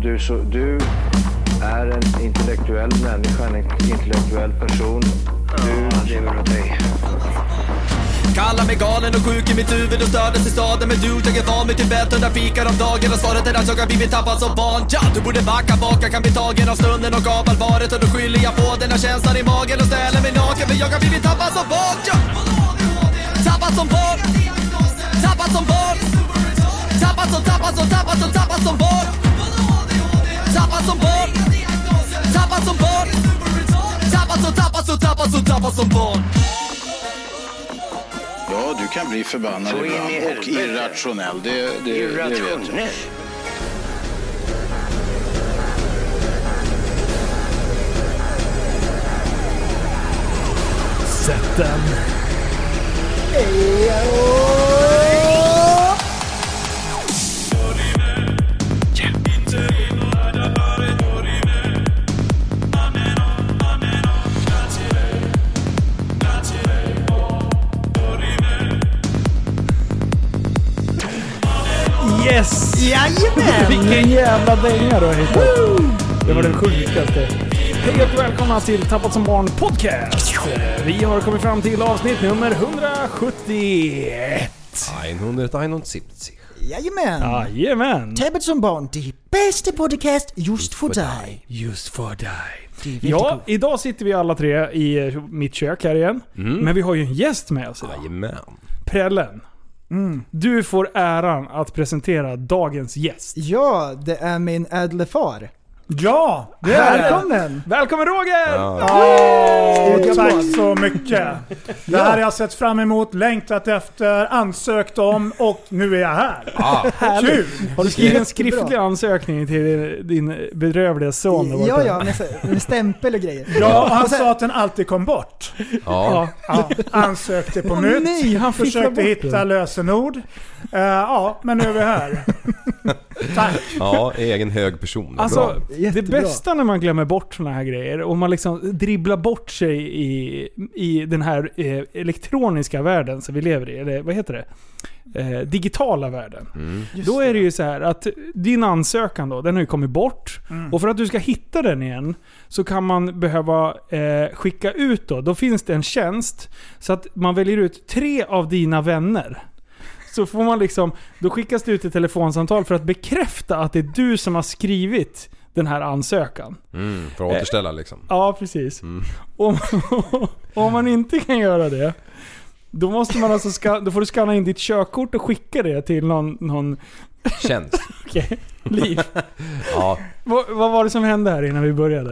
du är en intellektuell människa, en intellektuell person. Du lever åt dig. Kallar mig galen och sjuk i mitt huvud och stördes i staden. Men du, jag är van vid Tibet under fikar om dagen. Och svaret är att jag har blivit tappad som barn. Ja, du borde backa bak, jag kan bli tagen av stunden och av allvaret. Och då skyller jag på den här känslan i magen och ställer mig naken. För jag har blivit tappad som barn. Ja. Tappad som barn. Tappad som barn. Tappad som barn. Tappad som barn. Tappad som barn. Tappad som barn. Ja, du kan bli förbannad ibland och irrationell. Det vet jag. Sätt den. Yes! Jajamän! Vilken jävla dänga du har hittat. Det var det sjukaste. Hej och välkomna till Tappat som barn podcast. Vi har kommit fram till avsnitt nummer 171. 171. Jajamän! Tappat som barn, det bästa podcast just för dig. Just för dig. Ja, idag sitter vi alla tre i mitt kök här igen. Men vi har ju en gäst med oss idag. Jajamän. Prällen. Du får äran att presentera dagens gäst. Ja, det är min ädle far. Ja, det är välkommen! Välkommen Roger! Tack så mycket. Det här har jag sett fram emot, längtat efter, ansökt om och nu är jag här. Kul! Har du skrivit en skriftlig ansökning till din bedrövliga son? Ja, med stämpel och grejer. Ja, han sa att den alltid kom bort. Ja. Ansökte på nytt. Nej, han försökte hitta lösenord. Men nu är vi här. Tack. Ja, egen hög person. Alltså, Jättebra. det bästa när man glömmer bort såna här grejer och man liksom dribblar bort sig i den här elektroniska världen som vi lever i, eller vad heter det? Digitala världen. Då är det ju så här att din ansökan då, den har ju kommit bort. Och för att du ska hitta den igen så kan man behöva skicka ut då finns det en tjänst så att man väljer ut 3 av dina vänner. Så får man liksom, då skickas det ut ett telefonsamtal för att bekräfta att det är du som har skrivit den här ansökan. För att återställa liksom. Ja, precis. Om man inte kan göra det, då måste man alltså då får du skanna in ditt körkort och skicka det till någon tjänst. Okej. Liv. Ja. Vad var det som hände här innan vi började?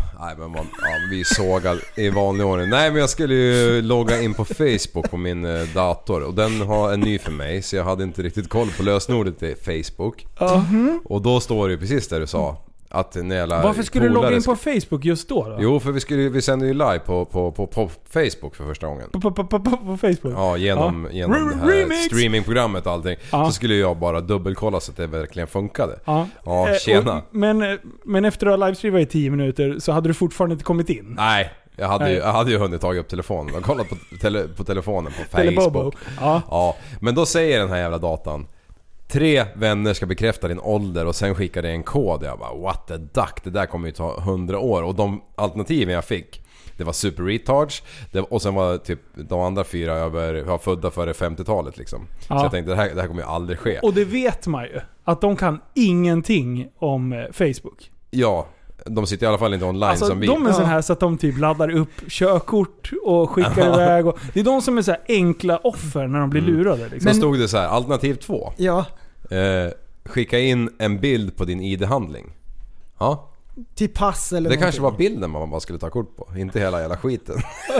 Vi sågade i vanlig ordning. Nej, men jag skulle ju logga in på Facebook på min dator och den har en ny för mig så jag hade inte riktigt koll på lösenordet till Facebook. Och då står det ju precis där du sa. Varför skulle du logga in på Facebook just då? Jo, för vi sänder ju live på Facebook för första gången. På Facebook? Ja, genom det här streamingprogrammet och allting. Så skulle jag bara dubbelkolla så att det verkligen funkade. Ja, tjena. Men efter att ha livestreamat i 10 minuter så hade du fortfarande inte kommit in? Nej. Jag hade ju hunnit tagit upp telefonen och kollat på telefonen på Facebook. Ja. Men då säger den här jävla datan 3 vänner ska bekräfta din ålder och sen skickar det en kod. Jag bara, what the duck, det där kommer ju ta 100 år. Och de alternativen jag fick, det var super retards och sen var typ de andra 4 var födda före 50-talet liksom. Så jag tänkte, det här kommer ju aldrig ske. Och det vet man ju, att de kan ingenting om Facebook. Ja, de sitter i alla fall inte online som vi. De är sån här så att de typ laddar upp körkort och skickar iväg. Och det är de som är så här enkla offer när de blir lurade. Liksom. Så stod det så här, alternativ 2. Ja. Skicka in en bild på din ID-handling. Ja. Till pass eller det någonting. Kanske var bilden man bara skulle ta kort på, inte hela jävla skiten.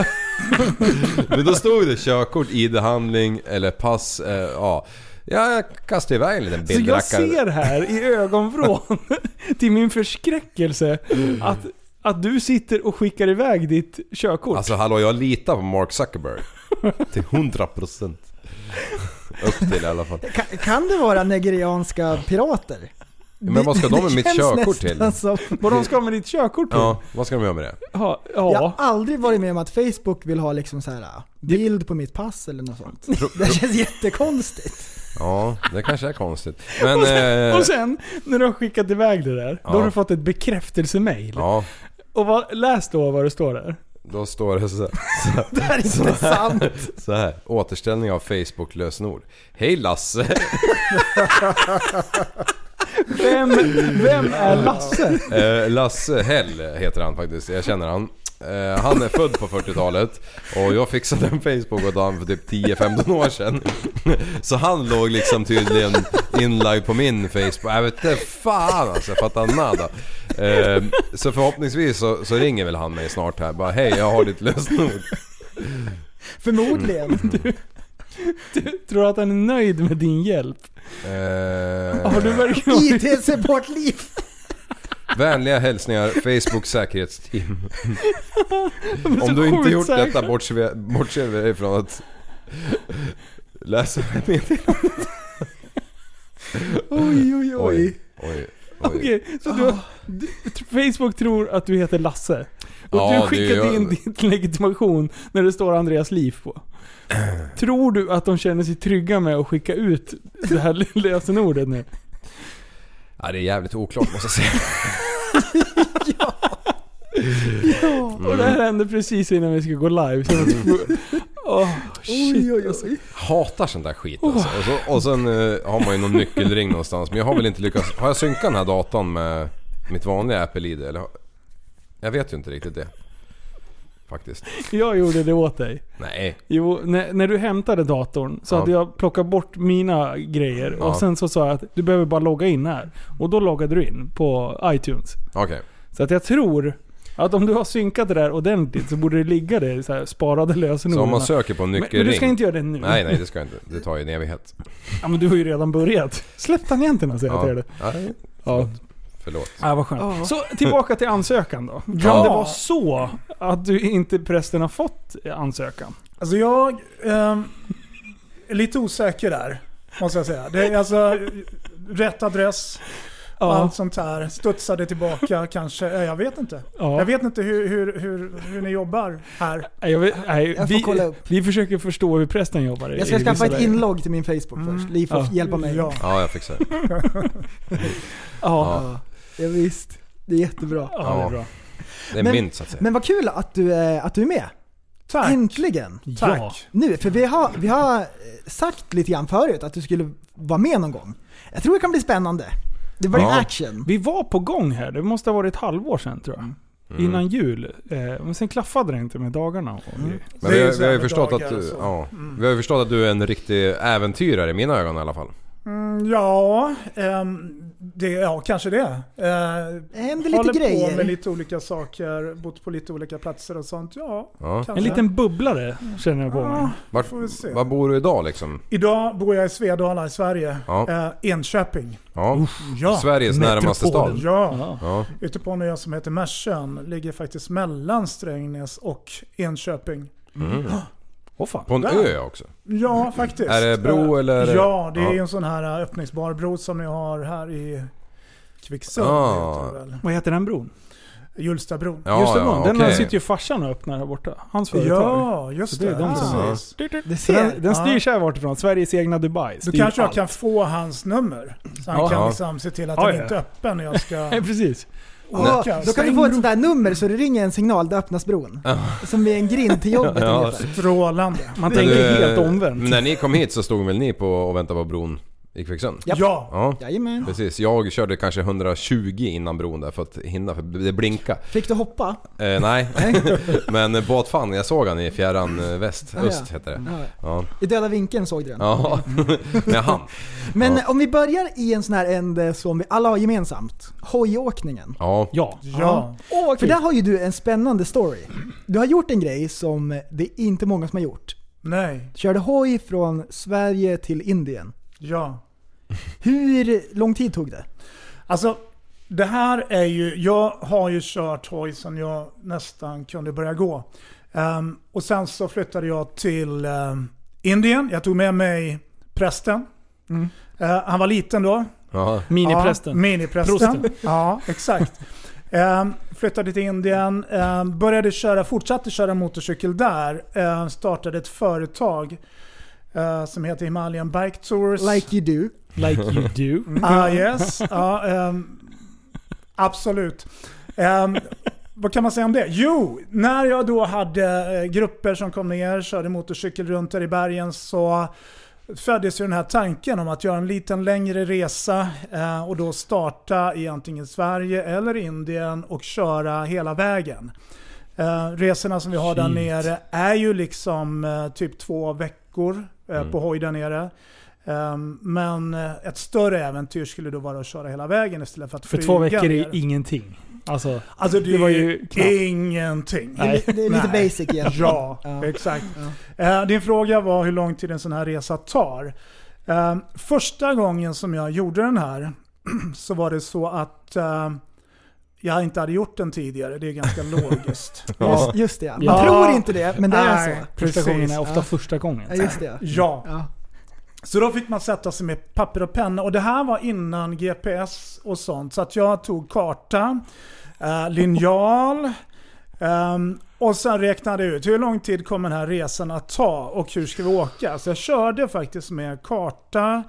Men då stod det körkort, ID-handling eller pass. Jag kastar iväg en liten bildrackare. Så jag ser här i ögonvrån till min förskräckelse att du sitter och skickar iväg ditt körkort. Alltså hallå, jag litar på Mark Zuckerberg till 100%. Upp till i alla fall. Kan det vara nigerianska pirater? Men vad ska de med mitt körkort till? Vad de ska med ditt körkort till? Ja, vad ska de göra med det? Ja. Jag har aldrig varit med om att Facebook vill ha liksom så här bild på mitt pass eller något sånt. Det känns jättekonstigt. Ja, det kanske är konstigt. Men, och sen när du har skickat iväg det där, då har du fått ett bekräftelsemail. Ja. Och läs då vad det står där. Då står det så Det här är inte sant. Så här, återställning av Facebook-lösenord. Hej Lasse. Vem är Lasse? Lasse Hell heter han faktiskt. Jag känner han. Han är född på 40-talet och jag fixade en Facebook åt han för typ 10-15 år sedan. Så han låg liksom tydligen inlagd på min Facebook. Jag vet inte fan alltså, jag fattar nada. Så förhoppningsvis så ringer väl han mig snart här. Bara hej, jag har ditt lösenord. Förmodligen. Du tror att han är nöjd med din hjälp? Har du verkligen... IT-supportliv. Vänliga hälsningar, Facebook säkerhetsteam. Om du inte gjort detta bortser vi ifrån att läsa meddelandet. Oj. Okej, så Facebook tror att du heter Lasse. Och du skickade in din legitimation när det står Andreas Liv på. Tror du att de känner sig trygga med att skicka ut det här lösenordet nu? Ja, det är jävligt oklart måste jag säga. Och det här hände precis innan vi ska gå live. Oj. Hatar sånt där skit alltså. Och sen har man ju någon nyckelring någonstans. Men jag har väl inte lyckats. Har jag synkat den här datorn med mitt vanliga Apple ID? Eller? Jag vet ju inte riktigt det. Faktiskt. Jag gjorde det åt dig. Nej. Jo, när du hämtade datorn så hade jag plockat bort mina grejer. Och sen så sa jag att du behöver bara logga in här. Och då loggade du in på iTunes. Okej. Så att jag tror att om du har synkat det där ordentligt så borde det ligga där så här, sparade lösenord. Så om man söker på nyckelring. Men du ska inte göra det nu. Nej, det ska jag inte. Det tar ju en evighet. Ja, men du har ju redan börjat. Släpp tangenterna, säger jag till dig. Ja. Förlåt. Ja, vad skönt. Så tillbaka till ansökan då. Kan det vara så att du inte prästen har fått ansökan? Alltså jag är lite osäker där, måste jag säga. Det är alltså rätt adress, allt sånt här. Studsade tillbaka kanske. Jag vet inte. Ja. Jag vet inte hur ni jobbar här. Jag får kolla upp. Vi försöker förstå hur prästen jobbar. Jag ska skaffa ett inlogg till min Facebook först. Liv får hjälpa mig. Ja, jag fixar det. Ja, visst. Det är jättebra. Ja, det är bra. Det är mint så att säga. Men vad kul att du är med. Tack. Äntligen. Tack. Ja. Nu, för vi har sagt lite grann förut att du skulle vara med någon gång. Jag tror det kan bli spännande. Det var en action. Vi var på gång här. Det måste ha varit ett halvår sedan tror jag. Innan jul. Men sen klaffade det inte med dagarna. Men vi har ju förstått att vi har förstått att du är en riktig äventyrare i mina ögon i alla fall. Kanske det. Händer lite grejer. På med lite olika saker, bott på lite olika platser och sånt. En liten bubblare känner jag på mig. Var bor du idag liksom? Idag bor jag i Svedala i Sverige. Enköping. Sveriges närmaste stad. Ute på en ö som heter Märsön. Ligger faktiskt mellan Strängnäs och Enköping. På en ö också? Ja, faktiskt. Är det bro eller? Ja, det är en sån här öppningsbar bro som ni har här i Kvicksund. Vad heter den bron? Hjulstabron. Den sitter ju farsan och öppnar här borta. Hans företag. Ja, just det. Den styrs här bortifrån. Sveriges egna Dubai. Då kanske jag kan få hans nummer. Så han kan liksom se till att den inte är öppen när jag ska... Precis. Då kan du få ett sånt där nummer så det ringer en signal, det öppnas bron. Som är en grind till jobbet. Strålande. Man tänker helt omvänt. När ni kom hit så stod väl ni på och väntade på bron i Kvicksund? Ja. Jajamän. Precis, jag körde kanske 120 innan bron där för att hinna, för det blinka. Fick du hoppa? Nej. Men båtfan, jag såg han i fjärran öst heter det. I döda vinkeln såg du den. Ja, med han. Men om vi börjar i en sån här ände som vi alla har gemensamt. Hojåkningen. Ja. För där har ju du en spännande story. Du har gjort en grej som det är inte många som har gjort. Nej. Du körde hoj från Sverige till Indien. Ja. Hur lång tid tog det? Alltså, det här är ju... Jag har ju kört hoj sedan jag nästan kunde börja gå. Och sen så flyttade jag till Indien. Jag tog med mig prästen. Han var liten då. Miniprästen. Miniprästen. Ja, exakt. Flyttade till Indien. Fortsatte köra motorcykel där. Startade ett företag som heter Himalayan Bike Tours. Like you do. Like you do. Yes. Absolut. Vad kan man säga om det? Jo, när jag då hade grupper som kom ner, körde motorcykel runt där i bergen, så föddes ju den här tanken om att göra en liten längre resa och då starta i antingen Sverige eller Indien och köra hela vägen. Resorna som vi har där nere är ju liksom typ 2 veckor på hoj där nere. Men ett större äventyr skulle då vara att köra hela vägen istället för att flyga. För 2 veckor ner. är ingenting. Alltså det var ju ingenting. Nej. Det är lite basic igen. Ja, exakt. Din fråga var hur lång tid en sån här resa tar. Första gången som jag gjorde den här så var det så att jag inte hade gjort den tidigare. Det är ganska logiskt. Just det. Man tror inte det, men det är så. Första gången är ofta första gången. Ja, just det. Ja. Så då fick man sätta sig med papper och penna. Och det här var innan GPS och sånt. Så att jag tog karta, linjal och sen räknade ut hur lång tid kommer den här resan att ta och hur ska vi åka. Så jag körde faktiskt med karta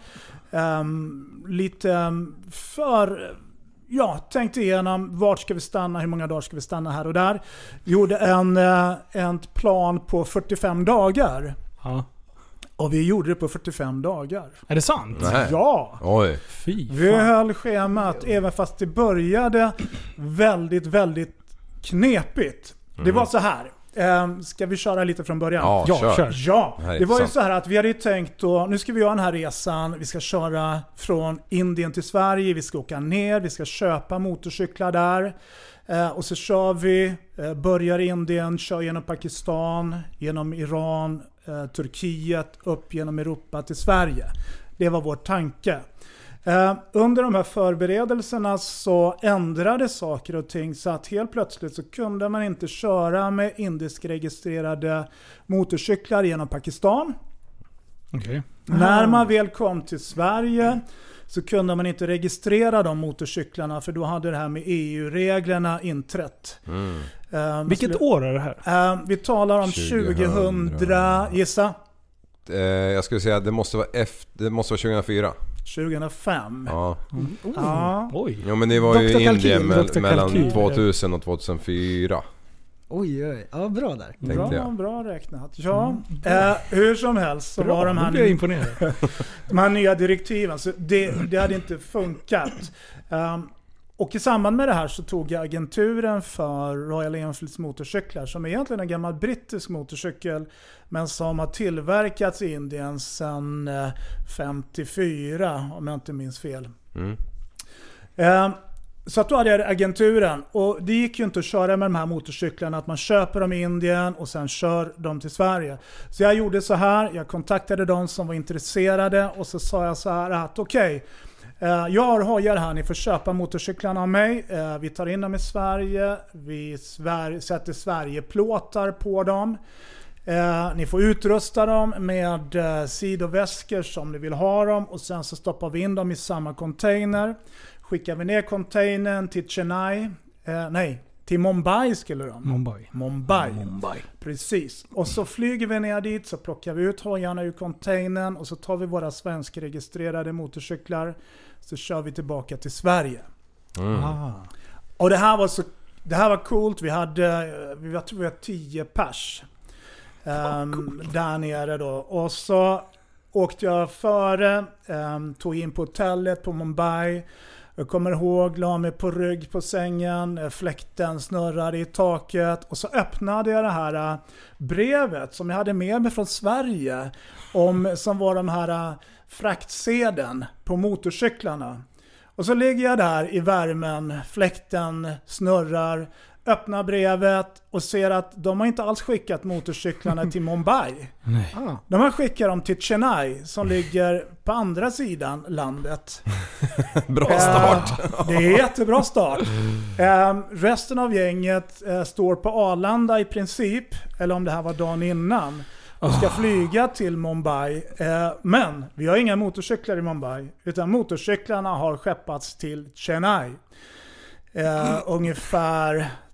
lite för... Ja, tänkte igenom vart ska vi stanna, hur många dagar ska vi stanna här och där. Gjorde en plan på 45 dagar. Ja. Och vi gjorde det på 45 dagar. Är det sant? Nej. Ja. Oj. Fy fan. Vi höll schemat även fast det började väldigt, väldigt knepigt. Det var så här. Ska vi köra lite från början? Ja, kör. Ja, det var ju sant. så här att vi hade ju tänkt då, nu ska vi göra den här resan, vi ska köra från Indien till Sverige, vi ska åka ner, vi ska köpa motorcyklar där. Och så kör vi, börjar i Indien, kör genom Pakistan, genom Iran, Turkiet, upp genom Europa till Sverige. Det var vår tanke. Under de här förberedelserna så ändrade saker och ting så att helt plötsligt så kunde man inte köra med indiskregistrerade motorcyklar genom Pakistan. Okay. När man väl kom till Sverige så kunde man inte registrera de motorcyklarna för då hade det här med EU-reglerna inträtt. Vilket år är det här? Vi talar om 2000, gissa. Jag skulle säga det måste vara 2004. 2005. Ja. Oj. Ja, men det var ju Dr. Indien Kalkyl. mellan 2000 och 2004. Oj. Ja, bra där. Bra räknat. Ja, hur som helst så var de nu blir jag imponerad. de här nya direktiven. Så det hade inte funkat. Och i samband med det här så tog jag agenturen för Royal Enfields motorcyklar som är egentligen en gammal brittisk motorcykel men som har tillverkats i Indien sedan 54 om jag inte minns fel. Så att då hade jag agenturen och det gick ju inte att köra med de här motorcyklarna att man köper dem i Indien och sen kör dem till Sverige. Så jag gjorde så här, jag kontaktade de som var intresserade och så sa jag så här att okej, jag har hojar här, ni får köpa motorcyklarna av mig. Vi tar in dem i Sverige, vi sätter Sverigeplåtar på dem. Ni får utrusta dem med sidoväskor som ni vill ha dem och sen så stoppar vi in dem i samma container. Skickar vi ner containern till Chennai, till Mumbai skulle de. Mumbai. Precis. Och så flyger vi ner dit, så plockar vi ut hojarna ur containern och så tar vi våra svenskregistrerade motorcyklar så kör vi tillbaka till Sverige. Och det här var coolt. Vi var 10 pers där nere då. Och så åkte jag före, tog in på hotellet på Mumbai. Jag kommer ihåg, la mig på rygg på sängen, fläkten snurrade i taket och så öppnade jag det här brevet som jag hade med mig från Sverige som var de här fraktsedeln på motorcyklarna. Och så ligger jag där i värmen, fläkten snurrar, öppnar brevet och ser att de har inte alls skickat motorcyklarna till Mumbai. Nej. De har skickat dem till Chennai som ligger på andra sidan landet. Bra start. Det är jättebra start. Resten av gänget står på Arlanda i princip, eller om det här var dagen innan, och ska flyga till Mumbai. Men vi har inga motorcyklar i Mumbai, utan motorcyklarna har skeppats till Chennai. Ungefär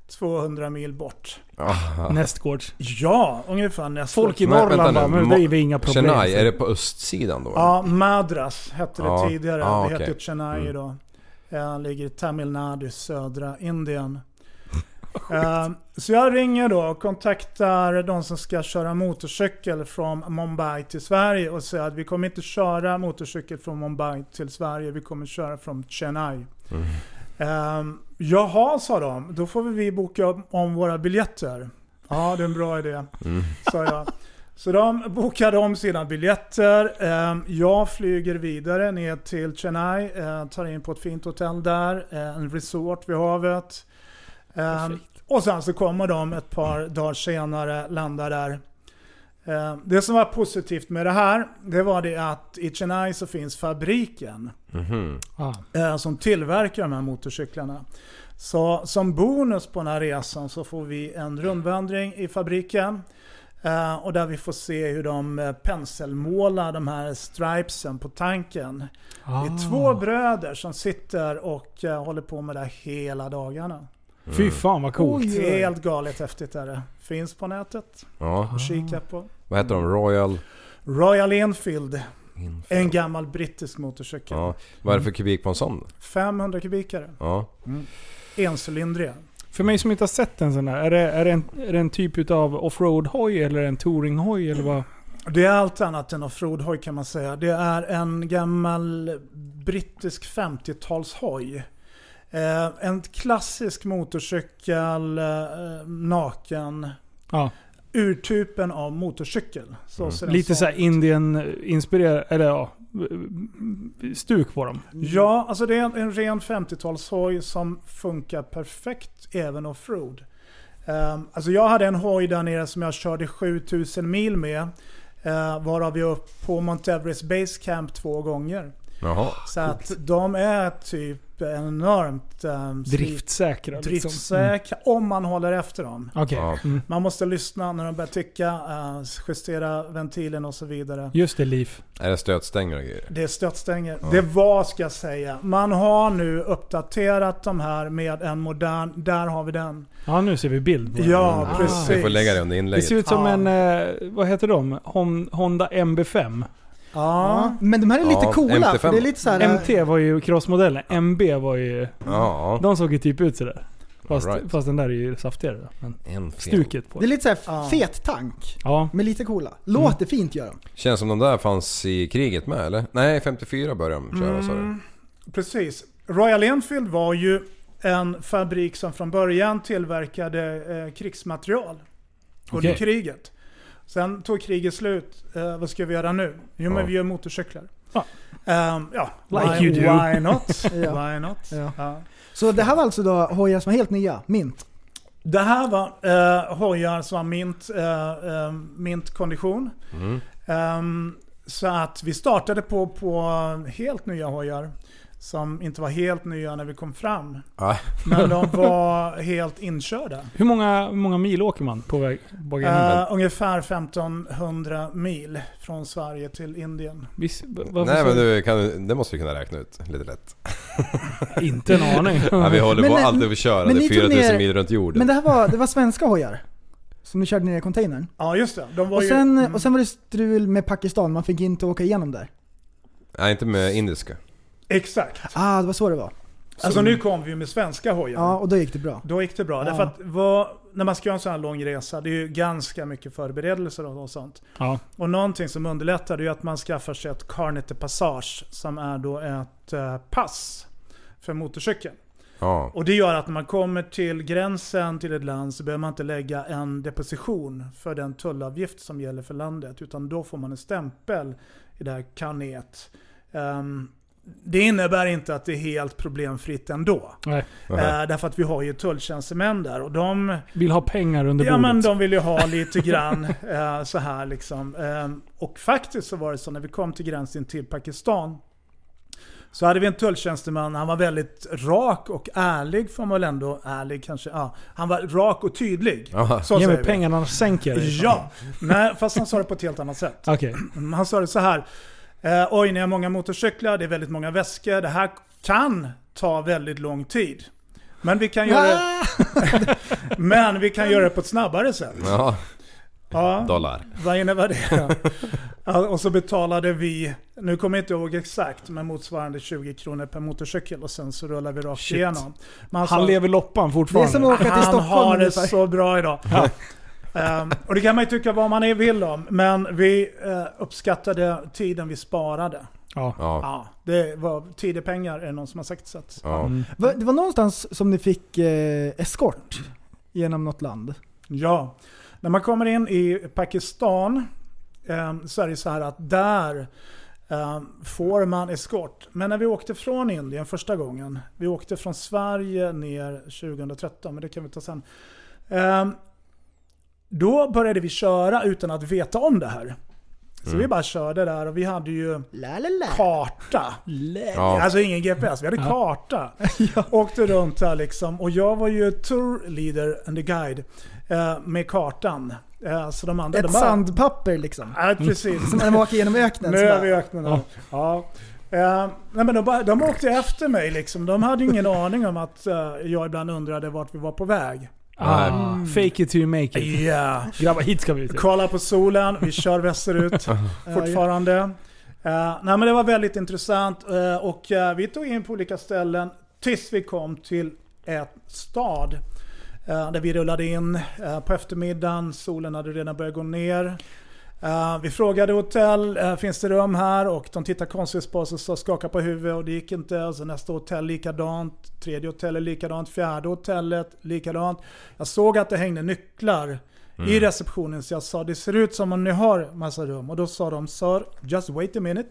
200 mil bort. Nästgårds. Ja, ungefär nästgårds. Folk i Norrland bara, men det är ju inga problem. Chennai, är det på östsidan då? Ja, Madras hette det tidigare. Det okej. heter Chennai då. Ligger i Tamil Nadu, södra Indien. Så jag ringer då och kontaktar de som ska köra motorcykel från Mumbai till Sverige och säger att vi kommer inte köra motorcykel från Mumbai till Sverige, vi kommer köra från Chennai. Jaha, sa de, då får vi boka om våra biljetter. Ja, det är en bra idé, sa jag. Så de bokade om sina biljetter. Jag flyger vidare ner till Chennai, tar in på ett fint hotell där, en resort vid havet. Och sen så kommer de ett par dagar senare, landar där. Det som var positivt med det här, det var det att i Chennai så finns fabriken som tillverkar de här motorcyklarna. Så som bonus på den här resan så får vi en rundvandring i fabriken. Och där vi får se hur de penselmålar de här stripesen på tanken. Det är 2 bröder som sitter och håller på med det hela dagarna. Fy fan vad coolt. Helt galet häftigt är det. Finns på nätet. Kika på. Vad heter de? Royal Enfield. En gammal brittisk motorcykel. Vad är det för kubik på en sån? 500 kubikare. Encylindriga. För mig som inte har sett en sån här, är det en typ av offroad-hoj eller en touring-hoj eller vad? Det är allt annat än offroad-hoj kan man säga. Det är en gammal brittisk 50-talshoj. En klassisk motorcykel, naken. Urtypen av motorcykel. Lite så här Indien-inspirerad, eller stuk på dem. Ja, alltså det är en ren 50-talshoj som funkar perfekt även off-road. Alltså jag hade en hoj där nere som jag körde 7000 mil med. Varav vi upp på Mount Everest Base Camp 2 gånger. Så att de är typ enormt driftsäkra. Driftsäkra om man håller efter dem. Man måste lyssna när de börjar tycka, justera ventilen och så vidare. Just det, Liv. Är det stötstänger och grejer? Det är stötstänger. Det var, ska jag säga. Man har nu uppdaterat de här med en modern, där har vi den. Ja, nu ser vi bild på den. Ja, precis. Vi får lägga det under inlägget. Det ser ut som en, vad heter de? Honda MB5. Ja, men de här är lite coola. För det är lite så här, MT var ju crossmodellen. MB var ju... De såg ju typ ut sådär. Fast den där är ju saftigare. Men stuket på. Det är lite så här fet tank. Med lite coola. Låter fint gör de. Känns som de där fanns i kriget med, eller? Nej, 54 började de köra, sa du. Precis. Royal Enfield var ju en fabrik som från början tillverkade krigsmaterial under kriget. Sen tog kriget slut. Vad ska vi göra nu? Jo, men vi gör motorcyklar. Why not? Why not? Så det här var alltså då hojar som var helt nya, mint? Det här var hojar som var mint kondition. Så att vi startade på helt nya hojar. Som inte var helt nya när vi kom fram. Men de var helt inkörda. Hur många mil åker man på väg? Ungefär 1500 mil från Sverige till Indien. Nej, men det måste vi kunna räkna ut lite lätt. Inte en aning. Vi håller på alltid att köra. Det är 4000 mil runt jorden. Men det var svenska hojar som ni körde ner i containern. Ja, just det. Och sen var det strul med Pakistan. Man fick inte åka igenom där. Nej, inte med indiska. Exakt. Det var så det var. Alltså nu kom vi med svenska hojar. Ja, och då gick det bra. Därför att när man ska göra en sån här lång resa, det är ju ganska mycket förberedelser och sånt. Och någonting som underlättar det är att man skaffar sig ett carnet de passage som är då ett pass för motorcykeln. Och det gör att när man kommer till gränsen till ett land så behöver man inte lägga en deposition för den tullavgift som gäller för landet, utan då får man en stämpel i det här carnet. Det innebär inte att det är helt problemfritt ändå. Därför att vi har ju tulltjänstemän där och de vill ha pengar under bordet. Ja, men de vill ju ha lite grann så här liksom. Och faktiskt så var det så när vi kom till gränsen till Pakistan så hade vi en tulltjänsteman. Han var väldigt rak och ärlig, får man väl ändå ärlig kanske. Han var rak och tydlig. Ge mig pengarna och sänker. Ja, nej, fast han sa det på ett helt annat sätt. Han sa det så här: oj, ni har många motorcyklar, det är väldigt många väskor. Det här kan ta väldigt lång tid. Men vi kan göra men vi kan göra det på ett snabbare sätt. Ja. Dollar. Vad innebär det? Och så betalade vi, nu kommer jag inte ihåg exakt, men motsvarande 20 kronor per motorcykel och sen så rullar vi rakt igenom. Han lever loppan fortfarande. Det är som att åka till Stockholm. Han har det så bra idag. Ja. Och det kan man ju tycka vad man vill om, men vi uppskattade tiden vi sparade. Ja, det var tidepengar, är det någon som har sagt så. Det var någonstans som ni fick eskort genom något land. Ja, när man kommer in i Pakistan så är det så här att där får man eskort. Men när vi åkte från Indien första gången, vi åkte från Sverige ner 2013, men det kan vi ta sen. Då började vi köra utan att veta om det här. Så vi bara körde där och vi hade ju karta. Alltså ingen GPS, vi hade karta. Åkte runt där liksom. Och jag var ju tour leader and the guide med kartan. Så de andra, ett sandpapper liksom. Ja, precis. Som när de åker genom öknen. Nu är vi i öknen. Ja. Nej, men de åkte efter mig liksom. De hade ingen aning om att jag ibland undrade vart vi var på väg. Fake it till you make it. Yeah. Grabbar, hit ska vi ut. Kolla på solen, vi kör västerut fortfarande. Nej, men det var väldigt intressant och vi tog in på olika ställen tills vi kom till ett stad där vi rullade in på eftermiddagen. Solen hade redan börjat gå ner. Vi frågade hotell, finns det rum här? Och de tittade konstigt på oss och så skakade på huvudet och det gick inte. Och så nästa hotell likadant, tredje hotellet likadant, fjärde hotellet likadant. Jag såg att det hängde nycklar i receptionen så jag sa, det ser ut som om ni har massa rum. Och då sa de, sir, just wait a minute.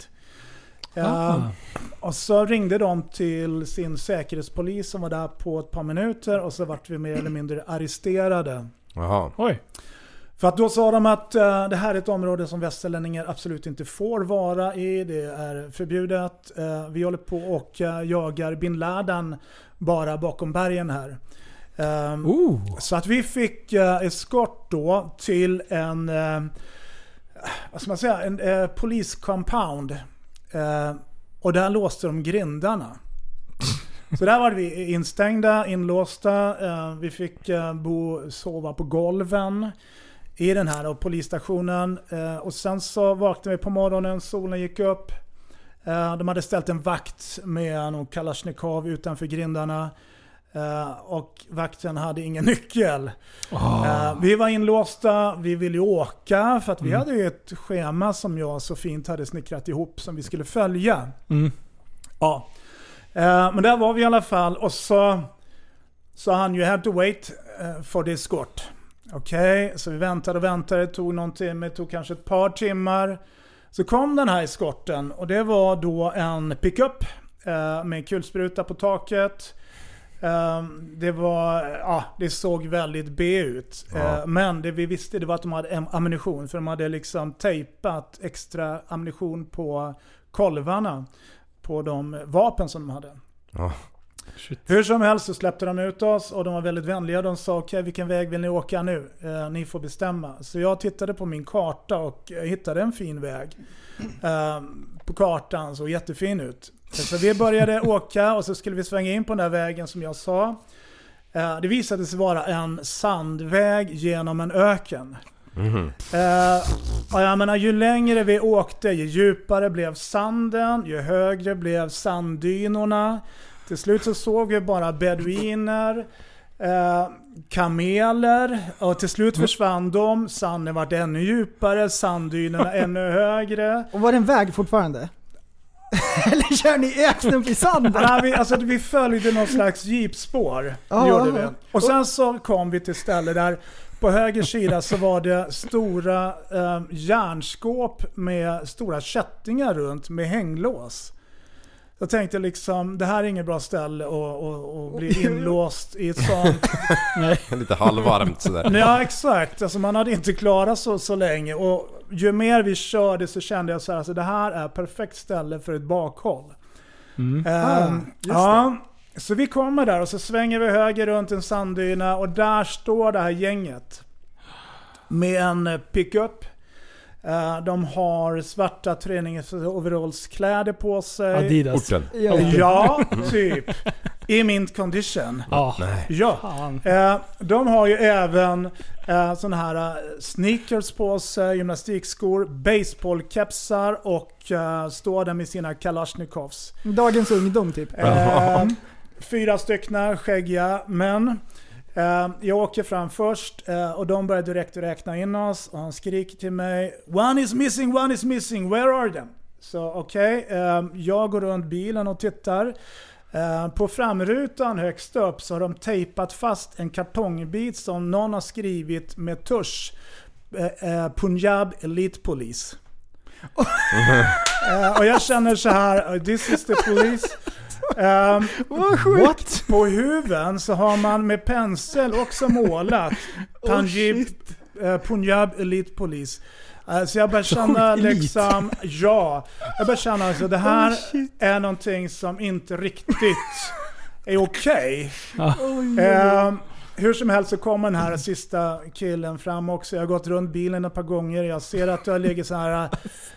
Och så ringde de till sin säkerhetspolis som var där på ett par minuter och så vart vi mer eller mindre arresterade. Jaha. Oj. För att då sa de att det här är ett område som västerlänningar absolut inte får vara i. Det är förbjudet. Vi håller på och jagar bin Laden bara bakom bergen här. Så att vi fick eskort då till en vad ska man säga, en poliscompound. Och där låste de grindarna. Så där var vi instängda, inlåsta. Vi fick sova på golven i den här polisstationen. Och sen så vaknade vi på morgonen, solen gick upp. De hade ställt en vakt med någon Kalashnikov utanför grindarna. Och vakten hade ingen nyckel. Vi var inlåsta, vi ville åka för att vi hade ju ett schema som jag så fint hade snickrat ihop som vi skulle följa. Ja. Men där var vi i alla fall och så sa han, you have to wait for the escort. Okej, så vi väntade och väntade, det tog någon timme, det tog kanske ett par timmar. Så kom den här eskorten och det var då en pickup med kulspruta på taket. Det var, det såg väldigt B ut. Men det vi visste det var att de hade ammunition, för de hade liksom tejpat extra ammunition på kolvarna på de vapen som de hade. Hur som helst så släppte de ut oss och de var väldigt vänliga. De sa, okej, vilken väg vill ni åka nu? Ni får bestämma. Så jag tittade på min karta och hittade en fin väg på kartan, så jättefin ut. Så vi började åka och så skulle vi svänga in på den där vägen som jag sa. Det visade sig vara en sandväg genom en öken. Och jag menar, ju längre vi åkte, ju djupare blev sanden, ju högre blev sanddynorna. Till slut så såg vi bara beduiner, kameler, och till slut försvann de. Sanden var ännu djupare, sanddynorna ännu högre. Och var det en väg fortfarande? Eller kör ni öknen i sanden? Nej, vi följde någon slags jeepspår. Gjorde vi. Och sen så kom vi till ställe där på höger sida så var det stora järnskåp med stora kättingar runt med hänglås. Jag tänkte liksom, det här är inget bra ställe att bli inlåst i ett sånt. Nej. Lite halvvarmt sådär. Ja, exakt. Alltså, man hade inte klarat så länge. Och ju mer vi körde så kände jag så här, alltså, det här är perfekt ställe för ett bakhåll. Så vi kommer där och så svänger vi höger runt en sanddyna och där står det här gänget med en pickup. De har svarta träningsoverallskläder på sig. Adidas. Ja, typ. i mint condition. Nej. Ja. De har ju även såna här sneakers på sig, gymnastikskor, baseballkepsar och står där med sina Kalashnikovs. Dagens ungdom typ. 4 stycken skäggiga män. Jag åker fram först och de börjar direkt räkna in oss och han skriker till mig: one is missing, where are them? Så okej, jag går runt bilen och tittar. På framrutan högst upp så har de tejpat fast en kartongbit som någon har skrivit med tusch. Punjab Elite Police. Och jag känner så här: this is the police. What? På huven så har man med pensel också målat Punjab Elite Police. Så jag börjar känna liksom, jag börjar känna alltså det här är någonting som inte riktigt är okej. Hur som helst så kommer den här sista killen fram också. Jag har gått runt bilen ett par gånger. Jag ser att det har legat så här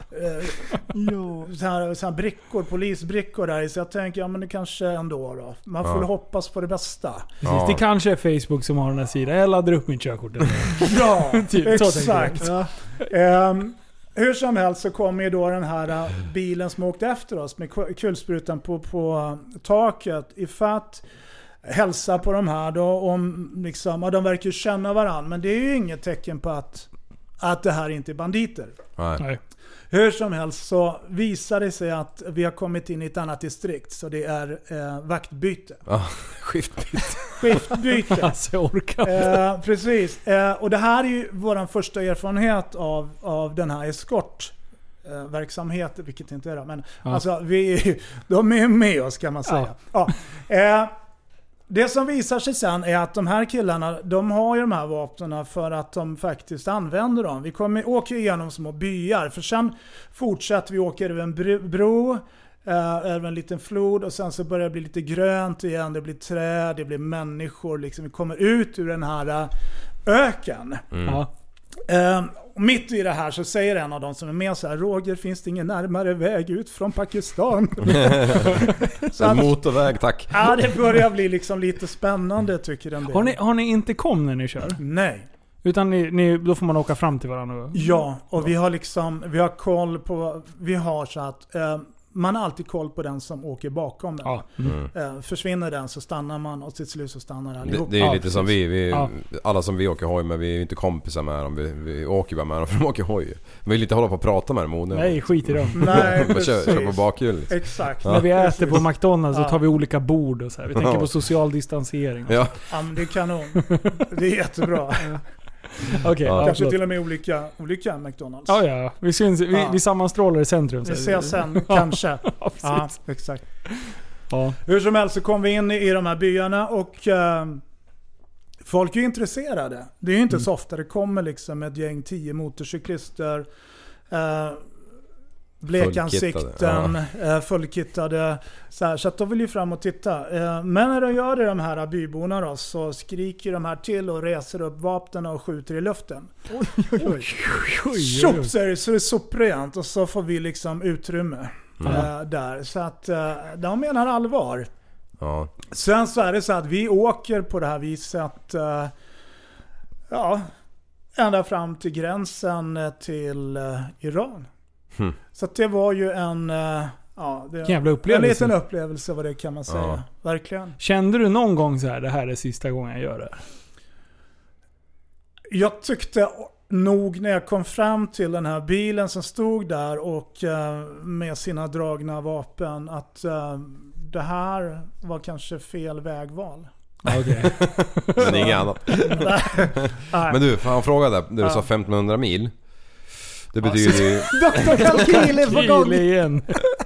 brickor, polisbrickor där. Så jag tänker, ja men det kanske ändå då. Man får hoppas på det bästa. Precis, det kanske är Facebook som har den här sidan. Jag laddar upp mitt körkort. Ja, typ, exakt. Hur som helst så kommer ju då den här bilen som åkte efter oss med kulsprutan på taket i fatt. Hälsa på de här då, om liksom, de verkar känna varandra, men det är ju inget tecken på att det här inte är banditer. Nej. Hur som helst så visar det sig att vi har kommit in i ett annat distrikt, så det är vaktbyte. Skiftbyte. Alltså, jag orkar. Precis. Och det här är ju vår första erfarenhet av den här eskortverksamhet, vilket inte är det, men alltså de är med oss kan man säga. Det som visar sig sen är att de här killarna, de har ju de här vapnen för att de faktiskt använder dem. Vi åker igenom små byar, för sen fortsätter vi åka över en bro, över en liten flod, och sen så börjar det bli lite grönt igen, det blir träd, det blir människor, liksom vi kommer ut ur den här öken. Mitt i det här så säger en av dem som är med så här: Roger, finns det ingen närmare väg ut från Pakistan? Så en motorväg, tack. Ja, det börjar bli liksom lite spännande tycker den. Har ni inte kom när ni kör? Nej. Utan då får man åka fram till varandra? Ja, och vi har koll på, vi har så att man har alltid koll på den som åker bakom den. Försvinner den så stannar man, och till slut så stannar allihop. Det är lite som vi alla som vi åker hoj, men vi är inte kompisar med dem. Vi åker bara med dem för de åker hoj. Vi vill inte hålla på och prata med dem. Nej, skit i dem. Nej, kör på bakhjul. Liksom. Exakt. När vi äter på McDonald's så tar vi olika bord och så här. Vi tänker på social distansering. Ja, men det är kanon. Det är jättebra. Okay, kanske till och med olika McDonald's. Ja. Vi sammanstrålar i centrum. Vi ses sen, kanske. Ja, exakt. Ja. Hur som helst så kom vi in i de här byarna och folk är intresserade. Det är ju inte så ofta det kommer liksom ett gäng 10 motorcyklister, blekansikten, fullkittade så att de vill ju fram och titta. Men när de gör det, de här byborna då, så skriker de här till och reser upp vapnen och skjuter i luften. Tjopp, så är det soprent, och så får vi liksom utrymme där. Så att de menar allvar. Ja. Sen så är det så att vi åker på det här viset ända fram till gränsen till Iran. Så att det var ju en jävla upplevelse. En liten upplevelse, vad det kan man säga. Verkligen. Kände du någon gång så här, det här är sista gången jag gör det? Jag tyckte nog när jag kom fram till den här bilen som stod där och med sina dragna vapen att det här var kanske fel vägval. Okay. Men inget annat. Men du, fan frågade där du sa 1500 mil. Det betyder ju... Dr. Kalkyl är på gång igen.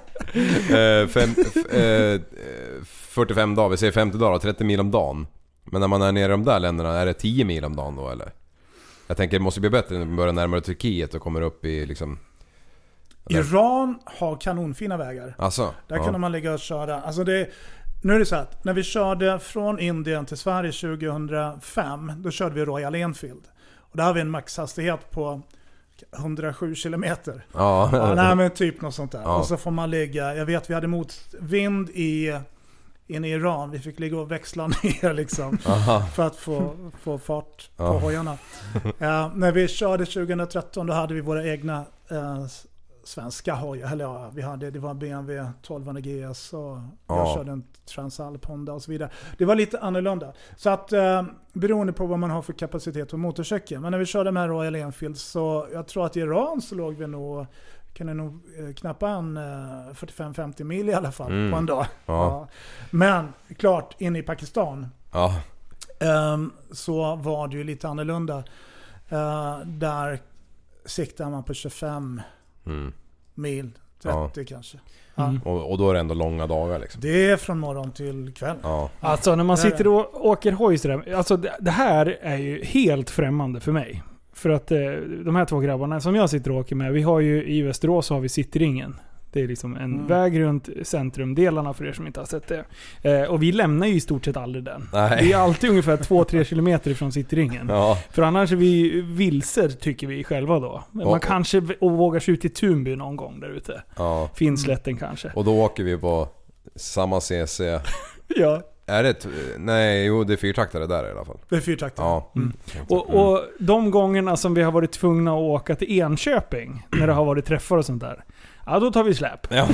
45 dagar, vi säger 50 dagar, 30 mil om dagen. Men när man är nere i de där länderna, är det 10 mil om dagen då, eller? Jag tänker det måste bli bättre när man börjar närmare Turkiet och kommer upp i liksom... Iran har kanonfina vägar. Alltså, där kan man ligga och köra. Alltså nu är det så att när vi körde från Indien till Sverige 2005, då körde vi Royal Enfield. Och där har vi en maxhastighet på 107 kilometer. Nej, men typ något sånt där. Och så får man ligga, jag vet vi hade motvind i inne i Iran. Vi fick ligga och växla ner liksom för att få fart på hojarna. När vi körde 2013 då hade vi våra egna svenska hojar. Eller det var BMW 1200 GS och jag körde en Transalp Honda och så vidare. Det var lite annorlunda. Så att beroende på vad man har för kapacitet på motorcykeln. Men när vi körde med Royal Enfield så jag tror att i Iran så låg vi nog knappa en 45-50 mil i alla fall på en dag. Ja. Men klart, inne i Pakistan så var det ju lite annorlunda. Där siktar man på 25 mil, 30 kanske. Och då är det ändå långa dagar liksom. Det är från morgon till kväll. Alltså när man sitter och åker hoj sådär, alltså det här är ju helt främmande för mig. För att de här två grabbarna som jag sitter och åker med, vi har ju i Västerås så har vi Cityringen. Det är liksom en väg runt centrumdelarna för er som inte har sett det. Och vi lämnar ju i stort sett aldrig den. Nej. Vi är alltid ungefär 2-3 kilometer ifrån Cityringen. Ja. För annars är vi vilser tycker vi själva då. Man kanske vågar sig ut i Tunby någon gång där ute. Ja. Finslätten kanske. Och då åker vi på samma CC. Ja. Är det det är fyrtaktare där i alla fall. Det är fyrtaktare. Ja. Och de gångerna som vi har varit tvungna att åka till Enköping när det har varit träffar och sånt där. Ja, då tar vi släp. Ja.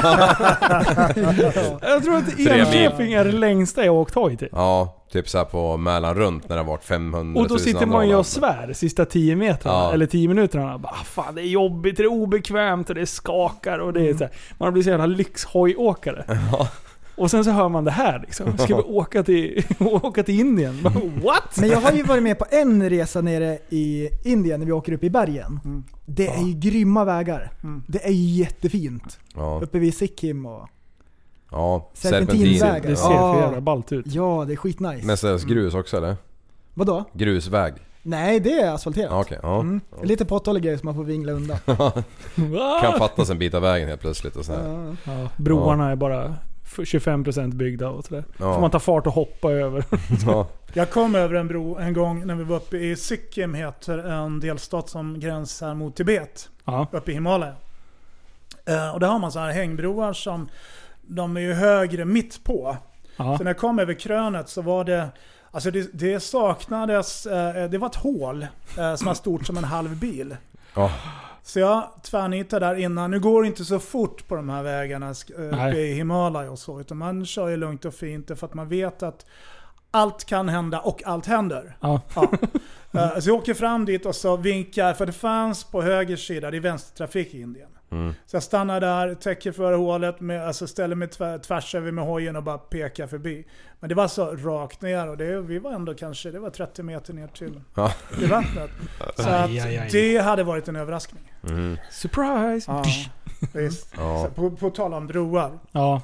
Jag tror att Enköping är det längsta jag åkt hoj till. Ja, typ så här på Mälaren runt när det har varit 500 000. Och då sitter man ju och svär sista 10 metrarna eller 10 minuterna. Bara, fan, det är jobbigt, det är obekvämt och det skakar och det är så här. Man blir så jävla lyxhojåkare. Ja. Och sen så hör man det här liksom. Ska vi åka till Indien? What? Men jag har ju varit med på en resa nere i Indien när vi åker upp i bergen. Det är ju grymma vägar. Det är ju jättefint. Uppe vid Sikkim och serpentinvägar. Det ser för jävla ballt ut. Ja, det är skitnice. Men så är det grus också eller? Vadå? Grusväg. Nej, det är asfalterat. Okay, lite potthålliga grejer som man får vingla undan. Kan fattas en bit av vägen helt plötsligt och så här. Broarna är bara 25% byggda och sådär. Får man ta fart och hoppa över. Jag kom över en bro en gång när vi var uppe i Sikkim, heter en delstat som gränsar mot Tibet. Uppe i Himalaya. Och där har man så här hängbroar som de är ju högre mitt på. Så när jag kom över krönet så var det alltså det saknades det var ett hål som var stort som en halv bil. Så jag tvärnitade där innan. Nu går det inte så fort på de här vägarna uppe i Himalaya och så. Utan man kör ju lugnt och fint för att man vet att allt kan hända och allt händer. Så jag åker fram dit och så vinkar. För det fanns på höger sida, det är vänstertrafik i Indien. Så jag stannar där, täcker för hålet, alltså ställer mig tvärs över med hojen och bara pekar förbi. Men det var så rakt ner och vi var ändå kanske, det var 30 meter ner till vattnet. Så att det hade varit en överraskning. Surprise! Visst. Så på tal om broar.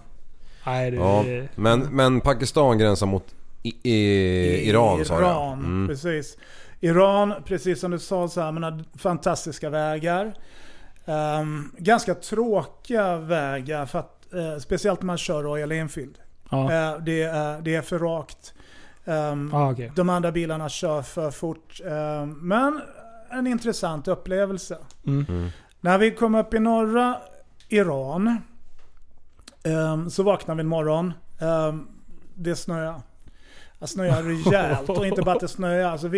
Men Pakistan gränsar mot Iran sa jag. Precis. Iran, precis som du sa, så här, men fantastiska vägar. Ganska tråkiga vägar för att, speciellt när man kör Royal Enfield. Det är för rakt. De andra bilarna kör för fort. Men en intressant upplevelse. När vi kom upp i norra Iran så vaknade vi en morgon. Det snöade. Det snöade rejält. Och inte bara att det snöade. Alltså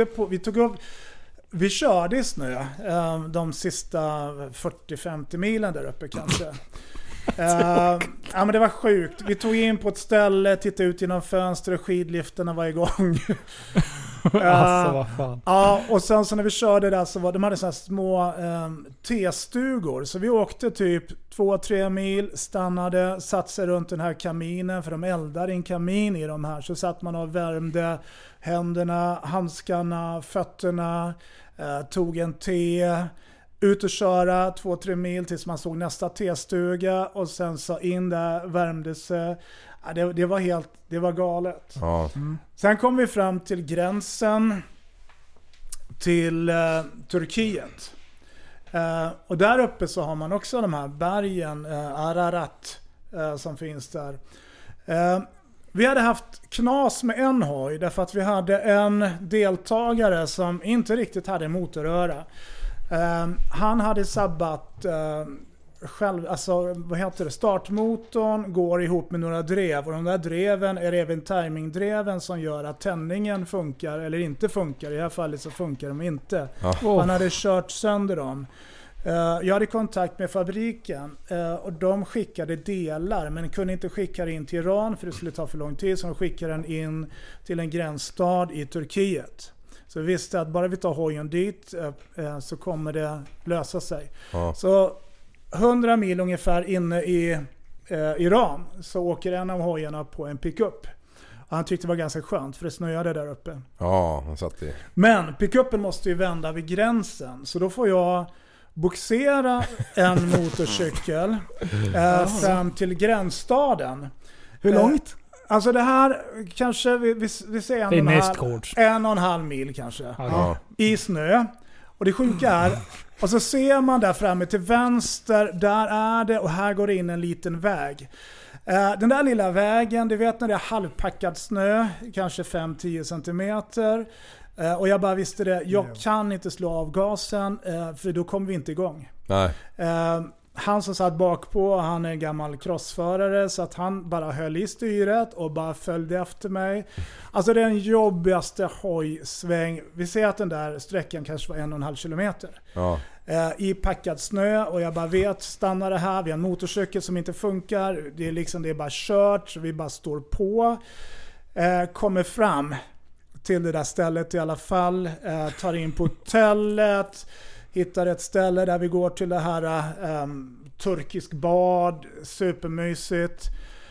vi körde i snö de sista 40-50 milen där uppe kanske. Men det var sjukt. Vi tog in på ett ställe, tittade ut genom fönster och skidlifterna var igång. Alltså vad fan. Och sen så när vi körde där så var de hade så här små testugor. Så vi åkte typ 2-3 mil, stannade, satt sig runt den här kaminen, för de eldar i en kamin i de här. Så satt man och värmde händerna, handskarna, fötterna, tog en te, ut och köra 2-3 mil tills man såg nästa testuga och sen så in där, värmde sig. Det var galet. Sen kom vi fram till gränsen till Turkiet. Och där uppe så har man också de här bergen, Ararat, som finns där. Vi hade haft knas med en hoj därför att vi hade en deltagare som inte riktigt hade motorröra. Han hade sabbat startmotorn går ihop med några drev, och de där dreven är även timingdreven som gör att tändningen funkar eller inte funkar. I det här fallet så funkar de inte. Han hade kört sönder dem. Jag hade kontakt med fabriken och de skickade delar, men kunde inte skicka in till Iran för det skulle ta för lång tid, så de skickade den in till en gränsstad i Turkiet. Så vi visste att bara vi tar hojen dit så kommer det lösa sig. Så 100 mil ungefär inne i Iran så åker en av hojarna på en pickup. Och han tyckte det var ganska skönt för det snöade där uppe. Ja, han satt i. Men pickuppen måste ju vända vid gränsen, så då får jag boxera en motorcykel fram till gränsstaden. Hur långt? Alltså det här kanske vi ser det är mest kort. 1,5 mil kanske. Ja. I snö. Och det sjuka är, och så ser man där framme till vänster, där är det, och här går det in en liten väg. Den där lilla vägen, du vet när det är halvpackad snö, kanske 5-10 centimeter. Och jag bara visste det, jag kan inte slå av gasen för då kommer vi inte igång. Nej. Han som satt bak på, han är en gammal crossförare, så att han bara höll i styret och bara följde efter mig. Alltså det är den jobbigaste hojsväng. Vi ser att den där sträckan kanske var 1,5 kilometer. I packad snö, och jag bara vet, stannar det här, vi har en motorcykel som inte funkar, det är bara kört, så vi bara står på. Kommer fram till det där stället i alla fall, tar in på hotellet, hittar ett ställe där vi går till det här turkisk bad, supermysigt,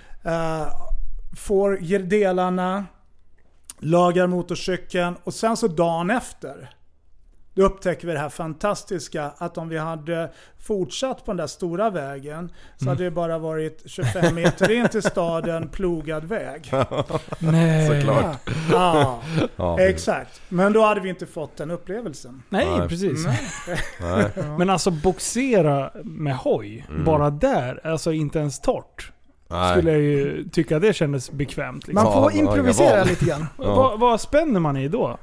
får delarna, lagar motorcykeln, och sen så dagen efter då upptäcker vi det här fantastiska att om vi hade fortsatt på den där stora vägen så hade det bara varit 25 meter in till staden, plogad väg. Nej. Såklart. Ja, exakt. Men då hade vi inte fått den upplevelsen. Nej, precis. Nej. Men alltså boxera med hoj, bara där, alltså inte ens torrt. Skulle jag ju tycka det kändes bekvämt. Liksom. Man får improvisera lite grann. Vad spänner man i då?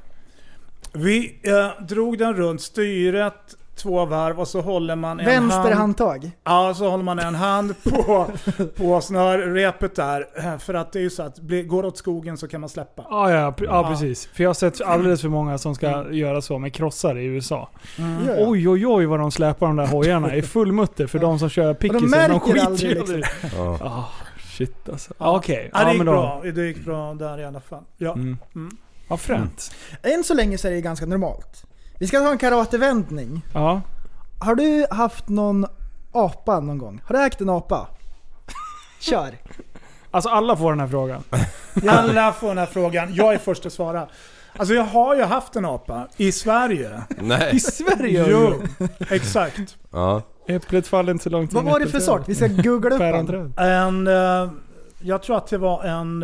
Vi drog den runt styret 2 varv och så håller man en vänsterhandtag. Ja, så håller man en hand på snörrepet där, för att det är ju så att går åt skogen så kan man släppa. Ja, precis. För jag har sett alldeles för många som ska göra så med krossar i USA. Oj vad de släpar de där hojarna i full mutter för de som kör pickis. De skiter liksom. Shit alltså. Okej. Det gick bra där i alla fall. Ja. Vad fränt. Än så länge så är det ganska normalt. Vi ska ta en karatevändning. Ja. Har du haft någon apa någon gång? Har du ägt en apa? Kör. Alltså alla får den här frågan. Alla får den här frågan. Jag är först att svara. Alltså jag har ju haft en apa i Sverige. Nej. I Sverige? Jo, exakt. Ja. Äpplet faller inte så långt. Vad var det för sort? Vi ska googla upp den. Jag tror att det var en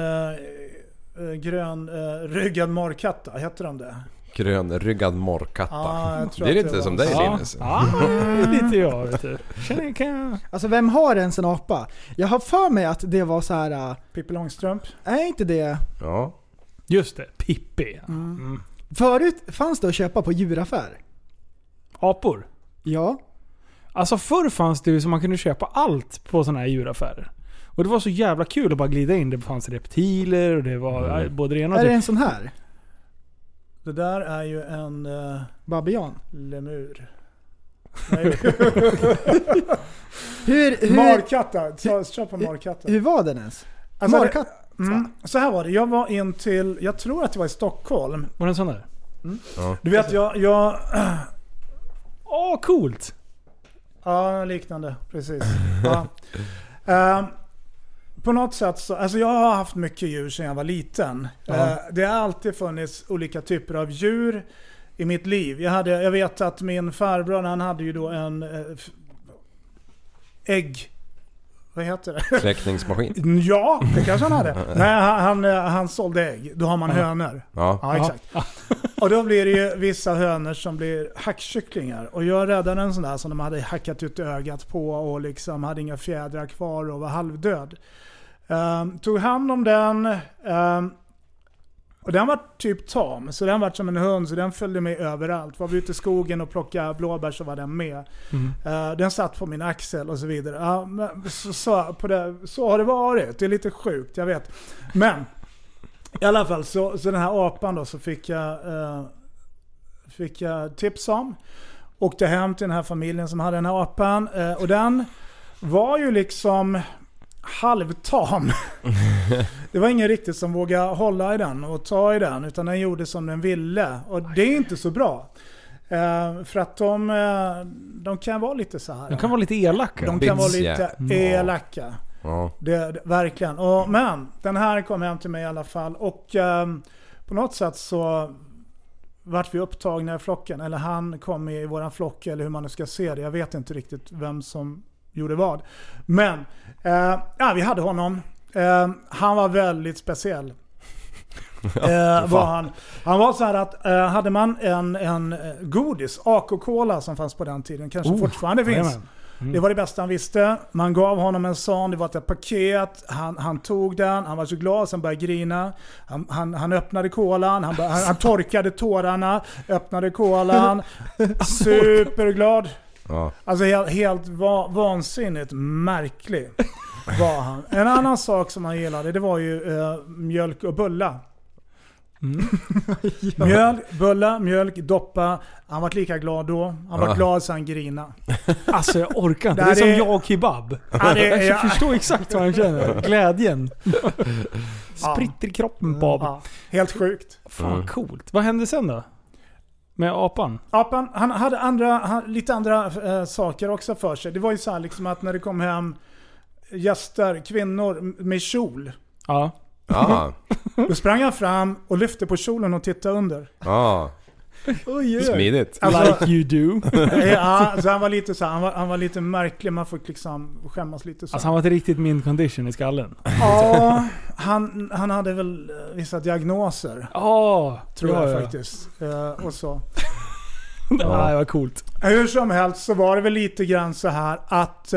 grön ryggad morkatta, heter de det? Grönryggad morkatta. Det är lite som dig, Linus. Ja, lite jag vet du. Alltså vem har ens en apa? Jag har för mig att det var så här Pippi Långstrump. Är inte det? Ja. Just det, Pippi. Förut fanns det att köpa på djuraffär. Apor? Ja. Alltså förr fanns det ju så man kunde köpa allt på såna här djuraffärer. Och det var så jävla kul att bara glida in. Det fanns reptiler och det var både det ena och det. Är det en sån här? Det där är ju en babian. Lemur. Markatta. Kör på markatta. Hur var den ens? Alltså, markatta. Så här var det. Jag var in till, jag tror att det var i Stockholm. Var det en sån där? Ja. Du vet, jag coolt. Ja, liknande. Precis. Ja. På något sätt så, alltså jag har haft mycket djur sedan jag var liten. Det har alltid funnits olika typer av djur i mitt liv. Jag vet att min farbror, han hade ju då en vad heter det? Kläckningsmaskin. Ja, det kanske han hade. Nej, han sålde ägg. Då har man hönor. Ja, exakt. Och då blir det ju vissa hönor som blir hackkycklingar. Och jag räddade en sån där som de hade hackat ut ögat på och liksom hade inga fjädrar kvar och var halvdöd. Tog hand om den. Och den var typ tam, så den var som en hund, så den följde med överallt. Var vi ute i skogen och plockade blåbär så var den med. Den satt på min axel och så vidare. Ja, men så har det varit. Det är lite sjukt, jag vet. Men i alla fall så den här apan då, så fick jag tips om. Åkte hem till den här familjen som hade den här apan. Och den var ju liksom halvtam. Det var ingen riktigt som vågade hålla i den och ta i den, utan den gjorde som den ville. Och det är inte så bra. För att de kan vara lite så här. De kan vara lite elaka. De kan vara lite elaka. Det, verkligen. Men den här kom hem till mig i alla fall. Och på något sätt så vart vi upptagna i flocken. Eller han kom med i våran flock, eller hur man nu ska se det. Jag vet inte riktigt vem som gjorde vad. Men vi hade honom. Han var väldigt speciell. Han var så här att hade man en godis, AK-cola som fanns på den tiden, kanske fortfarande finns. Det var det bästa han visste. Man gav honom en sån, det var ett paket. Han tog den, han var så glad, sen började grina. Han öppnade kolan, han torkade tårarna, öppnade kolan. Superglad. Ja. Alltså helt vansinnigt märklig var han. En annan sak som han gillade, det var ju mjölk och bulla. Mjölk, doppa. Han var lika glad då. Han var glad så han grina. Alltså jag orkar inte. Det är som jag och kebab. Jag förstår exakt vad han känner. Glädjen. Spritter i kroppen på. Helt sjukt. Fan coolt. Vad hände sen då? Med apan? Apan, han hade lite andra saker också för sig. Det var ju så här liksom att när det kom hem gäster, kvinnor med kjol. Ja. Då sprang han fram och lyfte på kjolen och tittade under. Smidigt. Alltså, like you do. Så han var lite så här, han var lite märklig. Man fick liksom skämmas lite så. Alltså han var inte riktigt min condition i skallen. Ja, han hade väl vissa diagnoser. Tror jag faktiskt. Och så. Det var coolt. Hur som helst så var det väl lite grann så här att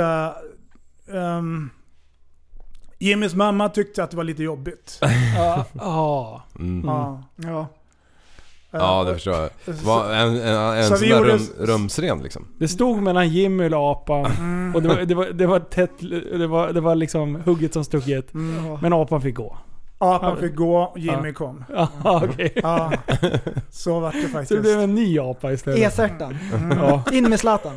Jimmys mamma tyckte att det var lite jobbigt. Ja, det förstår jag. Var en sån där rumsren liksom. Det stod mellan Jimmy och apan. Och det var tätt. Det var liksom hugget som stucket. Men apan fick gå. Apan fick gå och Jimmy kom. Okay. Så var det faktiskt. Så det blev en ny apa istället. E-särtan. In med Zlatan.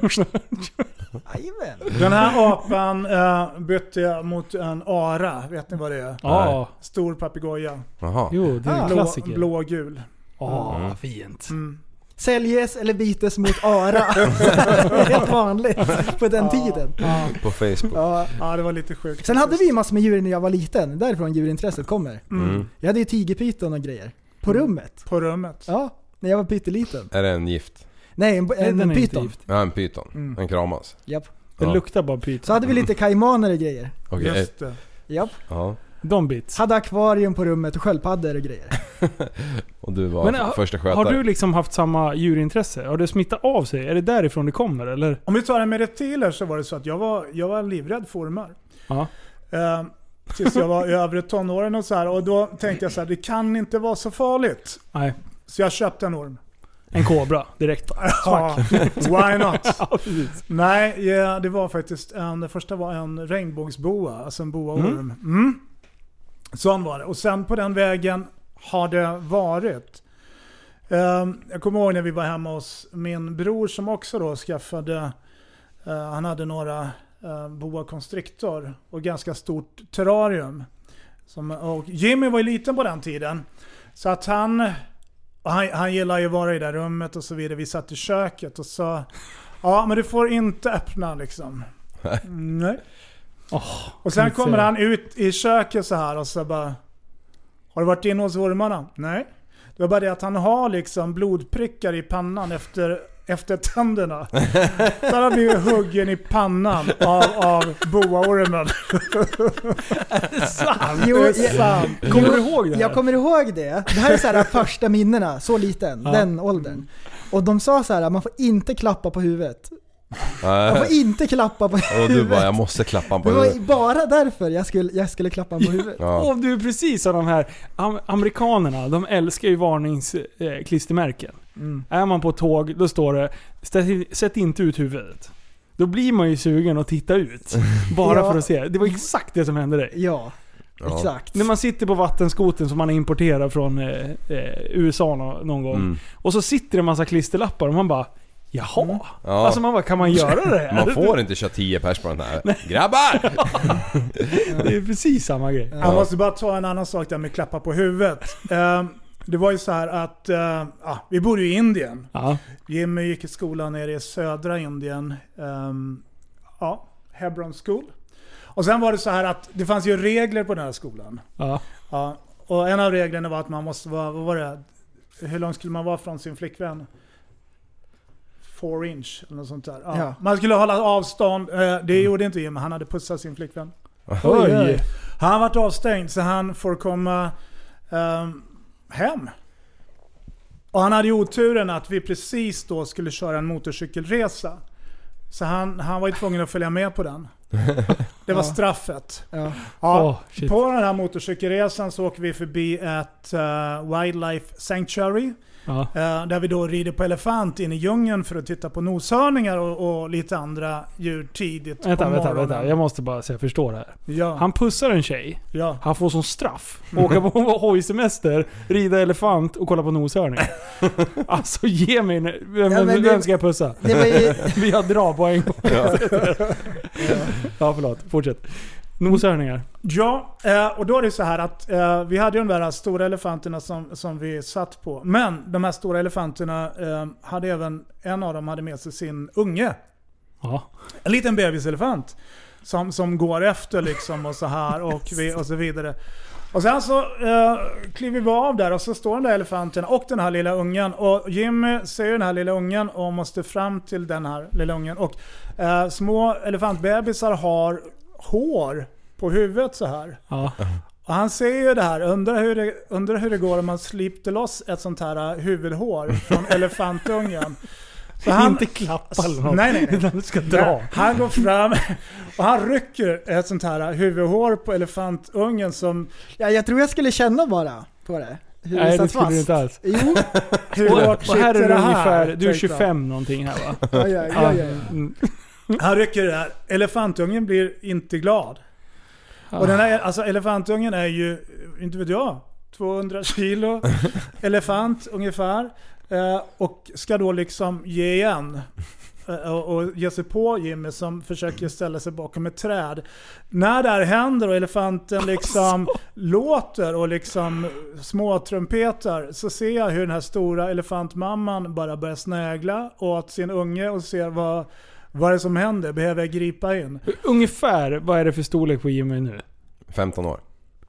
Den här apan bytte jag mot en ara. Vet ni vad det är? Stor papegoja. Jo, det är en klassiker. Blå och gul. Fint. Säljes eller bytes mot ara. Helt vanligt på den tiden. På Facebook. Ja, det var lite sjukt. Sen hade vi massor med djur när jag var liten. Därifrån djurintresset kommer. Jag hade ju tigerpyton och grejer. På rummet. På rummet? Ja, när jag var pytteliten. Är det en gift? Nej, en pyton. Ja, en pyton. En kramas. Japp. Det luktar bara pyton. Så hade vi lite kaimaner och grejer. Okay. Just det. Japp. De bits. Hade akvarium på rummet och sköldpaddor och grejer. Och du var första skötare. Har du liksom haft samma djurintresse? Har det smittat av sig? Är det därifrån det kommer eller? Om vi tar det med reptiler så var det så att jag var livrädd för ormar. Tills jag var i övre tonåren och så här. Och då tänkte jag så här, det kan inte vara så farligt. Nej. Så jag köpte en orm. En kobra direkt. Why not? Nej, det var faktiskt det första var en regnbågsboa, alltså en boaorm. Sån var det. Och sen på den vägen har det varit. Jag kommer ihåg när vi var hemma hos min bror som också då skaffade, han hade några boa constrictor och ganska stort terrarium. Och Jimmy var ju liten på den tiden. Så att han gillar ju att vara i det där rummet och så vidare. Vi satt i köket och sa, men du får inte öppna liksom. Nej. Och sen kommer han ut i köket så här och så bara, har du varit inne hos ormarna? Nej. Det var bara det att han har liksom blodprickar i pannan efter tänderna. Så han har blivit huggen i pannan av boaormen. Är det sant? Jo, kommer du ihåg det här? Jag kommer ihåg det. Det här är så här första minnena, så liten, den åldern. Och de sa så här, man får inte klappa på huvudet. Jag får inte klappa på huvudet. Och du bara, jag måste klappa på huvudet. Det var bara därför jag skulle klappa på huvudet. Och du är precis som de här amerikanerna, de älskar ju varningsklistermärken. Är man på tåg, då står det sätt inte ut huvudet. Då blir man ju sugen att titta ut. Bara för att se. Det var exakt det som hände dig. Ja. Exakt. När man sitter på vattenskoten som man importerar från USA någon gång. Och så sitter det en massa klisterlappar och man bara, jaha. Alltså man bara, kan man göra det här? Man får inte köra 10 pers på den här. Grabbar! Det är precis samma grej. Jag måste bara ta en annan sak där med klappa på huvudet. Det var ju så här att vi bor ju i Indien. Jimmy gick i skolan nere i södra Indien. Hebron School. Och sen var det så här att det fanns ju regler på den här skolan. Och en av reglerna var att man måste vara, vad var det? Hur långt skulle man vara från sin flickvän? 4 inch eller något sånt där. Man skulle hålla avstånd. Det gjorde inte Jimmy. Han hade pussat sin flickvän. Han har varit avstängd så han får komma hem. Och han hade ju oturen att vi precis då skulle köra en motorcykelresa. Så han var ju tvungen att följa med på den. Det var straffet. På den här motorcykelresan så åker vi förbi ett wildlife sanctuary. Där vi då rider på elefant in i djungeln för att titta på noshörningar och lite andra djur tidigt på morgonen. Vänta. Jag måste bara säga, förstå det här. Ja. Han pussar en tjej. Ja. Han får som straff åka på hojsemester, rida elefant och kolla på noshörningar. Alltså ge mig vem ska jag pussa? Det var ju... Vi har dra på en gång. Ja, förlåt. Fortsätt. Noshörningar. Ja, och då är det så här att vi hade ju de där stora elefanterna som vi satt på. Men de här stora elefanterna hade även, en av dem hade med sig sin unge. En liten bebiselefant som går efter liksom och så här och så vidare. Och sen så kliver vi av där och så står den där elefanten och den här lilla ungen. Och Jimmy ser den här lilla ungen och måste fram till den här lilla ungen. Och små elefantbebisar har hår på huvudet så här. Och han ser ju det här, undrar hur det går om man slipte loss ett sånt här huvudhår från elefantungen. Så han inte klappa eller något. Nej. Du ska dra. Han går fram och han rycker ett sånt här huvudhår på elefantungen som... Ja, jag tror jag skulle känna bara på det. Hur nej, det skulle du inte alls. Jo. Och här är det ungefär, du är 25 någonting här va? Ja. Han rycker det här. Elefantungen blir inte glad. Och den här, alltså elefantungen är ju, inte vet jag, 200 kilo elefant ungefär. Och ska då liksom ge igen och ge sig på Jimmy som försöker ställa sig bakom ett träd. När det här händer och elefanten liksom låter och liksom små trumpetar, så ser jag hur den här stora elefantmamman bara börjar snägla åt sin unge och ser vad är det som händer? Behöver jag gripa in? Ungefär, vad är det för storlek på Jimmy nu? 15 år.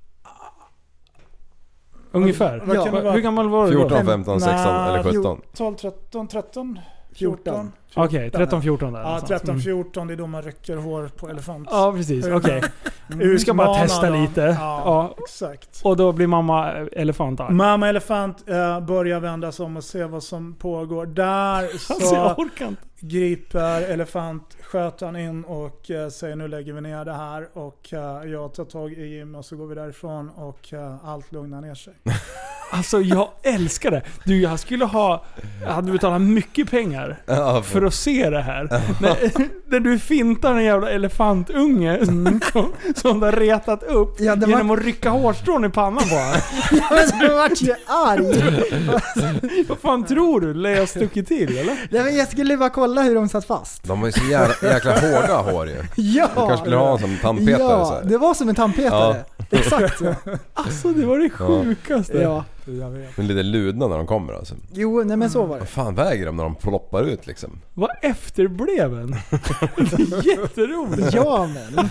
Ungefär. Ja. Hur gammal var du då? 14, 15, 16 eller 17? 12, 13, 13, 14. Okej, 13-14 där. Ja, 13-14, det är då man rycker hår på elefant. Ja, precis. Okej. Vi ska bara testa lite. Ja, exakt. Och då blir mamma elefant där. Mamma elefant börjar vända sig om och se vad som pågår. Där så griper elefantskötaren in och säger nu lägger vi ner det här. Och jag tar tag i Jim och så går vi därifrån och allt lugnar ner sig. Alltså jag älskar det. Du, jag hade betalat mycket pengar för att se det här. När du fintar en jävla elefantunge som har retat upp genom att rycka hårstrån i pannan bara. Ja, men du vart ju arg. Vad fan tror du? Lär jag stuckit till, eller? Nej, men jag skulle bara kolla hur de satt fast. De var ju så jäkla hårda hår ju. Ja. Du kanske skulle ha som tandpetare. Ja, så här. Det var som en tandpetare. Ja. Exakt. Alltså det var det sjukaste. Ja. Men lite ludna när de kommer alltså. Jo, nej men så var det. Vad fan väger de när de ploppar ut liksom? Vad efterbleven. Det är jätteroligt. Ja men.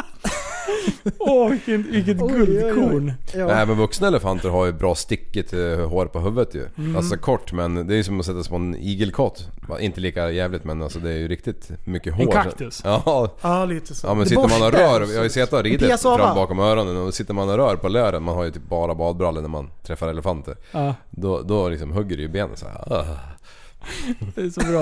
Vilket guldkorn. Ja. Nej, men vuxna elefanter har ju bra stickigt hår på huvudet ju. Alltså kort, men det är ju som att sätta sig på en igelkott. Inte lika jävligt, men alltså det är ju riktigt mycket hår. En kaktus. Ja, lite så. Ja, men sitter man och rör, jag har ju sett och ridit fram bakom öronen, och sitter man och rör på lören, man har ju typ bara badbrallor när man träffar elefanter. Då liksom hugger det ju benen så här. Det är så bra.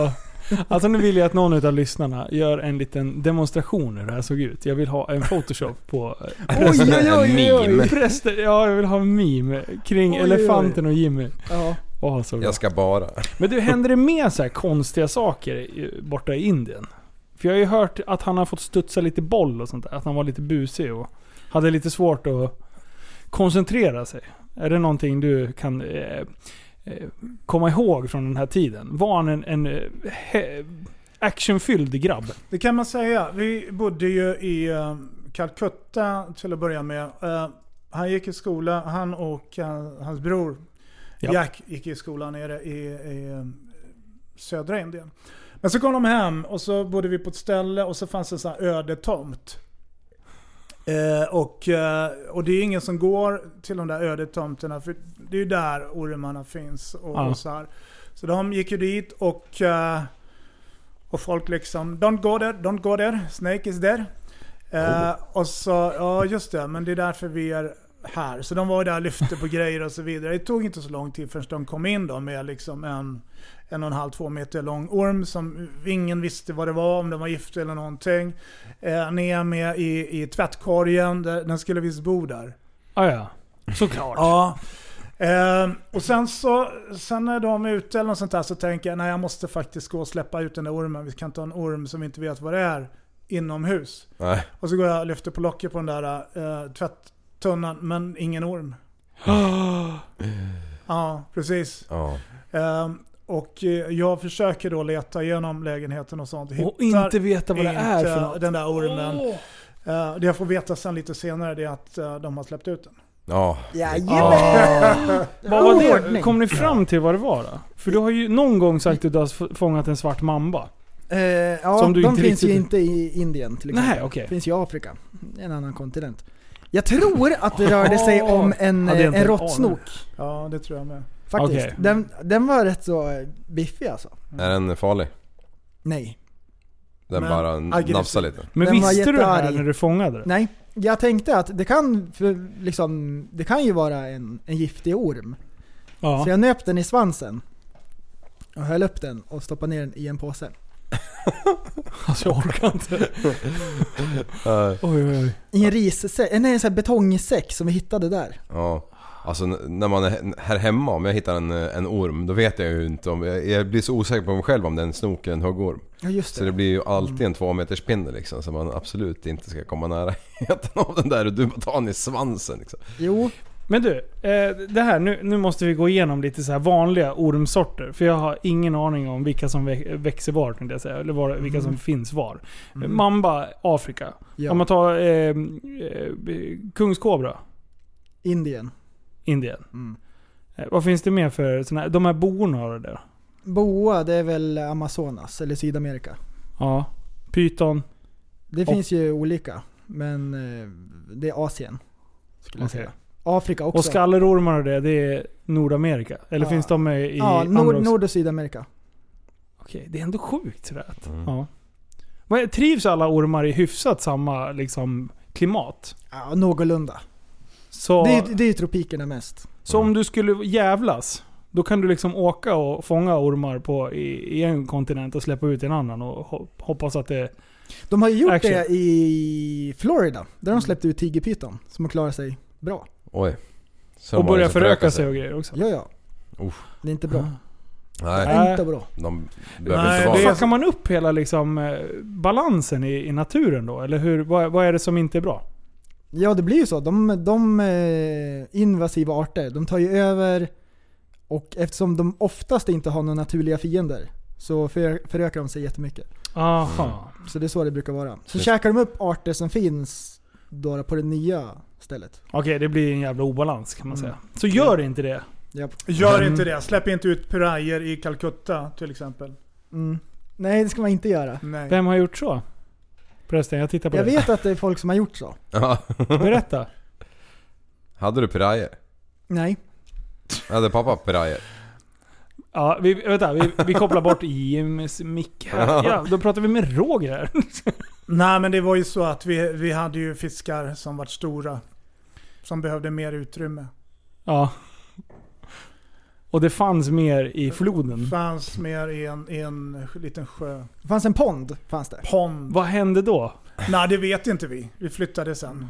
Alltså nu vill jag att någon av lyssnarna gör en liten demonstration hur det här såg ut. Jag vill ha en Photoshop på präster. Ja, jag vill ha en meme kring elefanten och Jimmy. Ja. Jag ska bara. Men du, händer det med så här konstiga saker borta i Indien? För jag har ju hört att han har fått studsa lite boll och sånt där. Att han var lite busig och hade lite svårt att koncentrera sig. Är det någonting du kan komma ihåg från den här tiden? Var han en actionfylld grabb? Det kan man säga. Vi bodde ju i Calcutta till att börja med. Han gick i skola, han och hans bror Jack gick i skolan nere i södra Indien. Men så kom de hem och så bodde vi på ett ställe och så fanns det en sån här öde tomt. Och det är ingen som går till de där öde tomterna, för det är ju där ormarna finns och så här. Så de gick ju dit och folk liksom don't go there, snake is there. Och så, just det, men det är därför vi är här. Så de var där, lyfte på grejer och så vidare. Det tog inte så lång tid förrän de kom in då med liksom en 1,5-2 meter lång orm som ingen visste vad det var, om det var gift eller någonting. Ner med i tvättkorgen, den skulle visst bo där. Ja, såklart. Ja. Och sen när de är ute eller något sånt där så tänker jag, nej, jag måste faktiskt gå och släppa ut den där ormen. Vi kan ta en orm som vi inte vet vad det är inomhus. Nej. Och så går jag och lyfter på locket på den där tvätttunnan, men ingen orm. Ja, precis. Och jag försöker då leta igenom lägenheten och sånt. Och inte veta vad det är för något. Den där ormen. Det jag får veta sen lite senare, det är att de har släppt ut den. Ja. Vad var det? Kom ni fram till vad det var då? För du har ju någon gång sagt att du har fångat en svart mamba. Ja, de finns ju inte i Indien till exempel. Nej, okay. Det finns ju i Afrika, en annan kontinent. Jag tror att det rörde sig om en råttsnok. Ja, det tror jag med. Faktiskt. Okay. Den var rätt så biffig alltså. Är den farlig? Nej. Den bara nafsar lite. Men den visste du det här när du fångade det? Nej, jag tänkte att det kan ju vara en giftig orm. Ja. Så jag nöp den i svansen och höll upp den och stoppade ner den i en påse. Alltså jag orkar inte. Oj. I en rissäck, en sån här betongsäck som vi hittade där. Ja. Alltså när man är här hemma, om jag hittar en orm, då vet jag ju inte om jag blir så osäker på mig själv om den snokar en huggorm. Ja, just det. Så det blir ju alltid en 2 meters pinne liksom, så man absolut inte ska komma nära av den där och du bara tar den i svansen liksom. Jo. Men du, det här, nu måste vi gå igenom lite så här vanliga ormsorter. För jag har ingen aning om vilka som växer var, kan jag säga, eller vilka som finns var. Mamba, Afrika. Ja. Om man tar kungskobra. Indien. Vad finns det mer för såna här, de här boorna har det där? Boa, det är väl Amazonas eller Sydamerika. Ja. Python. Det finns ju olika, men det är Asien skulle jag säga. Afrika också. Och skallerormar och det är Nordamerika. Eller finns de i Nord- och Sydamerika. Okej, det är ändå sjukt rätt. Ja. Trivs alla ormar i hyfsat samma liksom klimat? Ja, någorlunda. Så, det är ju tropikerna mest. Så om du skulle jävlas, då kan du liksom åka och fånga ormar i en kontinent och släppa ut en annan och hoppas att det... De har ju gjort det i Florida, där de släppte ut tigerpyton som har klarat sig bra. Oj. Och börjar föröka sig och grejer också. Ja. Det är inte bra. Nej. Inte bra. De behöver inte vara. Fuckar man upp hela liksom balansen i naturen då? Eller hur, vad är det som inte är bra? Ja, det blir ju så. De invasiva arter, de tar ju över, och eftersom de oftast inte har några naturliga fiender så förökar de sig jättemycket. Aha. Så det är så det brukar vara. Så käkar de upp arter som finns då på det nya stället. Okej, det blir en jävla obalans kan man säga. Så gör inte det. Japp. Gör inte det. Släpp inte ut pirajer i Calcutta till exempel. Nej, det ska man inte göra. Nej. Vem har gjort så? Förresten, jag tittar på det. Jag vet att det är folk som har gjort så. Berätta. Hade du pirajer? Nej. Hade pappa pirajer? Ja, vi kopplar bort Jims mick här. Ja, då pratar vi med Roger här. Nej, men det var ju så att vi hade ju fiskar som var stora, som behövde mer utrymme. Ja. Och det fanns mer i floden. Det fanns mer i en liten sjö. Det fanns en pond, fanns det. Pond. Vad hände då? Nej, det vet inte vi. Vi flyttade sen.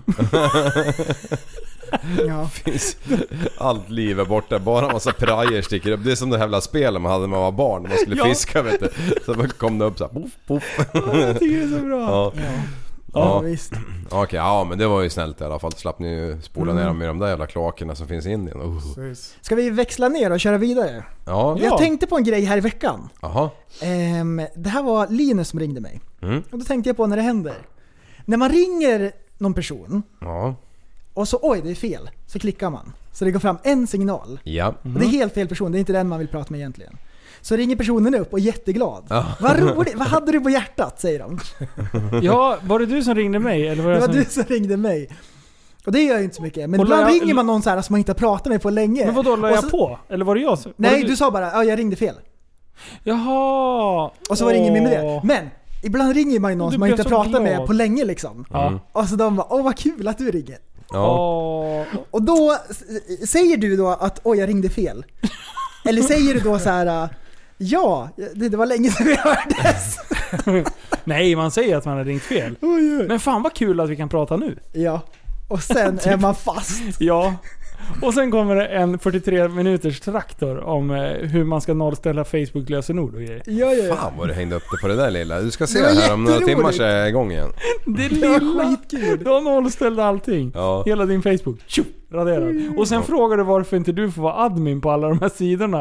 Ja. Finns allt liv är borta, bara en massa prajer sticker upp. Det är som det jävla spelet man hade när man var barn, när man skulle fiska, vet du. Så man kom det upp så här, poff, poff. Jag tycker det är så bra. Ja, visst. Okej, ja, men det var ju snällt i alla fall. Slapp ni ju spola ner dem med de där jävla kloakerna som finns i Indien. Ska vi växla ner och köra vidare? Ja. Jag tänkte på en grej här i veckan. Jaha. Det här var Linus som ringde mig. Och då tänkte jag på när det händer. När man ringer någon person och så, oj, det är fel. Så klickar man. Så det går fram en signal. Ja. Och det är helt fel person, det är inte den man vill prata med egentligen. Så ringer personen upp och är jätteglad. Vad roligt, vad hade du på hjärtat, säger de. Ja, var det du som ringde mig? Eller var det var du som ringde mig. Och det gör jag inte så mycket. Men ibland ringer man någon så här som man inte har pratat med på länge. Men vadå, la jag på? Eller var det jag som... Nej, du sa bara, jag ringde fel. Jaha. Och så var det ingen med det. Men ibland ringer man ju någon som man inte har pratat med på länge liksom. Och så de bara, vad kul att du ringer. Och då säger du då att jag ringde fel. Eller säger du då så här, ja, det var länge sedan vi hördes. Nej, man säger att man har ringt fel. Men fan vad kul att vi kan prata nu. Ja, och sen är man fast. Ja, och sen kommer det en 43 minuters traktor om hur man ska nollställa Facebook-lösenord och grejer. Ja. Fan vad du hängde upp det på det där lilla. Du ska se här om några timmar så är jag igång igen. Det är lilla. Skitkul. Du har nollställt allting. Ja. Hela din Facebook. Tjup, raderad. Och sen frågar du varför inte du får vara admin på alla de här sidorna.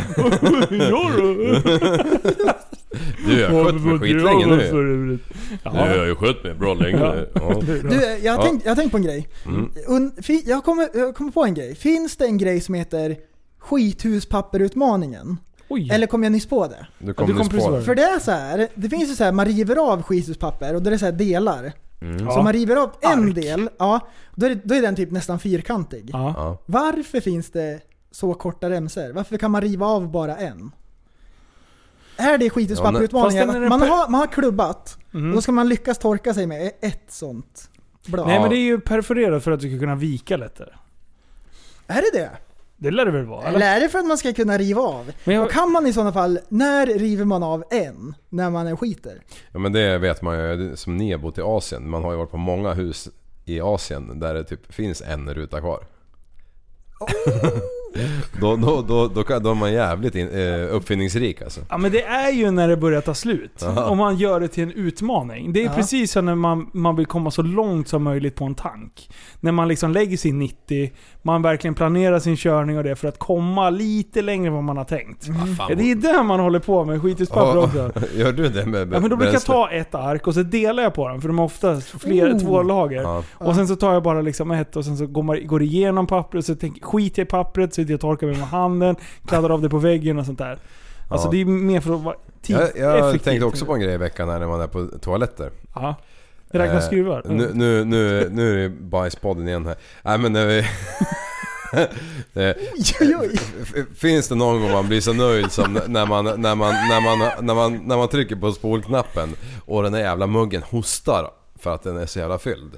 Du har skött mig skitlänge nu. Ja. Du har ju skött mig bra länge. Du, jag har tänkt på en grej. Jag kommer på en grej. Finns det en grej som heter skithuspapperutmaningen? Oj. Eller kom jag nyss på det? Du kom nyss på det. För det är så här, det finns ju så här, man river av skithuspapper och då är det så här delar. Så man river av en del, då är den typ nästan fyrkantig. Varför finns det så korta remsor? Varför kan man riva av bara en? Är det skithuspapperutmaningen? Man har klubbat och då ska man lyckas torka sig med ett sånt blad. Nej, men det är ju perforerat för att du ska kunna vika lättare. Är det? Det lär det väl vara? Eller är det för att man ska kunna riva av? Och kan man i sådana fall, när river man av en? När man är skiter? Ja, men det vet man ju, som ni har bott i Asien. Man har ju varit på många hus i Asien där det typ finns en ruta kvar. Då är man jävligt uppfinningsrik alltså. Ja, men det är ju när det börjar ta slut. Om man gör det till en utmaning. Det är precis som när man vill komma så långt som möjligt på en tank. När man liksom lägger sin 90, man verkligen planerar sin körning och det för att komma lite längre än vad man har tänkt. Det är det man håller på med skithuspapper också. Gör du det med men då brukar jag ta ett ark och så delar jag på dem, för de har ofta två lager. Och sen så tar jag bara liksom ett och sen så går det igenom pappret och så skiter jag i pappret så jag torkar med handen, kladdar av det på väggen och sånt där. Alltså det är mer för att vara jag tänkte också på en grej i veckan här när man är på toaletter. Ja. Det räknar skruvar. Nu är det bajspodden igen här. Nej, men när vi finns det någon gång man blir så nöjd som när man trycker på spolknappen och den där jävla muggen hostar för att den är så jävla fylld.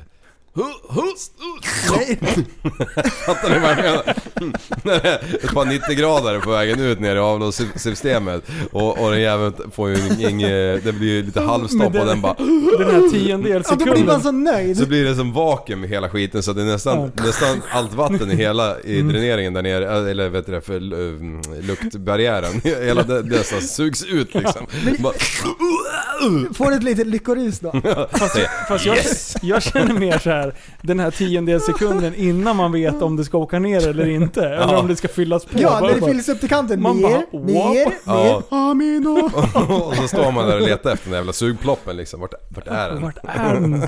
Fattar ni vad jag menar? Ett par 90 grader på vägen ut ner i avloppssystemet och den jäveln får ju det blir lite halvstopp och den bara den här 10:e sekunden. Då blir man så nöjd. Så blir det som vakuum i hela skiten, så det är nästan allt vatten i dräneringen där nere, eller vet du det, för luktbarriären. Hela det nästan sugs ut liksom. Får ett litet lyckorus då. Fast jag känner mer så här, den här 10:e sekunden innan man vet om det ska åka ner eller inte, eller om det ska fyllas på. Ja, när det fylls upp till kanten. Mer. Amino. Och så står man där och letar efter den jävla sugploppen liksom. Vart är den? Vart är den?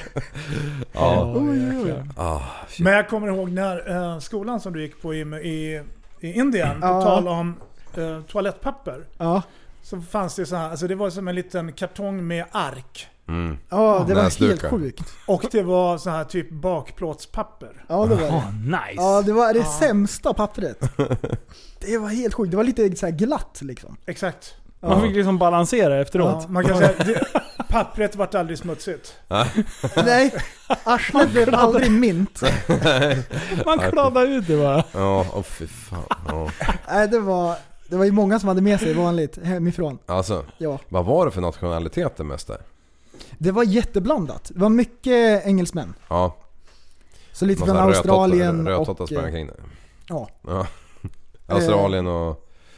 Men jag kommer ihåg när skolan som du gick på i Indien, på tal om toalettpapper. Så fanns det så här, alltså det var som en liten kartong med ark. Ja, det var helt sjukt. Och det var så här typ bakplåtspapper. Ja, det var det. Nice. Ja, det var det sämsta pappret. Det var helt sjukt. Det var lite så här glatt liksom. Exakt. Man fick liksom balansera efteråt. Ja, man kan säga pappret vart aldrig smutsigt. Nej, arslet blev aldrig mint. Man kladdade ut det bara. Ja, fy fan. Ja. Nej, det var ju många som hade med sig vanligt hemifrån. Alltså, ja. Vad var det för nationaliteter mest där? Det var jätteblandat. Det var mycket engelsmän. Ja. Så lite från Australien rödtottar och... sprang kring det. Ja. Australien och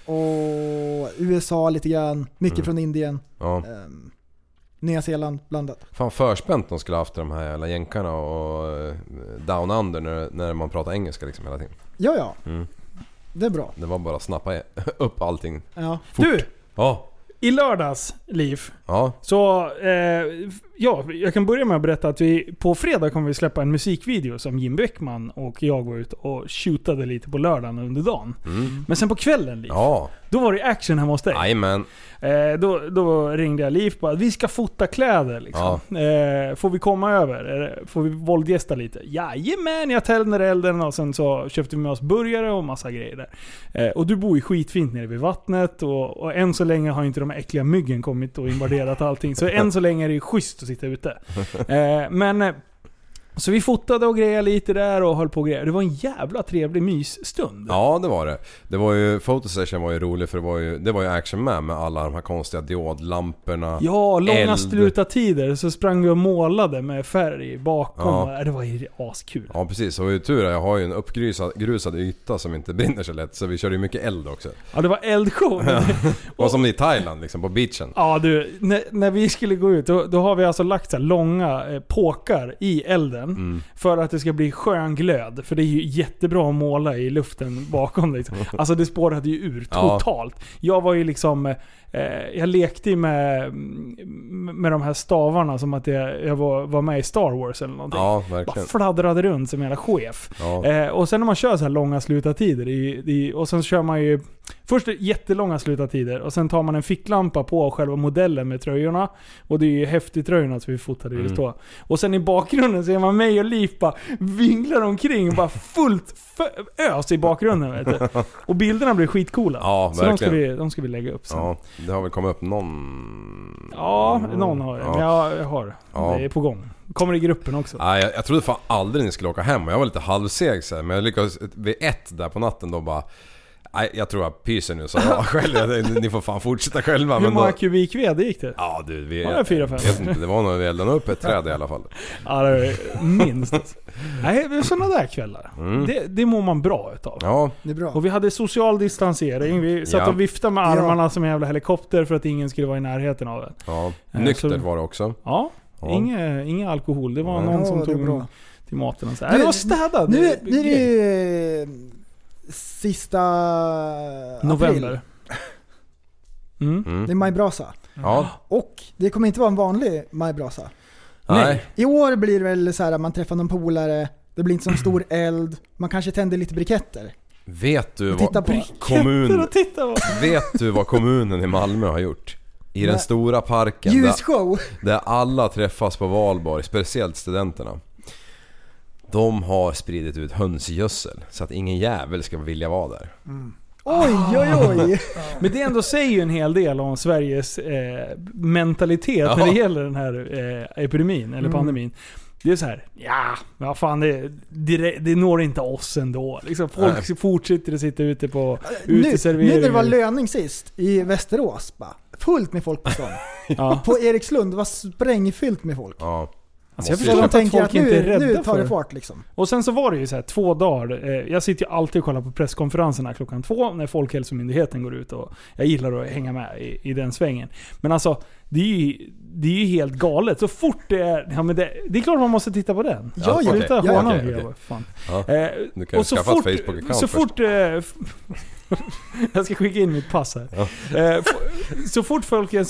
USA lite grann. Mycket från Indien. Ja. Nya Zeeland blandat. Fan förspänt de skulle ha haft de här jävla jänkarna och down under när man pratar engelska liksom hela tiden. Ja. Det är bra. Det var bara att snappa upp allting. Ja. Fort. Du! Ja. I lördags, Liv. Ja. Så, jag kan börja med att berätta att vi på fredag kommer vi släppa en musikvideo som Jim Bäckman och jag var ut och shootade lite på lördagen under dagen. Men sen på kvällen, Liv, då var det action hemma hos dig. Jajamän. Då ringde jag Liv på att vi ska fota kläder liksom. Får vi komma över? Får vi våldgästa lite? Jajamän, jag tänder elden och sen så köpte vi med oss burgare och massa grejer där. Och du bor ju skitfint nere vid vattnet och än så länge har inte de här äckliga myggen kommit och invaderat allting. Så än så länge är det ju schysst att sitta ute. Så vi fotade och grejade lite där och höll på och grejade. Det var en jävla trevlig mysstund. Ja, det var det. Det var ju, fotosession var ju rolig för det var ju action med alla de här konstiga diodlamporna. Ja, långa slutatider så sprang vi och målade med färg bakom. Ja. Det var ju askul. Ja, precis. Och i tur jag har ju en uppgrusad yta som inte brinner så lätt, så vi körde ju mycket eld också. Ja, det var eldshow. Och som i Thailand liksom, på beachen. Ja, du, när vi skulle gå ut då har vi alltså lagt så här långa påkar i elden. För att det ska bli skön glöd. För det är ju jättebra att måla i luften bakom dig. Alltså det spårade ju ur totalt. Jag var ju liksom... jag lekte ju med de här stavarna som att jag var med i Star Wars eller någonting. Ja, verkligen. Bara fladdrade runt som en jävla chef. Ja. Och sen när man kör så här långa slutatider och sen kör man ju först jättelånga slutatider och sen tar man en ficklampa på själva modellen med tröjorna. Och det är ju häftigt tröjorna som vi fotade just då. Och sen i bakgrunden ser man mig och Liv bara vinglar omkring bara fullt ös i bakgrunden, vet du. Och bilderna blir skitcoola. Ja, så verkligen. de ska vi lägga upp sen. Ja, det har väl kommit upp någon... Ja, någon har det. Ja. Men jag har. Ja. Det är på gång. Kommer i gruppen också. Ja, jag trodde fan aldrig ni skulle åka hem. Jag var lite halvseg så här, men jag lyckades vid 1 där på natten då bara... Nej, jag tror jag pyser nu så själv. Ni får fan fortsätta själva. Hur många kubikved gick det? Ja, du, det var nog eldade upp ett träd i alla fall. Ja, det är minst. Nej, sådana där kvällar. Det mår man bra utav. Ja, det är bra. Och vi hade social distansering. Vi satt och viftade med armarna som en jävla helikopter för att ingen skulle vara i närheten av den. Ja, nyktert var det också. Ja. Inga alkohol. Det var någon som tog till maten och så. Det var städat. Nu är det sista november. Det är majbrasa. Ja. Och det kommer inte vara en vanlig majbrasa. Nej. I år blir det väl så här att man träffar någon polare. Det blir inte så stor eld. Man kanske tänder lite briketter. Vet du vad kommunen i Malmö har gjort? I den stora parken ljusshow där alla träffas på valborg, speciellt studenterna. De har spridit ut hönsgödsel så att ingen jävel ska vilja vara där. Oj. Men det ändå säger ju en hel del om Sveriges mentalitet när det gäller den här epidemin eller pandemin. Det är så här, vad fan, det når inte oss ändå. Liksom, folk fortsätter att sitta ute på uteserveringar. Nu när det var löning sist i Västerås, fullt med folk på stan. På Erikslund var sprängfyllt med folk. Ja. Alltså jag förstår att folk inte är rädda nu tar det fart liksom. Och sen så var det ju så här 2 dagar. Jag sitter ju alltid och kollar på presskonferenserna klockan 2 när Folkhälsomyndigheten går ut och jag gillar att hänga med i den svängen. Men alltså det är ju helt galet. Så fort det är det är klart man måste titta på den. Ja, sluta håna fan. Du kan skaffa ett Facebook-account så fort jag ska skicka in mitt pass här. Så fort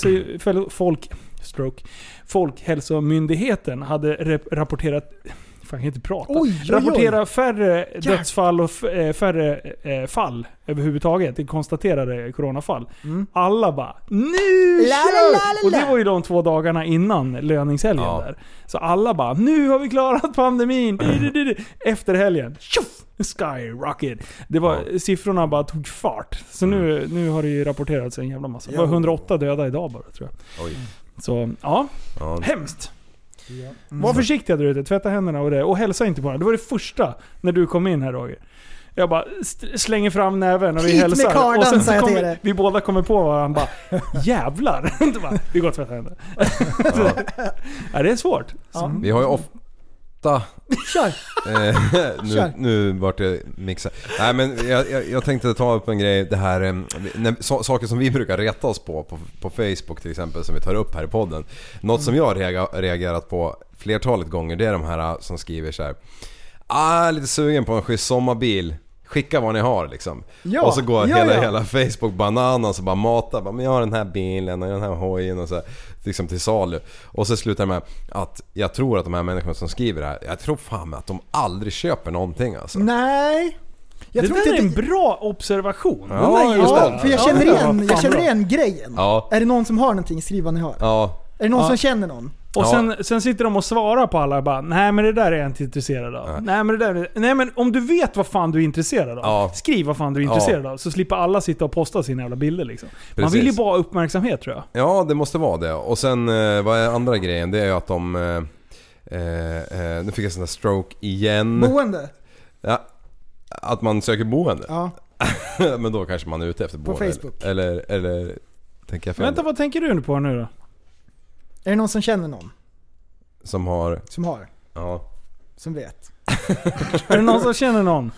Folkhälsomyndigheten hade rapporterat rapportera färre dödsfall och färre fall överhuvudtaget. Det konstaterade coronafall. Alla bara nu kör! Och det var ju de 2 dagarna innan löningshelgen där. Så alla bara nu har vi klarat pandemin. Efter helgen skyrocket. Det var siffrorna bara tog fart. Så nu har det ju rapporterats en jävla massa. Det var 108 döda idag bara, tror jag. Oj. Så, ja. Hemskt. Var försiktiga där ute, tvätta händerna och det. Och hälsa inte på den. Det var det första när du kom in här, Roger. Jag bara slänger fram näven och vi hälsar. Kardan, och sen så kommer vi båda kommer på varandra bara jävlar. Vi går och tvättar händerna. Ja, det är svårt. Vi har ju ofta... Kör. Nu vart det mixat. Nej, men jag tänkte ta upp en grej. Det här, saker som vi brukar reta oss på Facebook till exempel, som vi tar upp här i podden. Något som jag har reagerat på flertalet gånger, det är de här som skriver så här: lite sugen på en schysst sommarbil. Skicka vad ni har liksom. Och så går hela Facebook bananas och bara matar. Men jag har den här bilen och den här hojen och så liksom till salu. Och så slutar det med att jag tror att de här människorna som skriver det här, jag tror fan att de aldrig köper någonting alltså. Nej. Det är en bra observation. För jag känner igen grejen. Ja. Är det någon som har någonting, skriv vad ni har. Ja. Är det någon som känner någon? Och sen sitter de och svarar på alla och bara, nej men det där är jag inte intresserad av. Nej men om du vet vad fan du är intresserad av, skriv vad fan du är intresserad av, så slipper alla sitta och posta sina jävla bilder liksom. Precis. Man vill ju bara ha uppmärksamhet, tror jag. Ja, det måste vara det. Och sen vad är andra grejen? Det är ju att de nu fick jag sån där stroke igen. Boende? Ja, att man söker boende. Ja. Men då kanske man är ute efter boende. På Facebook. Eller tänker jag fel. Vänta, vad tänker du på nu då? Är det någon som känner någon? Som har? Ja. Som vet. Är det någon som känner någon?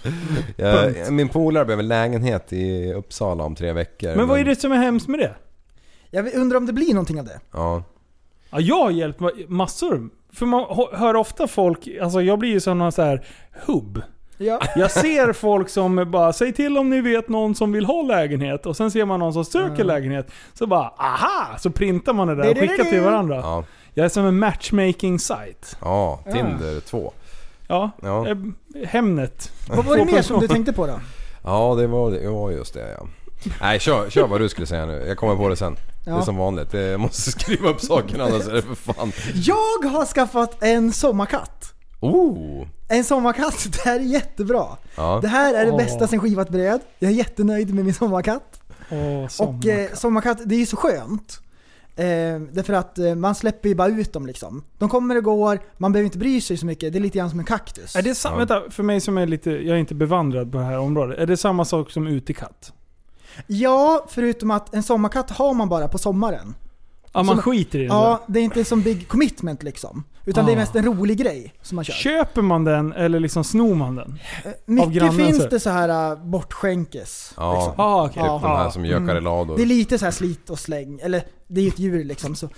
Min polare behöver lägenhet i Uppsala om 3 veckor. Men vad är det som är hemskt med det? Jag undrar om det blir någonting av det. Ja, jag har hjälpt massor. För man hör ofta folk, alltså jag blir ju som någon så här hubb. Ja. Jag ser folk som bara, säg till om ni vet någon som vill ha lägenhet. Och sen ser man någon som söker lägenhet. Så bara, aha! Så printar man det där och skickar till varandra. Ja. Jag är som en matchmaking site. Ja, Tinder 2. Ja. Hemnet. Vad var det mer som du tänkte på då? Ja, det var just det, ja. Nej, kör vad du skulle säga nu. Jag kommer på det sen. Ja. Det är som vanligt. Jag måste skriva upp sakerna, annars är det för fan. Jag har skaffat en sommarkatt. En sommarkatt, det här är jättebra. Ja. Det här är det bästa sen skivat bröd. Jag är jättenöjd med min sommarkatt. Och sommarkatt, det är ju så skönt. Därför att man släpper ju bara ut dem liksom. De kommer och går, man behöver inte bry sig så mycket. Det är lite grann som en kaktus. Är det vänta, för mig som är lite, jag är inte bevandrad på det här området. Är det samma sak som utekatt? Ja, förutom att en sommarkatt har man bara på sommaren. Ja, man skiter i den. Ja, det är inte som big commitment liksom. Utan det är mest en rolig grej som man kör. Köper man den eller liksom snor man den? Mycket finns det så här bortskänkes. Ja, liksom. Typ de här som gökar i lador. Det är lite så här slit och släng. Eller det är ju ett djur liksom. Så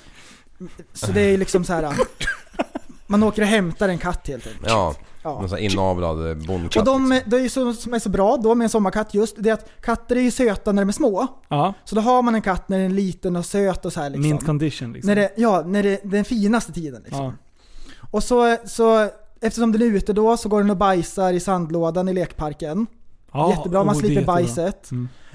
det är liksom så här. Man åker och hämtar en katt helt enkelt. Ja. Någon sån här inavlad bondkatt. Och det är ju som är så bra då med en sommarkatt just det, att katter är ju söta när de är små. Ja. Så då har man en katt när den är liten och söt och så här liksom. Mint condition liksom. När det är den finaste tiden liksom. Ja. Och så eftersom den är ute då, så går den och bajsar i sandlådan i lekparken. Ja, jättebra, man slipper bajset.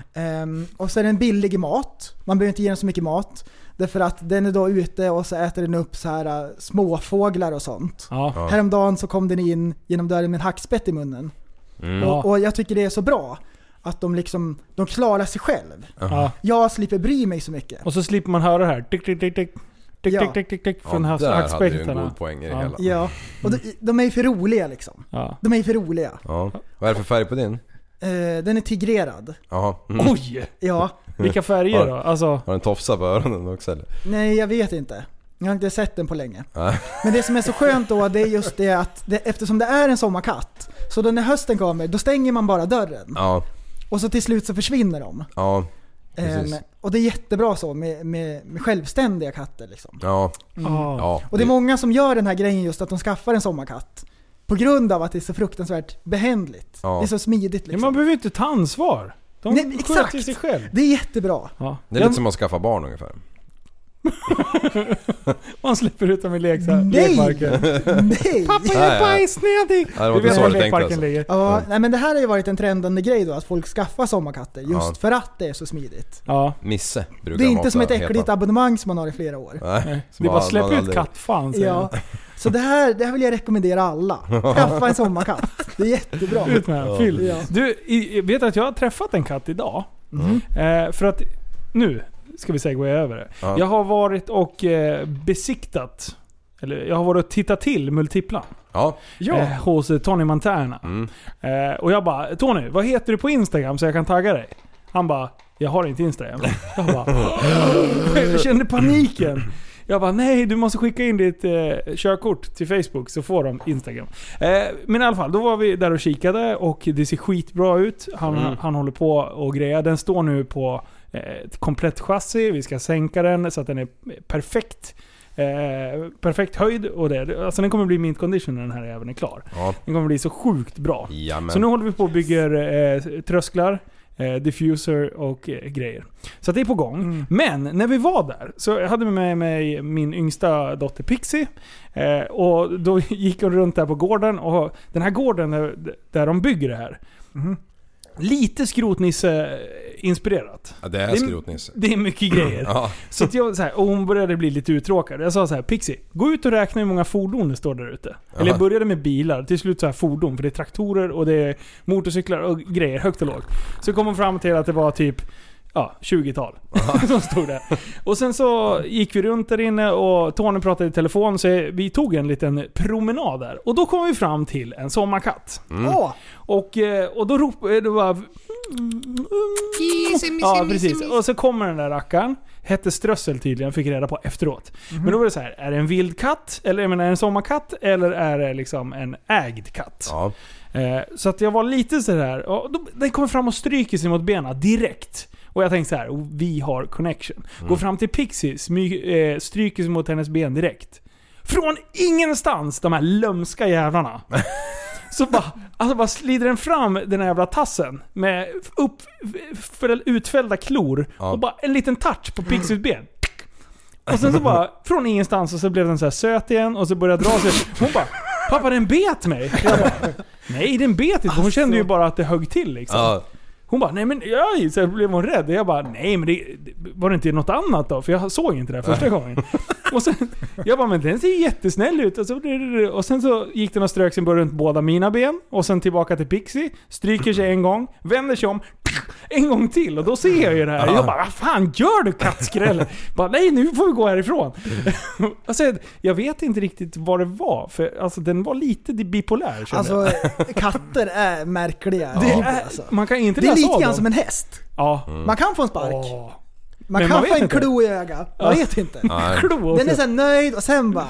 Och så är den billig i mat. Man behöver inte ge den så mycket mat. Därför att den är då ute och så äter den upp så här småfåglar och sånt. Ja. Häromdagen så kom den in genom dörren med en hackspett i munnen. Och jag tycker det är så bra att de klarar sig själv. Jag slipper bry mig så mycket. Och så slipper man höra det här. Tick, tick, tick, tick. Tick, från hackspettarna. Där hade du en god poäng i det hela. Ja, och de är ju för roliga liksom. Ja. De är ju för roliga. Ja. Vad är det för färg på din? Den är tigrerad. Oj! Ja. Vilka färger då? Alltså... Har den tofsar på öronen också eller? Nej, jag vet inte. Jag har inte sett den på länge. Men det som är så skönt då, det är just det att eftersom det är en sommarkatt, så då när hösten kommer, då stänger man bara dörren. Ja. Och så till slut så försvinner de. Ja. Och det är jättebra så med självständiga katter liksom. Ja. Ja. Och det är många som gör den här grejen just att de skaffar en sommarkatt på grund av att det är så fruktansvärt behändligt. Ja. Det är så smidigt liksom. Ja, man behöver inte ta ansvar. De sköter sig själv. Det är jättebra. Ja. Det är lite som att skaffa barn ungefär. Man släpper ut dem i lekparken. Nej! Pappa, jag är bajsnödig! Det var så det tänkte alltså. Ja, nej, men det här har ju varit en trendande grej då, att folk skaffar sommarkatter just för att det är så smidigt. Ja. Misse brukar det är inte som ett äckligt abonnemang som man har i flera år. Nej. Det är bara släpp ut kattfan. Ja. Så det här vill jag rekommendera alla. Skaffa en sommarkatt. Det är jättebra. Ut med fyll. Ja. Du, vet att jag har träffat en katt idag? För att nu ska vi säga gå över det. Ja. Jag har varit och besiktat, eller jag har varit och tittat till Multiplan. Ja. Hos Tony Montana. Och jag bara, Tony, vad heter du på Instagram så jag kan tagga dig? Han bara, jag har inte Instagram. Jag bara, jag kände paniken. Jag bara, nej, du måste skicka in ditt körkort till Facebook så får de Instagram. Men i alla fall, då var vi där och kikade och det ser skitbra ut. Han håller på och grejer. Den står nu på ett komplett chassi. Vi ska sänka den så att den är perfekt höjd och det. Alltså den kommer bli mint condition när den här även är klar. Ja. Den kommer bli så sjukt bra. Jamen. Så nu håller vi på och bygger trösklar, diffuser och grejer. Så det är på gång. Men när vi var där så jag hade med mig min yngsta dotter Pixie och då gick hon runt där på gården och den här gården där de bygger det här. Lite skrotnisse-inspirerat. Ja, det är skrotnisse. Det är mycket grejer. Ja. Så att jag, så här, och hon började bli lite uttråkad. Jag sa så här, Pixie, gå ut och räkna hur många fordon det står där ute. Eller jag började med bilar, till slut så här fordon. För det är traktorer och det är motorcyklar och grejer, högt och lågt. Så kom hon fram till att det var typ 20-tal som stod där. Och sen så gick vi runt där inne och Tony pratade i telefon så vi tog en liten promenad där. Och då kom vi fram till en sommarkatt. Och då ropade det var ja, precis. Och så kommer den där rackaren. Hette Strössel tydligen, fick reda på efteråt. Men då var det så här, är det en vild katt? Eller är det en sommarkatt? Eller är det liksom en ägd katt? Ja. Så att jag var lite så här. Och den kommer fram och stryker sig mot benen direkt. Och jag tänkte så här, vi har connection. Går fram till Pixie, stryker sig mot hennes ben direkt. Från ingenstans, de här lömska jävlarna. Så bara slider den fram den här jävla tassen med utfällda klor och bara en liten touch på Pixies ben. Och sen så bara från ingenstans och så blev den så här söt igen och så började dra sig. Hon bara, pappa den bet mig. Jag bara, nej den bet inte. Hon kände ju bara att det högg till liksom. Hon bara, nej men så blev hon rädd. Jag bara, nej men det var det inte något annat då? För jag såg inte det första gången. Och sen, jag bara, men den ser jättesnäll ut. Och sen så gick den och strök sin runt båda mina ben. Och sen tillbaka till Pixie. Stryker sig en gång. Vänder sig om. En gång till. Och då ser jag ju det här. Jag bara, vad fan gör du kattskräll? Bara, nej nu får vi gå härifrån. Alltså, jag vet inte riktigt vad det var. För alltså, den var lite bipolär. Alltså katter är märkliga. Man kan inte det är lite grann som en häst. Ja. Man kan få en spark. Man kan få en klo i ögat. Jag vet inte. Den är så nöjd och sen bara...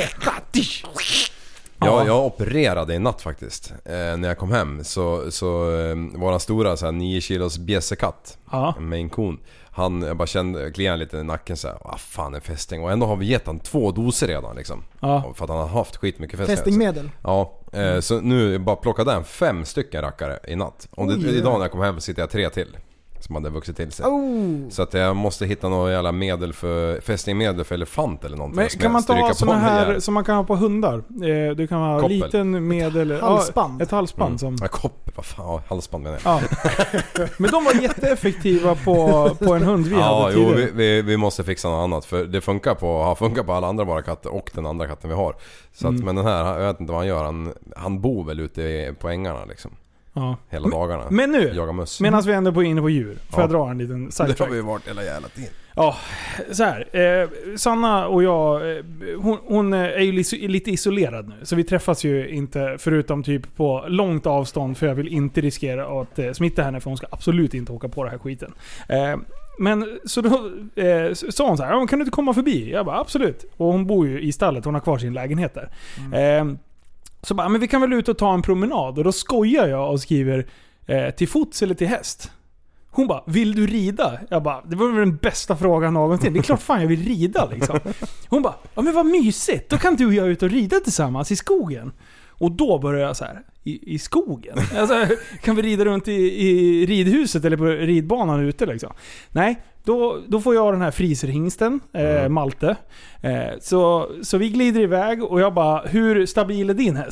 Jag opererade i natt faktiskt. När jag kom hem så var den stora så här 9 kilos bjässekatt med en kon. Jag bara kände klian lite i nacken så här, vad fan är fästing? Och ändå har vi gett han 2 doser redan liksom. För att han har haft skitmycket fästingmedel. Ja, så nu bara plockade jag 5 stycken rackare i natt. Och idag när jag kom hem sitter jag 3 till. Som hade vuxit till sig. Så att jag måste hitta något jävla medel för fästingmedel för elefant eller någonting. Men kan man ta såna här som man kan ha på hundar? Det kan vara koppel. Liten medel. Halsband. Ett halsband som... Ja, koppel, vad fan, halsband menar jag. Men de var jätteeffektiva på en hund vi hade tidigare. Vi måste fixa något annat. För det funkar på alla andra våra katter och den andra katten vi har. Så att, men den här, jag vet inte vad han gör. Han bor väl ute på ängarna liksom. Hela dagarna. Men nu, medan vi ändå är inne på djur, får jag dra en liten sidetrack. Det har vi varit hela jävla tiden. Ja, så här. Sanna och jag, hon är ju lite isolerad nu. Så vi träffas ju inte förutom typ på långt avstånd. För jag vill inte riskera att smitta henne. För hon ska absolut inte åka på det här skiten. Men så då sa hon så här, kan du inte komma förbi? Jag bara, absolut. Och hon bor ju i stallet, hon har kvar sin lägenhet där. Så bara, men vi kan väl ut och ta en promenad. Och då skojar jag och skriver till fots eller till häst. Hon bara, vill du rida? Jag bara, det var väl den bästa frågan någonsin. Det är klart fan jag vill rida liksom. Hon bara, ja men vad mysigt. Då kan du och jag ut och rida tillsammans i skogen. Och då börjar jag så här, i skogen. Alltså, kan vi rida runt i ridhuset eller på ridbanan ute liksom? Nej, då får jag den här friserhingsten, Malte. Så vi glider iväg och jag bara, hur stabil är din häst?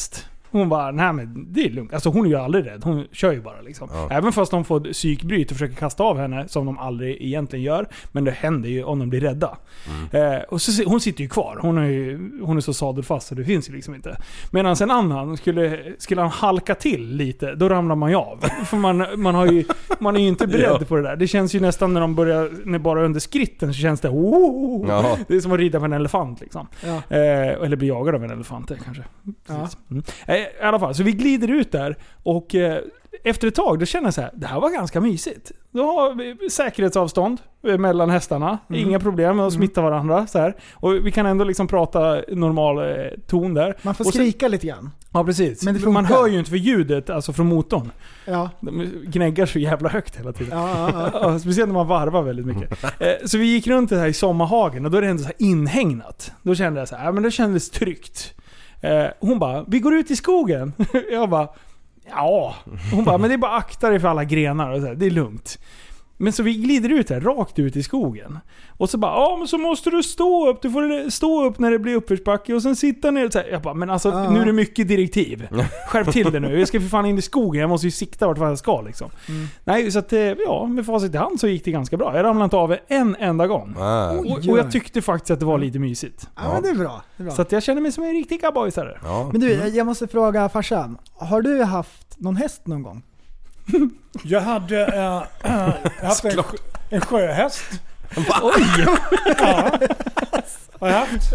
Hon bara, nej men det är lugnt. Alltså hon är ju aldrig rädd. Hon kör ju bara liksom. Ja. Även fast de får psykbryt och försöker kasta av henne, som de aldrig egentligen gör. Men det händer ju om de blir rädda. Och så, hon sitter ju kvar. Hon är så sadelfast så det finns ju liksom inte. Medan en annan, skulle han halka till lite, då ramlar man ju av. För man är ju inte beredd på det där. Det känns ju nästan när de börjar, när bara under skritten så känns det det är som att rida på en elefant liksom. Ja. Eller bli jagad av en elefant kanske. Ja. I alla fall, så vi glider ut där och efter ett tag då känner jag så här, det här var ganska mysigt. Då har vi säkerhetsavstånd mellan hästarna, inga problem med att smitta varandra så här. Och vi kan ändå liksom prata normal ton där. Man får skrika lite grann. Ja, precis. Men man hör ju inte för ljudet alltså från motorn. Ja. De gnäggar så jävla högt hela tiden. Ja, speciellt när man varvar väldigt mycket. Så vi gick runt det här i sommarhagen och då är det ändå så här inhägnat. Då kände jag så här, men det kändes tryggt. Hon bara, vi går ut i skogen. Jag bara, ja. Hon bara, men det är bara akta dig för alla grenar och så här, det är lugnt. Men så vi glider ut här, rakt ut i skogen. Och så bara, ja men så måste du stå upp. Du får stå upp när det blir uppförsbacke och sen sitta ner. Så här, jag bara, men alltså nu är det mycket direktiv. Skärp till det nu. Jag ska för fan in i skogen. Jag måste ju sikta vart jag ska liksom. Nej, så att ja, med facit i hand så gick det ganska bra. Jag ramlade inte av en enda gång. Och jag tyckte faktiskt att det var lite mysigt. Ja, men det är bra. Det är bra. Så att jag känner mig som en riktig cowboysare. Ja. Men du, jag måste fråga farsan. Har du haft någon häst någon gång? Jag hade haft en sjöhäst. Oj! Ja. Har jag haft?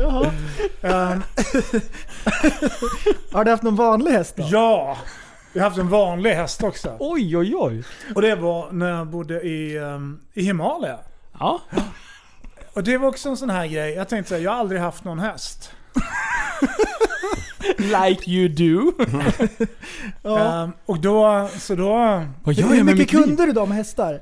Har du haft någon vanlig häst då? Ja, jag har haft en vanlig häst också. Oj, oj, oj. Och det var när jag bodde i Himalaya. Ja. Och det var också en sån här grej. Jag tänkte så här, jag har aldrig haft någon häst. Like you do. Och då... Hur mycket kunde du då med hästar?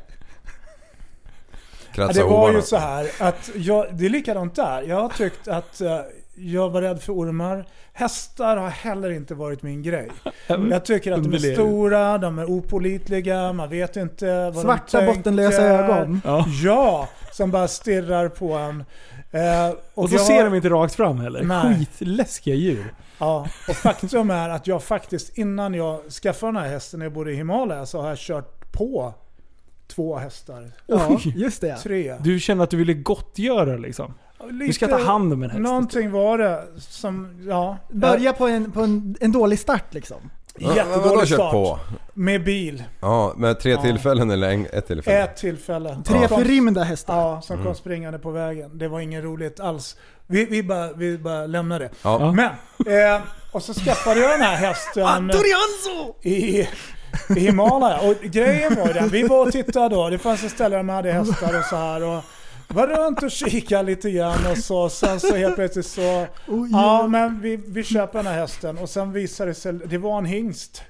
Det var ju så här att det är likadant där. Jag har tyckt att jag var rädd för ormar. Hästar har heller inte varit min grej. Jag tycker att de är stora, de är opålitliga, man vet inte vad svarta de bottenlösa ögon. Ja, som bara stirrar på en. Och så ser de inte rakt fram heller. Nej. Skitläskiga djur. Ja, och faktum är att jag faktiskt innan jag skaffade den här hästen när jag bodde i Himalaya så har jag kört på 2 hästar. Ja, just det. 3. Du känner att du ville gottgöra liksom. Du ska ta hand om en häst. Någonting var det som, börja på en dålig start liksom. Jättedålig start. På? Med bil. Ja, med 3 tillfällen eller ett tillfälle? Ett tillfälle. 3 förrymda hästar. Ja, som kom springande på vägen. Det var inget roligt alls. Vi bara lämnade det. Ja. Men, och så skaffade jag den här hästen i Himalaya. Och grejen var den, vi var och tittade då. Det fanns ett ställe där man hade hästar och så här. Och var runt och kika lite grann och så. Sen så helt plötsligt så... Ja, men vi köper den här hästen. Och sen visade det sig, det var en hingst.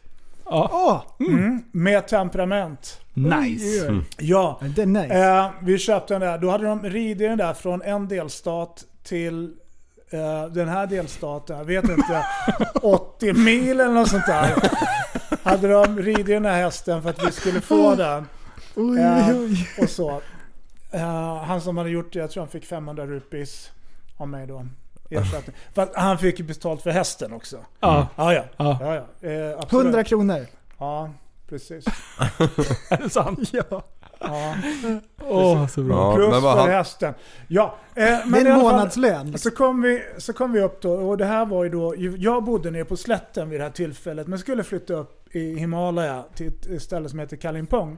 Med temperament. Nice. Ja, det är nice. Vi köpte den där. Då hade de ridit den där från en delstat till den här delstaten. Jag vet inte, 80 mil eller något sånt där. Hade de ridit den här hästen för att vi skulle få den. Och så. Han som hade gjort det, jag tror han fick 500 rupees av mig då. För att han fick betalt för hästen också. Ja. 100 kronor. Ja, precis. Är det sant? Ja. Så bra. Plus för hästen. Ja, men det är en månadslön. Så kom vi upp då, och det här var ju då, jag bodde nere på slätten vid det här tillfället, men skulle flytta upp i Himalaya till ett ställe som heter Kalimpong.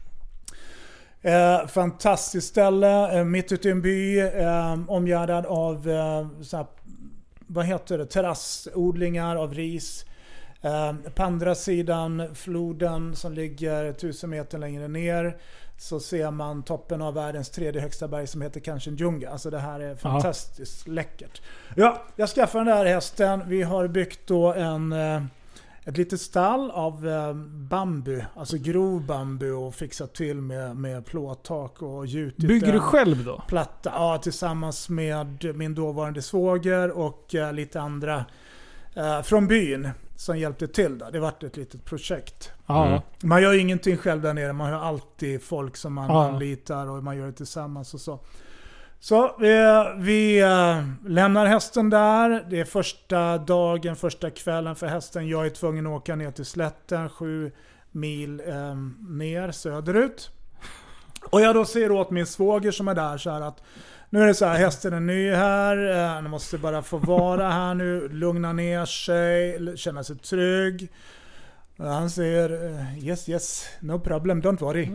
Fantastiskt ställe, mitt ute i en by, omgärdad av så här, vad heter det, terrassodlingar av ris. På andra sidan floden som ligger 1000 meter längre ner så ser man toppen av världens 3:e högsta berg som heter Kanchenjunga. Alltså det här är fantastiskt läckert. Ja, jag skaffade den där hästen. Vi har byggt då ett litet stall av bambu, alltså grov bambu, och fixat till med plåttak och gjutit. Bygger du själv då? Platta, ja, tillsammans med min dåvarande svåger och lite andra från byn som hjälpte till där. Det var ett litet projekt. Man gör ingenting själv där nere. Man har alltid folk som man anlitar och man gör det tillsammans och så. Så vi lämnar hästen där. Det är första kvällen för hästen. Jag är tvungen att åka ner till slätten 7 mil ner söderut. Och jag då säger åt min svåger som är där så här att nu är det så här, hästen är ny här, den måste bara få vara här nu, lugna ner sig, känna sig trygg. Och han säger yes, no problem, don't worry.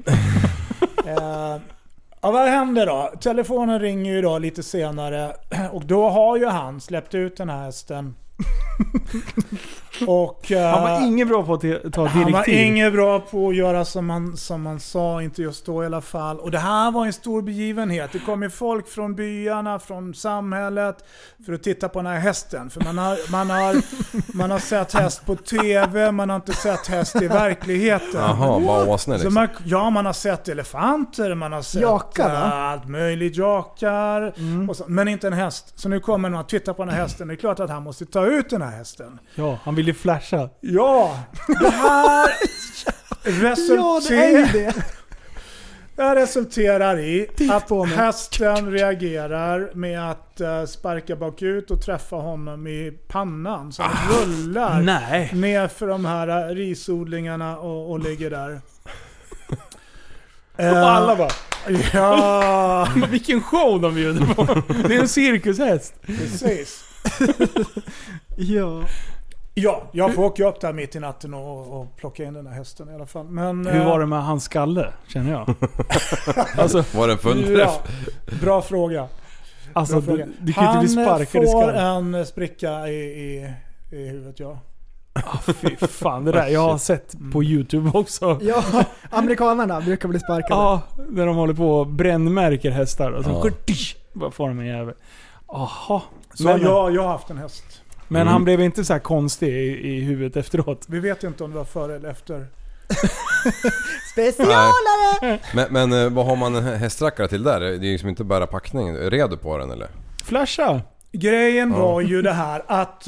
Vad händer då? Telefonen ringer ju då lite senare och då har ju han släppt ut den här hästen. Och, han var ingen bra på att ta direktiv. Han var ingen bra på att göra som man sa, inte just då i alla fall. Och det här var en stor begivenhet. Det kom ju folk från byarna, från samhället för att titta på den här hästen. För man har sett häst på tv, man har inte sett häst i verkligheten. Jaha, bara åsnor liksom. Man har sett elefanter, man har sett allt möjligt, jakar och så, men inte en häst. Så nu kommer man att titta på den här hästen. Det är klart att han måste ta ut den här hästen. Ja, han vill ju flasha. Ja, det här resulterar i att hästen reagerar med att sparka bakut och träffa honom i pannan. Så han rullar ner för de här risodlingarna och ligger där. Och alla bara... Ja. Vilken show de bjuder på. Det är en cirkushäst. Precis. Ja, jag får åka upp där mitt i natten och plocka in den här hästen i alla fall. Men, hur var det med hans skalle, känner jag? Alltså, var det en fullträff? Ja, bra fråga. Alltså, du kan inte bli sparkad i skallen. Han får en spricka i huvudet, ja. Fy fan, det där jag har sett på YouTube också. Ja, amerikanerna brukar bli sparkade. Ja, när de håller på och brännmärker hästar och så bara får de en jävel. Aha. Så jag har haft en häst. Men han blev inte så här konstig i huvudet efteråt. Vi vet inte om det var före eller efter. Specialare! Men vad har man en hästrackare till där? Det är ju liksom inte bara packning. Red du på den eller? Flasha! Grejen var ju det här att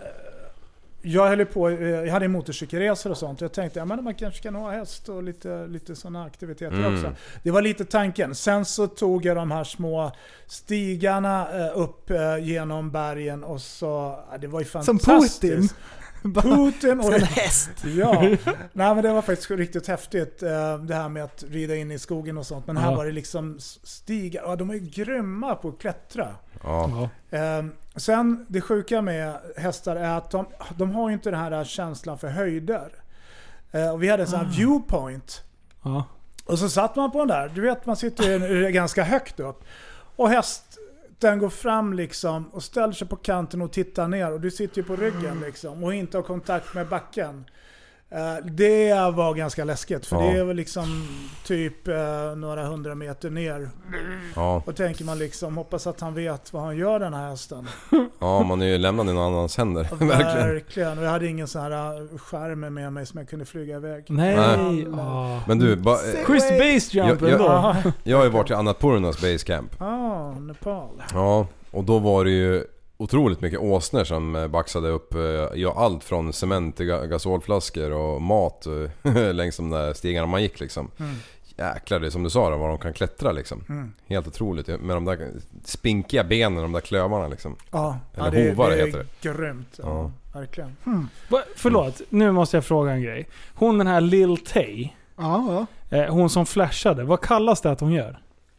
jag hade motorcykelresor och sånt. Jag tänkte men man kanske kan ha häst och lite sådana aktiviteter också. Det var lite tanken. Sen så tog jag de här små stigarna upp genom bergen och så det var ju fantastiskt. Som Putin och en häst. Ja. Nej, men det var faktiskt riktigt häftigt det här med att rida in i skogen och sånt. Men här var det liksom stigar. Ja, de är ju grymma på att klättra. Ja. Sen det sjuka med hästar är att de har ju inte den här känslan för höjder. Och vi hade en sån här viewpoint. Och så satt man på den där. Du vet, man sitter ganska högt upp. Och hästen går fram liksom och ställer sig på kanten och tittar ner. Och du sitter ju på ryggen liksom och inte har kontakt med backen. Det var ganska läskigt för det är väl liksom typ några 100 meter ner. Och tänker man liksom, hoppas att han vet vad han gör den här hästen. Ja, man är ju lämnad i någon annans händer. Verkligen. Och jag hade ingen sån här skärm med mig som jag kunde flyga iväg. Nej. Men du, Chris Base Jump ändå. Jag har ju varit i Annapurnas Base Camp. Nepal. Ja, och då var det ju otroligt mycket åsnor som baxade upp allt från cement till gasolflaskor och mat längs de där stigarna man gick liksom. Jäklar, det är som du sa då, vad de kan klättra liksom. Helt otroligt med de där spinkiga benen, de där klövarna liksom. Eller hovar det heter det. Grymt, verkligen. Förlåt, nu måste jag fråga en grej. Hon den här Lil Tay, hon som flashade, vad kallas det att hon gör?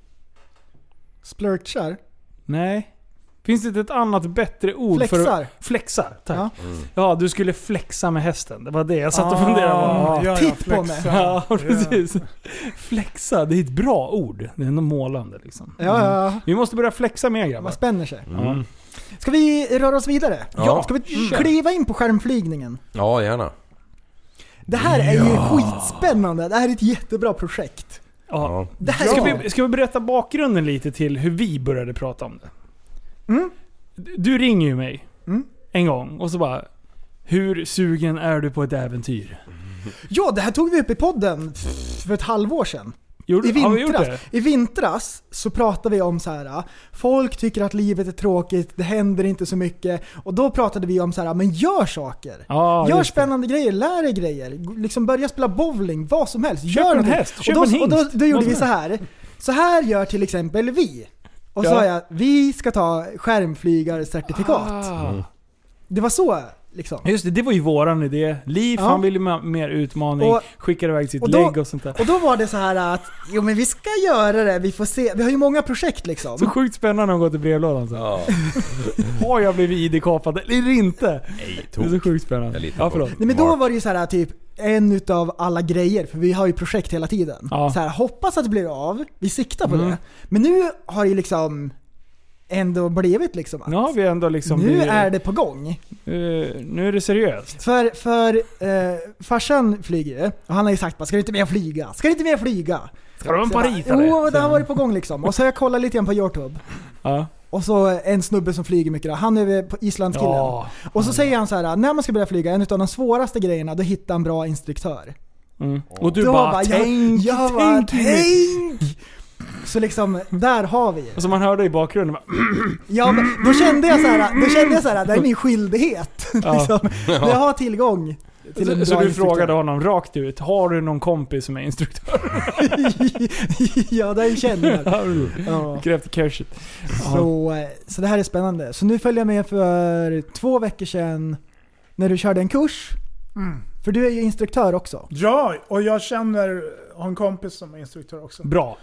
Splurchar? Nej. Finns det ett annat bättre ord flexar. För flexar, tack. Ja, du skulle flexa med hästen. Det var det jag satt och funderade på. Titt på mig. Ja, precis. Flexa, det är ett bra ord. Det är ändå målande liksom. Vi måste börja flexa med grabbar. Man spänner sig. Ska vi röra oss vidare? Ja. Ska vi kliva in på skärmflygningen? Ja, gärna. Det här är ju skitspännande. Det här är ett jättebra projekt. Ja. Det här ska vi berätta bakgrunden lite till hur vi började prata om det? Du ringer ju mig en gång och så bara, hur sugen är du på ett äventyr? Ja, det här tog vi upp i podden för ett halvår sedan. I vintras så pratade vi om så här: folk tycker att livet är tråkigt, det händer inte så mycket. Och då pratade vi om så här: men gör saker. Gör spännande grejer, lär dig grejer. Liksom börja spela bowling, vad som helst. Köp en häst, köp en hingst. Och då gjorde vi så här. Så här gör till exempel vi. Och så sa jag, vi ska ta skärmflygarcertifikat. Det var så liksom. Just det var ju våran idé. Liv, han ville mer utmaning, skickade iväg sitt lägg och sånt där. Och då var det så här att, jo men vi ska göra det, vi får se. Vi har ju många projekt liksom. Så sjukt spännande att gå till brevlådan så. Ja. Har jag blivit ID-kapad eller inte? Nej, det är så sjukt spännande. Nej, men då var det ju så här typ en utav alla grejer, för vi har ju projekt hela tiden. Så här, hoppas att det blir av, vi siktar på det. Men nu har ju liksom ändå blivit liksom att har vi ändå liksom nu är det på gång. Nu är det seriöst. För farsan flyger och han har ju sagt bara, ska du inte med flyga? Ska du inte med flyga? Ska du en paritare? Jo, det har varit på gång liksom. Och så har jag kollat lite grann på YouTube. Och så en snubbe som flyger mycket. Han är på Islandskillen. Och så säger han så här, när man ska börja flyga, en av de svåraste grejerna, då hittar en bra instruktör. Och du bara, tänk! Så liksom, där har vi. Och som man hörde i bakgrunden. Ja, men då kände jag så här, det är min skyldighet. Liksom. Jag har tillgång till en bra så du instruktör. frågade honom rakt ut, har du någon kompis som är instruktör? Ja, det är ju känningar. Krävt cashet. Så det här är spännande. Så nu följer jag med för 2 veckor sedan när du körde en kurs. För du är ju instruktör också. Ja, och jag har en kompis som är instruktör också. Bra.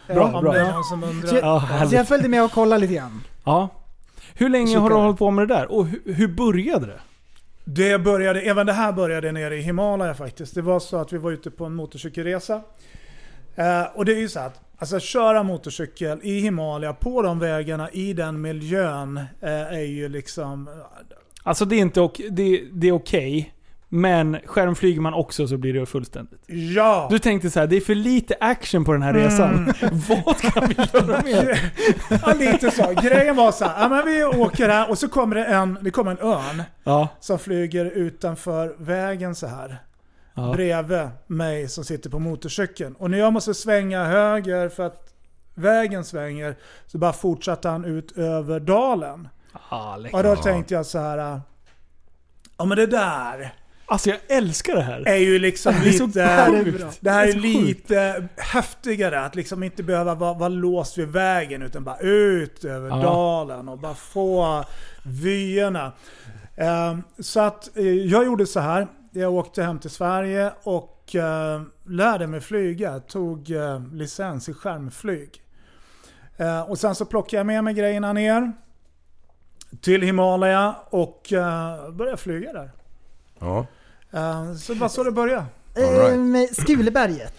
Så jag följde med och kollade lite grann. Ja. Hur länge har du hållit på med det där? Och hur började det? Även det här började nere i Himalaya faktiskt. Det var så att vi var ute på en motorcykelresa. Och det är ju så att alltså, köra motorcykel i Himalaya på de vägarna i den miljön är ju liksom... Alltså det är inte det är okej. Men skärmflyger man också så blir det fullständigt. Ja. Du tänkte så här, det är för lite action på den här resan. Vad kan vi göra mer? Ja, lite så. Grejen var så här, men vi åker här och så kommer det kommer en örn som flyger utanför vägen så här. Bredvid mig som sitter på motorcykeln. Och när jag måste svänga höger för att vägen svänger, så bara fortsatte han ut över dalen. Och då tänkte jag så här, ja men det där... Alltså jag älskar det här. Är ju liksom det här är lite häftigare att liksom inte behöva vara låst vid vägen utan bara ut över dalen och bara få vyerna. Så att jag gjorde så här. Jag åkte hem till Sverige och lärde mig flyga. Tog licens i skärmflyg. Och sen så plockade jag med mig grejerna ner till Himalaya och började flyga där. Ja. Så vad så det började? Med Skuleberget.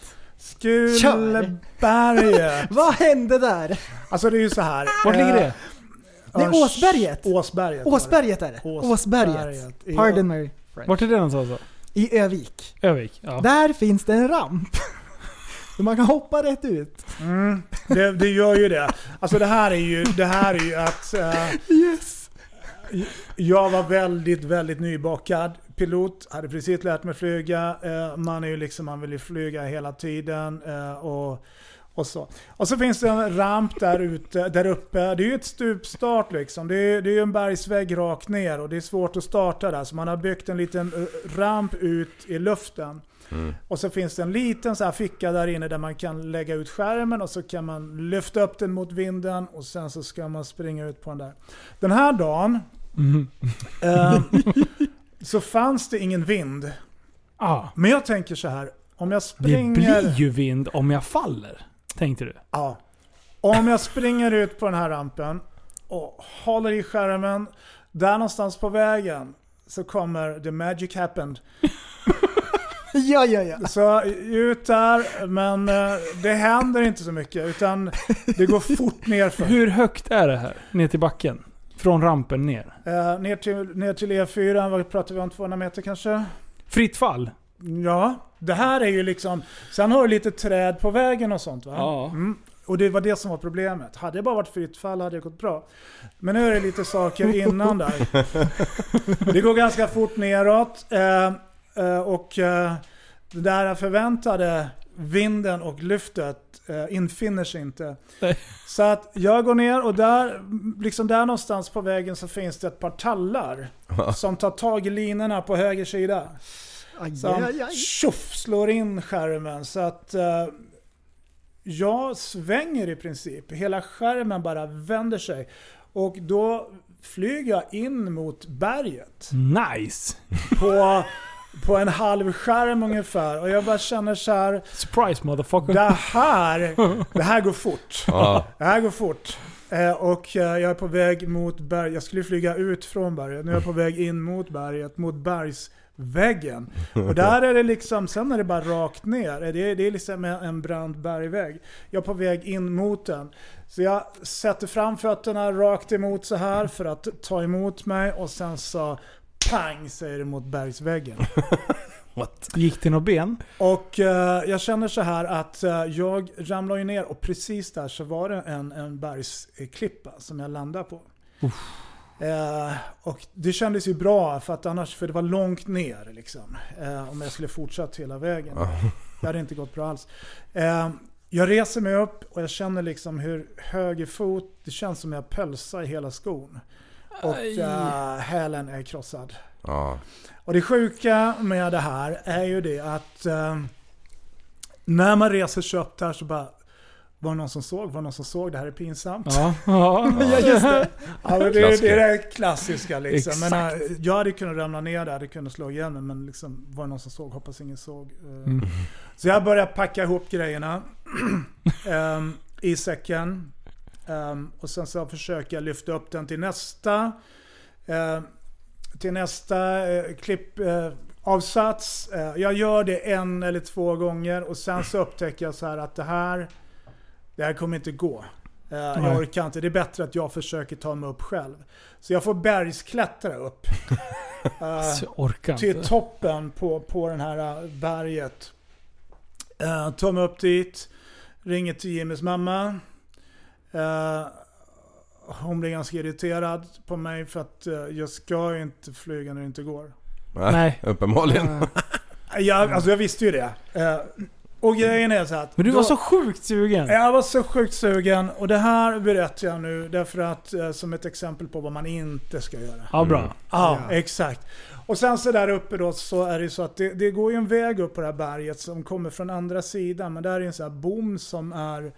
Vad hände där? Alltså det är ju så här. Vart ligger det? Det är Åsberget. Åsberget är det. Åsberget. Pardon me. Vart är det någonstans? I Övik. Ja. Där finns det en ramp. Så man kan hoppa rätt ut. Det gör ju det. Alltså det här är ju att yes. Jag var väldigt, väldigt nybakad pilot, hade precis lärt mig flyga. Man vill ju flyga hela tiden och så. Och så finns det en ramp där uppe. Det är ju ett stupstart liksom. Det är ju en bergsvägg rakt ner och det är svårt att starta där. Så man har byggt en liten ramp ut i luften. Och så finns det en liten så här ficka där inne där man kan lägga ut skärmen och så kan man lyfta upp den mot vinden och sen så ska man springa ut på den där. Den här dagen så fanns det ingen vind. Men jag tänker så här, om jag springer... Det blir ju vind om jag faller, tänkte du? Ja. Om jag springer ut på den här rampen och håller i skärmen, där någonstans på vägen så kommer the magic happened. Ja. Så ut där, men det händer inte så mycket utan det går fort nerför. Hur högt är det här? Ner till backen? Från rampen ner? Ner till E4, vad pratar vi om, 200 meter kanske? Fritt fall? Ja, det här är ju liksom... Sen har du lite träd på vägen och sånt va? Ja. Och det var det som var problemet. Hade det bara varit fritt fall hade det gått bra. Men nu är det lite saker innan där. Det går ganska fort neråt. Och det där förväntade vinden och lyftet infinner sig inte. Nej. Så att jag går ner och där någonstans på vägen så finns det ett par tallar som tar tag i linorna på höger sida. Som tjoff slår in skärmen så att jag svänger i princip. Hela skärmen bara vänder sig. Och då flyger jag in mot berget. Nice! På en halv skärm ungefär. Och jag bara känner så här. Surprise motherfucker. Det här går fort. Det här går fort. Och jag är på väg mot berget. Jag skulle flyga ut från berget. Nu är jag på väg in mot berget. Mot bergsväggen. Och där är det liksom, sen är det bara rakt ner. Det är liksom en brant bergvägg. Jag är på väg in mot den. Så jag sätter fram fötterna rakt emot så här för att ta emot mig. Och sen så pang säger det mot bergsväggen. What? Gick det några ben? Och jag känner så här att jag ramlar ju ner och precis där så var det en bergsklippa som jag landade på. Och det kändes ju bra för det var långt ner liksom, om jag skulle fortsätta hela vägen. Det hade inte gått bra alls. Jag reser mig upp och jag känner liksom hur höger fot, det känns som jag pölsar i hela skon. Och hälen är krossad. Och det sjuka med det här är ju det att när man reser sig upp där så bara var någon som såg, det här är pinsamt. Just det. Ja, det är det klassiska liksom. Men jag hade kunnat ramla ner där, hade kunnat slå igen mig, men liksom var det någon som såg, hoppas ingen såg. Så jag började packa ihop grejerna i säcken. Och sen så försöker jag lyfta upp den till nästa klippavsats. Jag gör det 1 eller 2 gånger och sen så upptäcker jag så här att det här kommer inte gå. Jag orkar inte. Det är bättre att jag försöker ta mig upp själv. Så jag får bergsklättra upp till toppen på den här berget. Ta mig upp dit. Ringer till Jimmys mamma. Hon blir ganska irriterad på mig för att jag ska inte flyga när det inte går. Nej. Uppenbarligen. Jag visste ju det. Och grejen är så att... Men du var så sjukt sugen. Jag var så sjukt sugen. Och det här berättar jag nu därför att som ett exempel på vad man inte ska göra. Ja, bra. Ja, exakt. Och sen så där uppe då så är det så att det går ju en väg upp på det här berget som kommer från andra sidan. Men där är en sån här bom som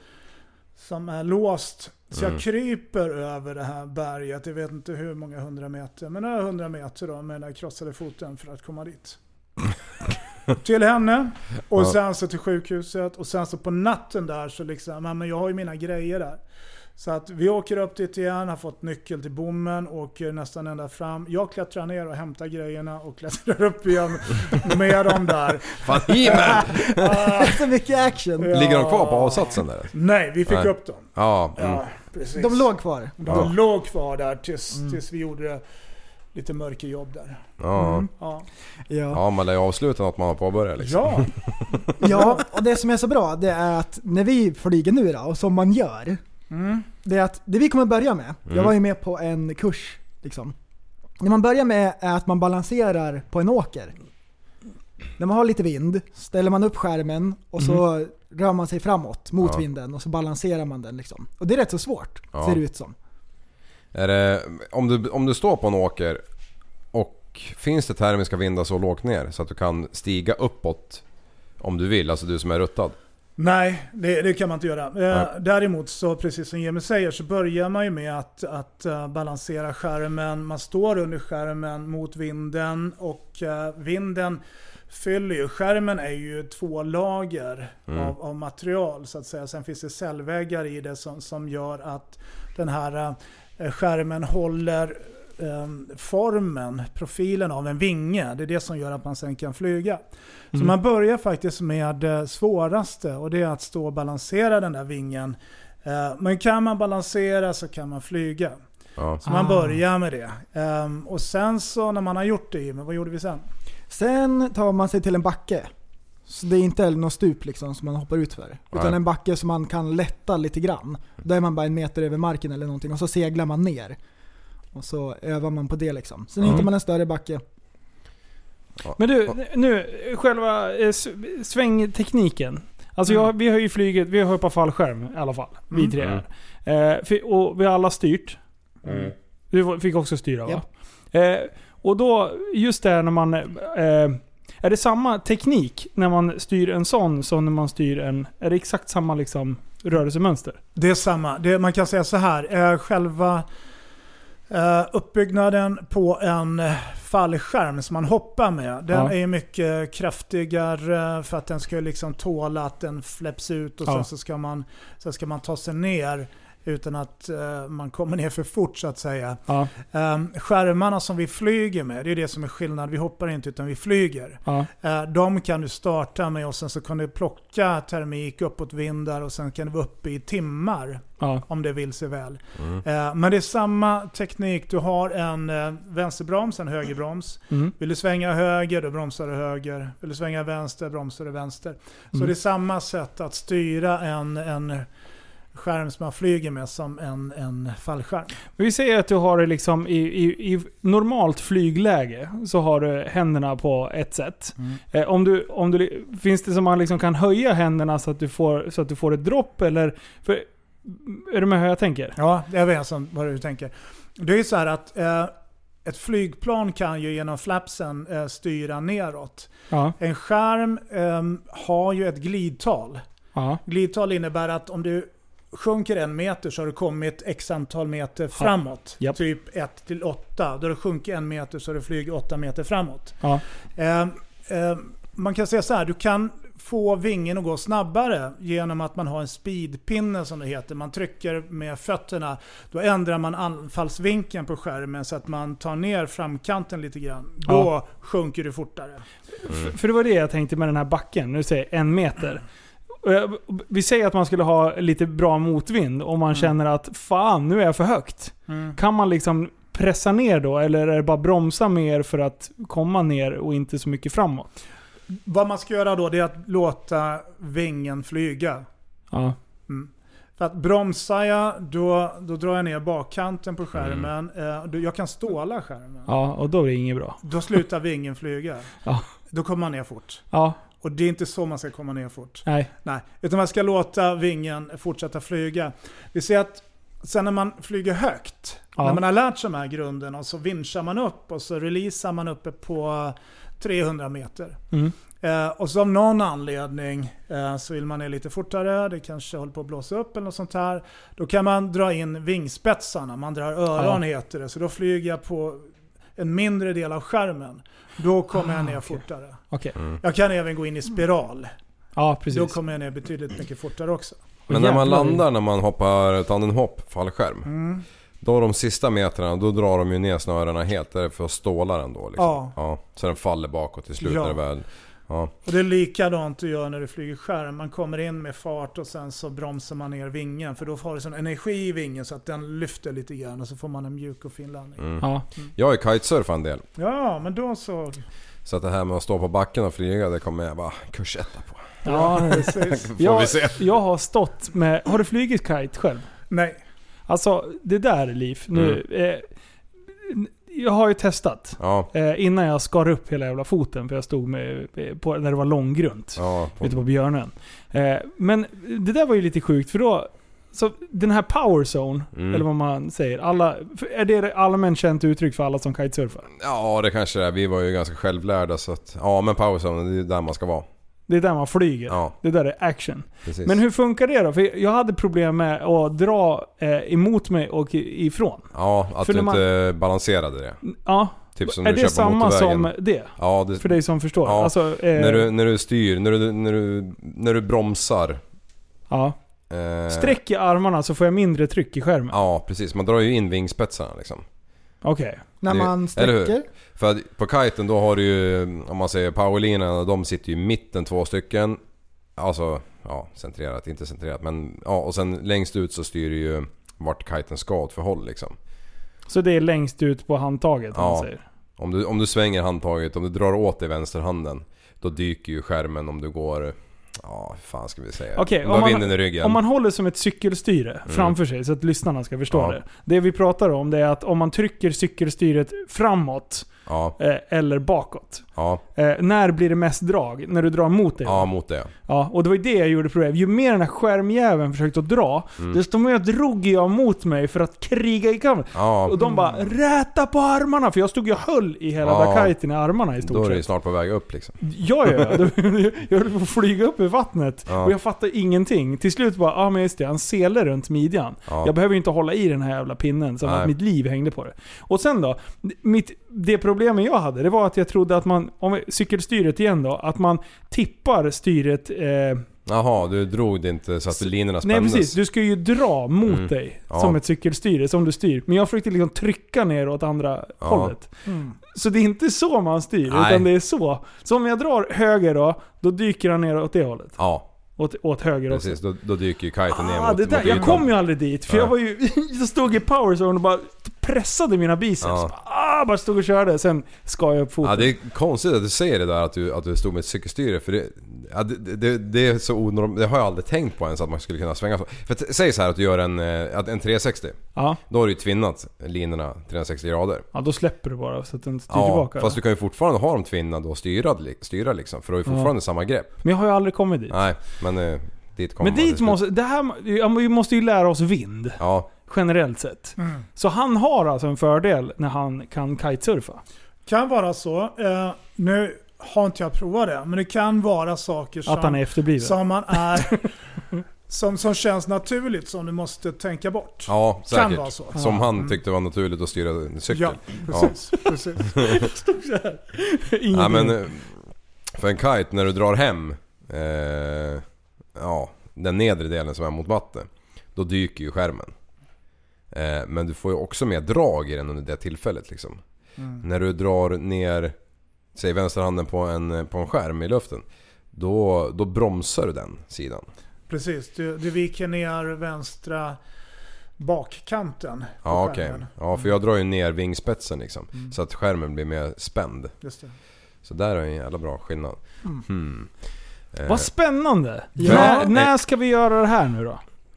är låst. Så jag kryper över det här berget. Jag vet inte hur många 100 meter. Men några 100 meter då med den här krossade foten för att komma dit. Till henne. Och sen så till sjukhuset. Och sen så på natten där så liksom, men jag har ju mina grejer där. Så att vi åker upp dit igen, har fått nyckel till bommen, åker nästan ända fram. Jag klättrar ner och hämtar grejerna och klättrar upp igen med dem där. Fan, himmel! Så mycket action. Ja. Ligger de kvar på avsatsen där? Nej, vi fick upp dem. Ja, precis. De låg kvar? De låg kvar där tills vi gjorde lite mörkerjobb där. Ja, man lär ju avsluta något man har påbörjat liksom. Ja, och det som är så bra det är att när vi flyger nu då, och som man gör, det är att det vi kommer börja med, jag var ju med på en kurs liksom. Det man börjar med är att man balanserar på en åker. När man har lite vind ställer man upp skärmen och så rör man sig framåt mot vinden och så balanserar man den liksom. Och det är rätt så svårt, ser det ut som. Är det, om du står på en åker och finns det termiska vindar så lågt ner så att du kan stiga uppåt om du vill, alltså du som är ruttad? Nej, det kan man inte göra. Däremot så, precis som Jimmy säger, så börjar man ju med att balansera skärmen. Man står under skärmen mot vinden och vinden fyller ju. Skärmen är ju 2 lager av material så att säga. Sen finns det cellväggar i det som gör att den här skärmen håller formen, profilen av en vinge. Det är det som gör att man sen kan flyga. Så man börjar faktiskt med det svåraste och det är att stå och balansera den där vingen. Men kan man balansera så kan man flyga. Så man börjar med det. Och sen så när man har gjort det, men vad gjorde vi sen? Sen tar man sig till en backe. Så det är inte någon stup liksom som man hoppar ut för. Utan en backe som man kan lätta lite grann. Då är man bara 1 meter över marken eller någonting och så seglar man ner. Och så övar man på det liksom. Sen hittar man en större backe. Men du, nu själva svängtekniken. Alltså vi har ju flyget, vi har hoppat fallskärm i alla fall. Vi 3 här. Och vi har alla styrt. Du fick också styra, va? Och då, just där när man... Är det samma teknik när man styr en sån som när man styr en... Är det exakt samma liksom rörelsemönster? Det är samma. Man kan säga så här. Själva uppbyggnaden på en fallskärm som man hoppar med, den är mycket kraftigare för att den ska liksom tåla att den fläpps ut och sen så ska man ta sig ner utan att man kommer ner för fort så att säga. Skärmarna som vi flyger med, det är det som är skillnad. Vi hoppar inte utan vi flyger. De kan du starta med och sen så kan du plocka termik uppåt vindar och sen kan du vara uppe i timmar om det vill sig väl. Men det är samma teknik. Du har en vänsterbroms, en högerbroms. Vill du svänga höger, då bromsar du höger. Vill du svänga vänster, bromsar du vänster. Så det är samma sätt att styra en skärm som man flyger med som en fallskärm. Vi säger att du har det liksom i normalt flygläge så har du händerna på ett sätt. Om du finns det som man liksom kan höja händerna så att du får ett dropp eller är du med hur jag tänker? Ja, jag vet vad du tänker. Det är ju så här att ett flygplan kan ju genom flapsen styra neråt. En skärm har ju ett glidtal. Glidtal innebär att om du sjunker 1 meter så har du kommit x antal meter framåt. Typ 1-8. Då har du sjunkit 1 meter så har du flugit 8 meter framåt. Man kan säga så här, du kan få vingen att gå snabbare genom att man har en speedpinne som det heter. Man trycker med fötterna. Då ändrar man anfallsvinkeln på skärmen så att man tar ner framkanten lite grann. Då sjunker du fortare. För det var det jag tänkte med den här backen. Nu säger 1 meter. Vi säger att man skulle ha lite bra motvind och man känner att fan, nu är jag för högt. Kan man liksom pressa ner då eller är det bara bromsa mer för att komma ner och inte så mycket framåt? Vad man ska göra då det är att låta vingen flyga. För att bromsar jag då drar jag ner bakkanten på skärmen. Jag kan ståla skärmen. Och då är det inget bra. Då slutar vingen flyga. Då kommer man ner fort. Och det är inte så man ska komma ner fort. Nej. Utan man ska låta vingen fortsätta flyga. Vi ser att sen när man flyger högt, när man har lärt sig de här grunden och så vinschar man upp och så releasar man uppe på 300 meter. Och så av någon anledning så vill man ner lite fortare, det kanske håller på att blåsa upp eller något sånt här. Då kan man dra in vingspetsarna, man drar öron heter det. Så då flyger jag på en mindre del av skärmen. Då kommer jag ner fortare. Jag kan även gå in i spiral. Precis. Då kommer jag ner betydligt mycket fortare också. Men när man landar, när man hoppar tandemhopp fallskärm, då de sista metrarna, då drar de ju ner snörena helt där för att ståla den då liksom. Så den faller bakåt till slut när det väl. Och det är likadant du gör när du flyger skärm. Man kommer in med fart och sen så bromsar man ner vingen. För då får du sån energi i vingen så att den lyfter lite grann. Och så får man en mjuk och fin landning. Jag är kitesurfar en del. Ja, men då så. Så att det här med att stå på backen och flyga, det kommer jag bara kursetta på. Jag har stått med... Har du flugit kite själv? Nej. Alltså, det där Liv. Nu... jag har ju testat. Innan jag skar upp hela jävla foten. För jag stod på när det var långgrunt. Ute på Björnön. Men det där var ju lite sjukt. För då... Så den här power zone, eller vad man säger. Är det allmänt känt uttryck för alla som kitesurfar? Ja, det kanske är. Vi var ju ganska självlärda. Så att, men power zone, det är där man ska vara. Det är där man flyger. Det där är action. Precis. Men hur funkar det då? För jag hade problem med att dra emot mig och ifrån. Att för du inte balanserade det. Typ som är det samma som det? För dig som förstår. Alltså, när du styr, när du bromsar. Sträcker armarna så får jag mindre tryck i skärmen. Ja, precis. Man drar ju in vingspetsarna liksom. När man sträcker. För att på kiten då har du ju, om man säger powerlinerna, de sitter ju i mitten 2 stycken. Alltså, centrerat, inte centrerat. Men och sen längst ut så styr du ju vart kiten ska åt för håll liksom. Så det är längst ut på handtaget man säger. Om du svänger handtaget, om du drar åt i vänsterhanden, då dyker ju skärmen om du går Ja, fan ska vi säga. Okej, om man håller som ett cykelstyre framför sig så att lyssnarna ska förstå det. Det vi pratar om det är att om man trycker cykelstyret framåt eller bakåt. När blir det mest drag? När du drar mot det? Ja, mot det. Ja, och det var det jag gjorde problem. Ju mer den här skärmjäveln försökte att dra, desto mer drog jag mot mig för att kriga i kameran. Och de bara räta på armarna, för jag stod och höll i hela dakiten i armarna i stort sett. Då är det snart på väg upp liksom. Ja. Jag höll på att flyga upp i vattnet och jag fattade ingenting. Till slut bara, men just det, han selar runt midjan. Jag behöver inte hålla i den här jävla pinnen som att mitt liv hängde på det. Och sen då, det problemet jag hade, det var att jag trodde att man, om cykelstyret igen då, att man tippar styret. Jaha, du drog det inte så att linorna spändes. Nej precis, du ska ju dra mot dig som ett cykelstyre som du styr. Men jag försökte liksom trycka ner åt andra hållet. Så det är inte så man styr, utan det är så. Så om jag drar höger då dyker han ner åt det hållet. Ja. Åt höger också. Precis, då dyker ju kiten ner mot det. Jag kom ju aldrig dit, för jag stod i powerzone och bara pressade mina biceps. Bara stod och körde, sen skar jag upp foten. Ja, det är konstigt att du säger det där att du stod med ett cykelstyre, för det är så onormalt. Det har jag aldrig tänkt på ens att man skulle kunna svänga så. För säg så här att du gör en 360. Då har du ju tvinnat linorna 360 grader. Ja, då släpper du bara så att den styr tillbaka. Fast du kan ju fortfarande ha dem tvinnade och styra liksom, för du har ju fortfarande samma grepp. Men jag har ju aldrig kommit dit. Nej, men dit kommer man. Men dit måste vi måste ju lära oss vind. Ja. Generellt sett. Så han har alltså en fördel när han kan kitesurfa. Kan vara så. Nu har inte jag provat det, men det kan vara saker som, att han är efterbliven. Som man är som känns naturligt, som du måste tänka bort. Ja, säkert. Kan vara så. Som han tyckte var naturligt att styra en cykel. Ja, precis. Ja, men för en kite, när du drar hem den nedre delen som är mot vatten, då dyker ju skärmen. Men du får ju också mer drag i den under det tillfället liksom. När du drar ner, säg vänsterhanden på en skärm i luften, då bromsar du den sidan. Precis, du viker ner vänstra bakkanten. Ja, okej. Ja, för jag drar ju ner vingspetsen liksom, så att skärmen blir mer spänd. Just det. Så där är en jävla bra skillnad. Vad spännande. Ja. När ska vi göra det här nu då?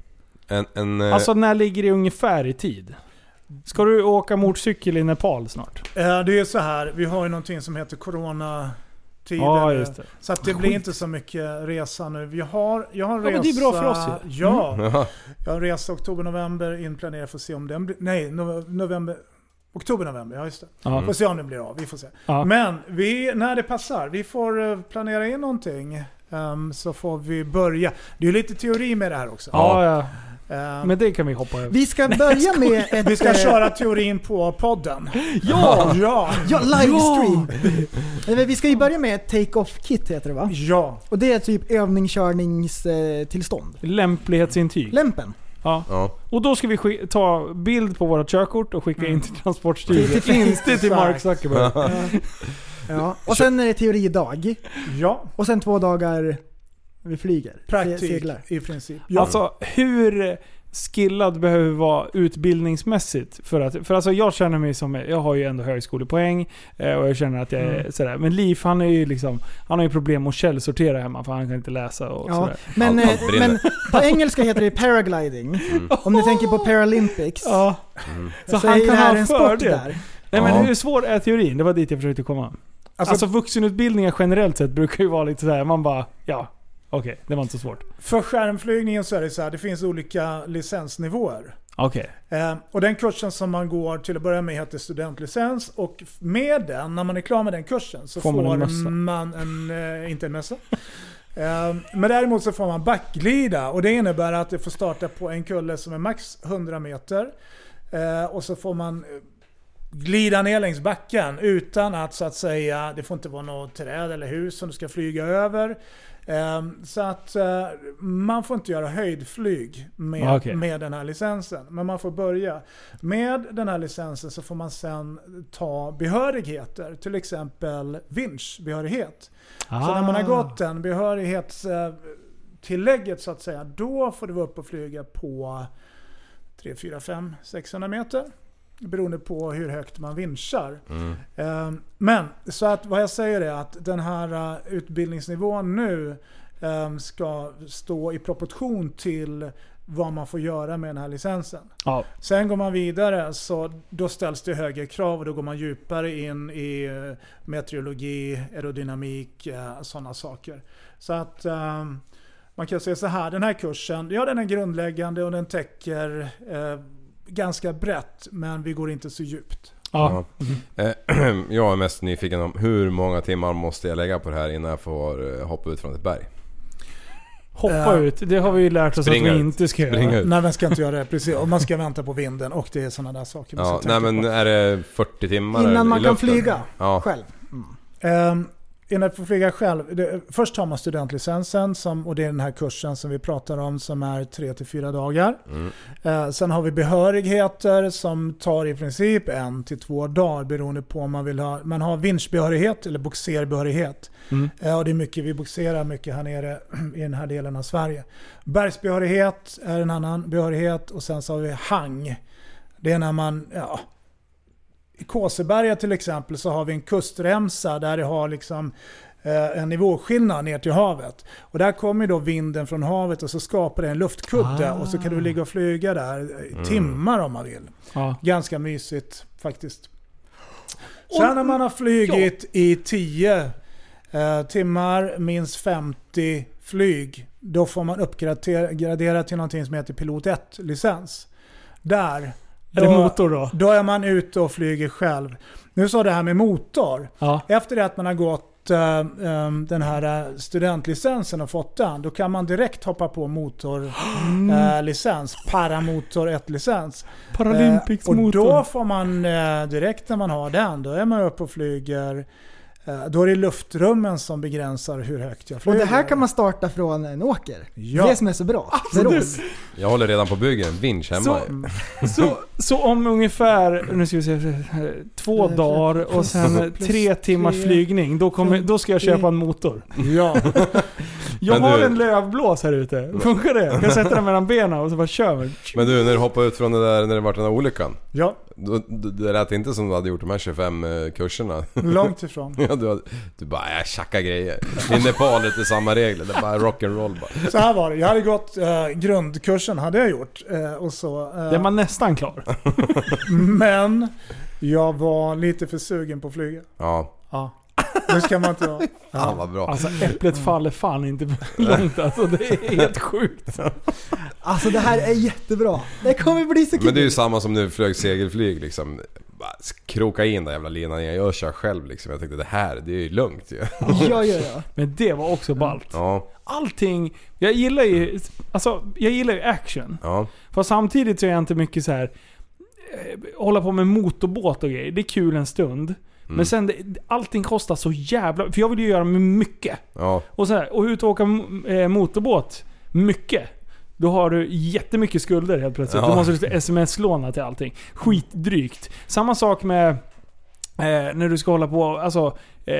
Alltså när ligger det ungefär i tid? Ska du åka motorcykel i Nepal snart? Det är så här, vi har ju någonting som heter corona-tider. Just det. Så att det blir inte så mycket resa nu. Jag har en resa. Men det är bra för oss ju. Ja. Jag har en resa oktober-november inplanerad för att se om den blir... Nej, oktober-november, ja just det. Får se om det blir av, vi får se. Men när det passar, vi får planera in någonting. Så får vi börja. Det är lite teori med det här också. Ja. Men det kan vi hoppa över. Vi ska börja med vi ska köra teorin på podden. Ja, livestream. Vi ska ju börja med ett take-off-kit heter det va? Ja. Och det är typ övningskörningstillstånd. Lämplighetsintyg. Lämpen. Ja. Och då ska vi ta bild på våra körkort och skicka in till Transportstyrelsen. Inte till Mark Zuckerberg. Ja. Och sen är det teoridag. Ja. Och sen 2 dagar vi flyger. Praktik i princip. Ja. Alltså hur skillad behöver vara utbildningsmässigt för alltså jag känner mig som, jag har ju ändå högskolepoäng och jag känner att jag är sådär, men Liv han är ju liksom, han har ju problem att källsortera hemma för han kan inte läsa och sådär. Men på engelska heter det paragliding. Om ni tänker på Paralympics. Så han kan ha en sport där. Nej men hur svår är teorin? Det var dit jag försökte komma. Alltså vuxenutbildningar generellt sett brukar ju vara lite sådär, man bara Okej, det var inte så svårt. För skärmflygningen så är det så här, det finns olika licensnivåer. Okej. Och den kursen som man går till att börja med heter studentlicens, och med den, när man är klar med den kursen så får man inte en mössa. Men däremot så får man backglida, och det innebär att det får starta på en kulle som är max 100 meter och så får man glida ner längs backen utan att så att säga, det får inte vara något träd eller hus som du ska flyga över. Så att man får inte göra höjdflyg med den här licensen, men man får börja med den här licensen. Så får man sen ta behörigheter, till exempel vinschbehörighet. Så när man har gått den behörighetstillägget så att säga, då får du vara upp och flyga på 3, 4, 5, 600 meter beroende på hur högt man vinschar. Men så att vad jag säger är att den här utbildningsnivån nu ska stå i proportion till vad man får göra med den här licensen. Ja. Sen går man vidare, så då ställs det högre krav och då går man djupare in i meteorologi, aerodynamik, sådana saker. Så att man kan säga så här, den här kursen, den är grundläggande och den täcker ganska brett, men vi går inte så djupt. Ja. Jag är mest nyfiken om hur många timmar måste jag lägga på det här innan jag får hoppa ut från ett berg? Hoppa ut, det har vi ju lärt oss att vi inte ska göra. Nej, man ska inte göra det, precis. Och man ska vänta på vinden och det är sådana där saker. Ja, nej, men är det 40 timmar innan man i kan flyga själv? Innan man får flyga själv. Först har man studentlicensen och det är den här kursen som vi pratar om som är 3-4 dagar. Sen har vi behörigheter som tar i princip 1 till 2 dagar beroende på om man vill ha. Man har vinschbehörighet eller boxerbehörighet. Och det är mycket, vi boxerar mycket här nere i den här delen av Sverige. Bergsbehörighet är en annan behörighet och sen så har vi hang. Det är när man, i Kåseberga till exempel så har vi en kustremsa där det har liksom en nivåskillnad ner till havet. Och där kommer då vinden från havet och så skapar det en luftkudde och så kan du ligga och flyga där i timmar om man vill. Ganska mysigt faktiskt. Sen när man har flygit i 10 timmar, minst 50 flyg, då får man uppgradera till någonting som heter Pilot 1-licens. Där är det motor då? Då är man ute och flyger själv. Nu så det här med motor. Ja. Efter det att man har gått den här studentlicensen och fått den, då kan man direkt hoppa på motorlicens, paramotor 1-licens. Paralympics motor. Och då får man direkt när man har den, då är man uppe och flyger. Då är det luftrummen som begränsar hur högt jag flyger. Och det här kan man starta från en åker. Ja. Det som är så bra. Jag håller redan på att bygga en vinsch hemma. Så om ungefär, nu ska vi se, 2 dagar och sen 3 timmars flygning, då ska jag köpa en motor. Ja. Jag har en lövblås här ute. Funkar det? Jag kan sätta den mellan benen och så bara kör vi. Men du, när du hoppade ut från det där, när det var den där olyckan. Ja. Det lät inte som du hade gjort de här 25 kurserna. Långt ifrån. Ja, du bara, jag tjackar grejer. I Nepal är det samma regler. Det är bara rock'n'roll bara. Så här var det. Jag hade gått grundkursen, hade jag gjort. Och så, det var nästan klar. Men jag var lite för sugen på att flyga. Ja. Det ska man inte ha. Ja, vad bra. Alltså äpplet faller fan inte långt. Alltså det är helt sjukt. Alltså det här är jättebra. Det kommer bli så kul. Men det är ju samma som nu flög segelflyg liksom. Bara kroka in den jävla linan. Jag kör själv liksom. Jag tänkte det är ju lugnt. Ja. Men det var också ballt. Ja. Allting. Jag gillar ju action. Ja. För samtidigt så är jag inte mycket så här hålla på med motorbåt och grejer. Det är kul en stund. Men sen allting kostar så jävla, för jag vill ju göra mycket. Ja. Och ut och åka motorbåt mycket. Då har du jättemycket skulder helt plötsligt. Ja. Du måste sms-låna till allting. Skitdrygt. Samma sak med när du ska hålla på, alltså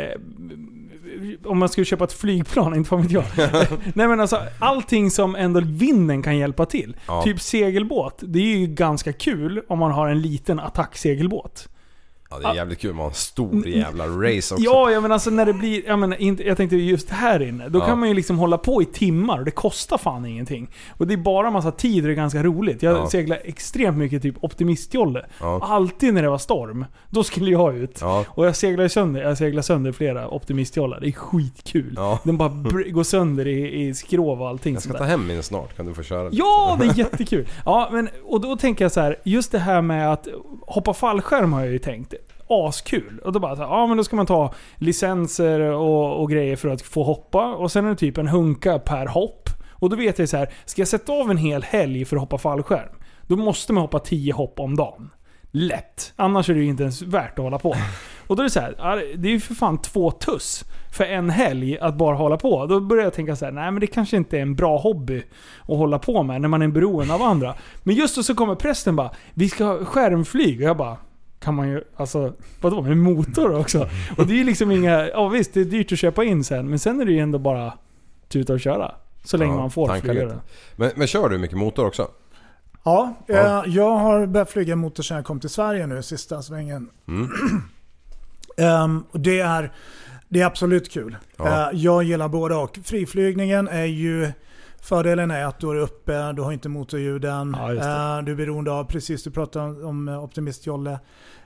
om man skulle köpa ett flygplan, inte fan vet jag. Nej men alltså allting som ändå vinden kan hjälpa till. Ja. Typ segelbåt. Det är ju ganska kul om man har en liten attacksegelbåt. Ja, det är jävligt kul med en stor jävla race också. Ja, men alltså när det blir, jag tänkte just här inne, då kan man ju liksom hålla på i timmar och det kostar fan ingenting. Och det är bara massa tid och det är ganska roligt. Jag seglar extremt mycket typ optimistjolle. Alltid när det var storm, då skulle jag ut. Och jag seglar sönder flera optimistjollar. Det är skitkul. Den bara går sönder i skrov och allting. Jag ska ta hem min snart, kan du få köra? Ja, det är jättekul. Ja, men och då tänker jag så här, just det här med att hoppa fallskärm har jag ju tänkt. Askul. Och då bara så här, men då ska man ta licenser och grejer för att få hoppa. Och sen är det typ en hunka per hopp. Och då vet jag så här, ska jag sätta av en hel helg för att hoppa fallskärm, då måste man hoppa 10 hopp om dagen. Lätt. Annars är det ju inte ens värt att hålla på. Och då är det så här, det är ju för fan 2 tuss för en helg att bara hålla på. Då börjar jag tänka så här, nej men det kanske inte är en bra hobby att hålla på med när man är beroende av andra. Men just då så kommer prästen bara, vi ska ha skärmflyg. Och jag bara, kan man ju, alltså, vadå, med motor också? Och det är ju liksom inga, visst det är dyrt att köpa in sen, men sen är det ju ändå bara tuta och köra. Så länge man får flyga det. Men kör du mycket motor också? Ja, jag har börjat flyga motor sedan jag kom till Sverige nu, sista svängen. Och det är Det är absolut kul. Jag gillar båda och. Friflygningen är ju... Fördelen är att du är uppe, du har inte motorljuden. Du är beroende av, precis du pratade om optimistjolle.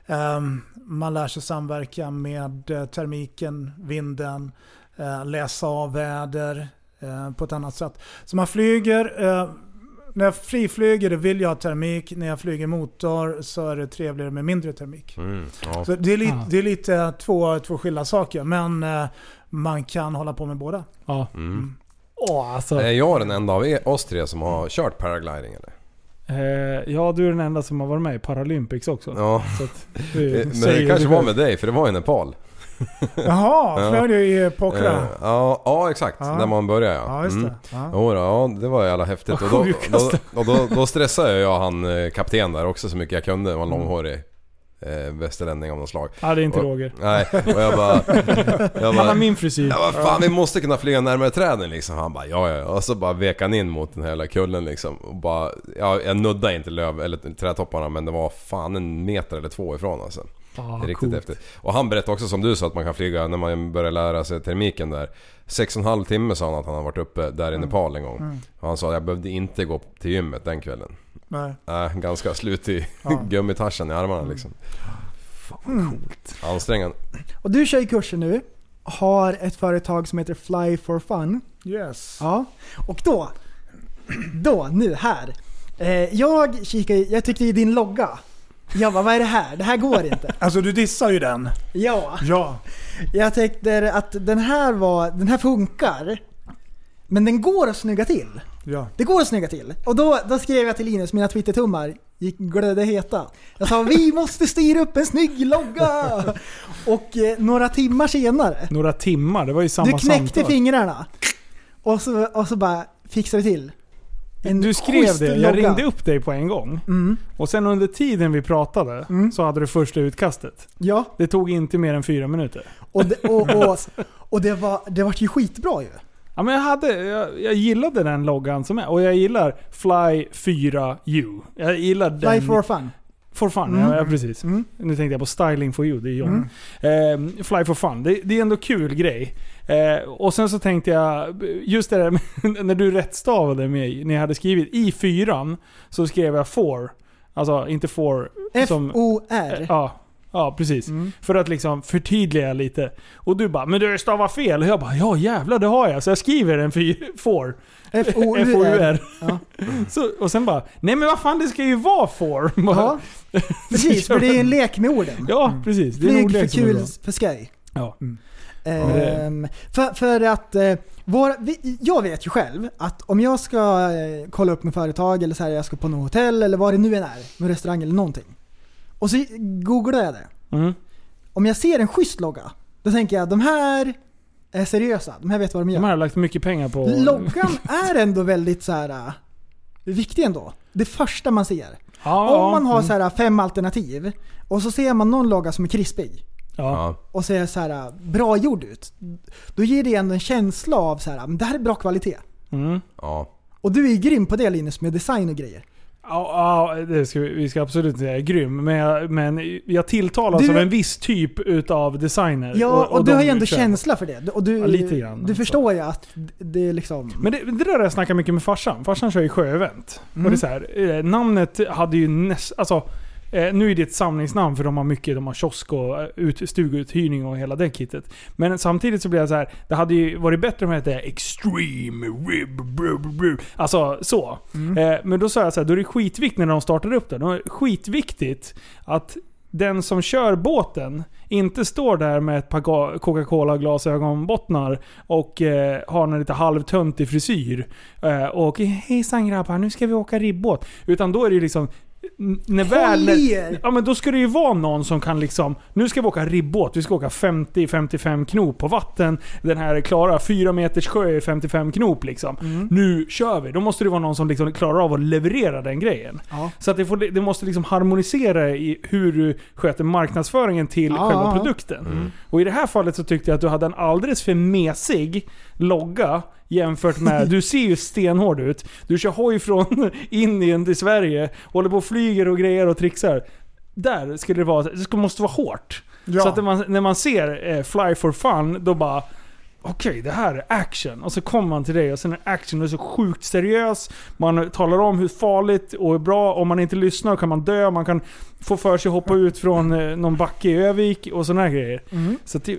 Man lär sig samverka med termiken, vinden, läsa av väder på ett annat sätt. Så man flyger... När jag friflyger vill jag ha termik. När jag flyger motor så är det trevligare med mindre termik. Så det är lite två skilda saker. Men man kan hålla på med båda. Ja. Alltså. Är jag den enda av oss tre som har kört paragliding eller? Ja, du är den enda som har varit med i Paralympics också. Ja. Så att men det kanske var med dig, för det var i Nepal. Jaha, flög du i Pokhara? Ja, exakt. När man börjar, ja. Just det. Ja, det var jävla häftigt. Och då stressade jag han kapten där också så mycket jag kunde. Det var en långhårig västerlänning av någon slag. Ja, det är inte Roger. Nej, och jag bara han har min frisyr. Jag bara, fan vi måste kunna flyga närmare träden liksom. Han bara, ja. Och så bara vek han in mot den här hela kullen liksom. Och bara, jag nuddade inte löv eller trädtopparna, men det var fan 1 meter eller 2 ifrån alltså. Det är riktigt coolt. häftigt. Och han berättade också som du sa att man kan flyga när man börjar lära sig termiken där. 6,5 timme sa han att han har varit uppe där i Nepal en gång. Och han sa att jag behövde inte gå till gymmet den kvällen. Nej, ganska slut i gummitarsen i armarna liksom. Fan, coolt. Ansträngande. Och du kör i kursen nu. Har ett företag som heter Fly for Fun. Yes. Ja. Och då nu här. Jag tyckte i din logga. Jag bara, vad är det här? Det här går inte. Alltså du dissar ju den. Ja. Jag tänkte att den här funkar. Men den går att snygga till. Ja. Det går att snygga till. Och då skrev jag till Linus, mina Twitter-tummar glödde heta. Jag sa, vi måste styra upp en snygg logga. Och några timmar senare. Några timmar? Det var ju samma samtal. Du knäckte fingrarna. Och så bara fixade vi till. Du skrev det, jag ringde upp dig på en gång. Och sen under tiden vi pratade så hade du första utkastet. Ja. Det tog inte mer än 4 minuter. Och det var ju skitbra ju. Ja, men jag gillade den loggan som är. Och jag gillar Fly 4U. Jag gillar den. Fly for Fun. For Fun, ja precis. Nu tänkte jag på Styling for You, det är John. Fly for Fun, det är ändå kul grej. Och sen så tänkte jag, just det där när du rättstavade mig, när jag hade skrivit i 4 så skrev jag for. Alltså inte for som F-O-R. Ja, precis. För att liksom förtydliga lite. Och du bara, men du stavar fel. Och jag bara, ja jävlar det har jag. Så jag skriver en for. F-O-U-R. Ja. Så, och sen bara, nej men vad fan, det ska ju vara for. Ja, precis, för det är en lek med orden. Ja, precis. Det är flyg för kul, för skoj. Ja. För att jag vet ju själv att om jag ska kolla upp med företag eller så här, jag ska på något hotell eller vad det nu än är, med restaurang eller någonting. Och så googlar jag det. Om jag ser en schysst logga, då tänker jag, de här är seriösa. De här vet vad de gör. De här har lagt mycket pengar på... Loggan är ändå väldigt så här viktig ändå. Det första man ser. Om man har så här 5 alternativ och så ser man någon logga som är krispig. Och ser så här bra gjord ut. Då ger det ändå en känsla av så här, men det här är bra kvalitet. Och du är grym på det, Linus, med design och grejer. Ja, vi ska absolut säga grym. Men jag tilltalas av en viss typ utav designer. Ja, och du har ju ändå känsla för det. Och du, lite grann. Du förstår ju att det är liksom... Men det där jag snackar mycket med farsan. Farsan kör ju sjöevent. Och det är så här, namnet hade ju alltså... Nu är det ett samlingsnamn för de har mycket, de har kiosk och stuguthyrning och hela det kittet. Men samtidigt så blir jag så här, det hade ju varit bättre om det hette Extreme Rib. Alltså så. Men då sa jag så här, då är det skitviktigt när de startar upp det. Då är det skitviktigt att den som kör båten inte står där med ett par Coca-Cola-glasögonbottnar och har en lite halvtöntig frisyr. Och hejsan grabbar, nu ska vi åka ribbåt. Utan då är det ju liksom men då ska det ju vara någon som kan liksom, nu ska vi åka ribbåt, vi ska åka 50-55 knop på vatten, den här klara 4 meters sjö är 55 knop liksom. Nu kör vi. Då måste det vara någon som liksom klarar av att leverera den grejen. Så att det måste liksom harmonisera i hur du sköter marknadsföringen till själva produkten. Och i det här fallet så tyckte jag att du hade en alldeles för mesig logga jämfört med, du ser ju stenhård ut. Du kör hoj från Indien till Sverige, håller på och flyger och grejer och trixar. där skulle det måste vara hårt. Ja. Så att när man ser Fly for Fun, då bara okej, det här är action. Och så kommer man till det och sen är action är så sjukt seriös. Man talar om hur farligt och bra. Om man inte lyssnar kan man dö. Man kan få för sig hoppa ut från någon backe i Övik och såna här grejer. Så det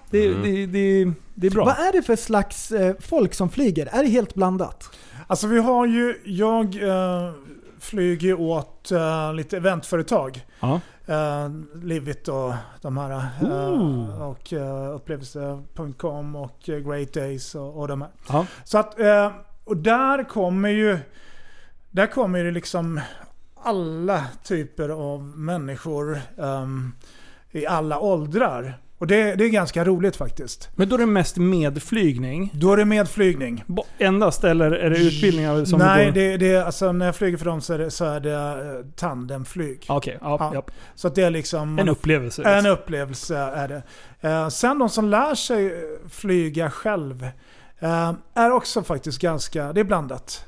är bra. Vad är det för slags folk som flyger? Är det helt blandat? Alltså vi har ju, jag flyger åt lite eventföretag. Livit och de här och upplevelse.com och Great Days och de här. Så att och där kommer det liksom alla typer av människor i alla åldrar. Och det är ganska roligt faktiskt. Men då är det mest medflygning? Då är det medflygning. Endast, eller är det utbildningar som nej, det är alltså när jag flyger för dem så är det tandemflyg. Okej, ja. Så att det är liksom en upplevelse. En upplevelse är det. Sen de som lär sig flyga själv är också faktiskt ganska, det är blandat.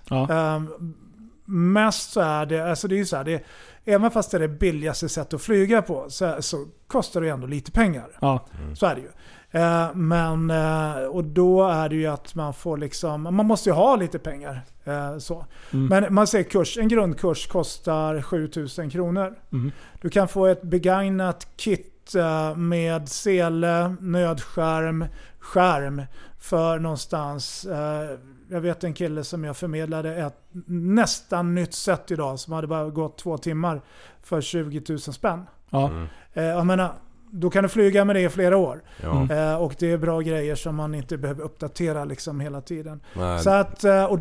Mest så är det, alltså det är ju så här, även fast det är det billigaste sätt att flyga på så kostar det ändå lite pengar. Så är det ju. Men och då är det ju att man får liksom, man måste ju ha lite pengar så. Men man säger en grundkurs kostar 7 000 kronor. Du kan få ett begagnat kit med sele, nödskärm, skärm för någonstans. Jag vet en kille som jag förmedlade ett nästan nytt set idag som hade bara gått 2 timmar för 20 000 spänn. Jag menar, då kan du flyga med det i flera år. Och det är bra grejer som man inte behöver uppdatera liksom hela tiden. Så att, och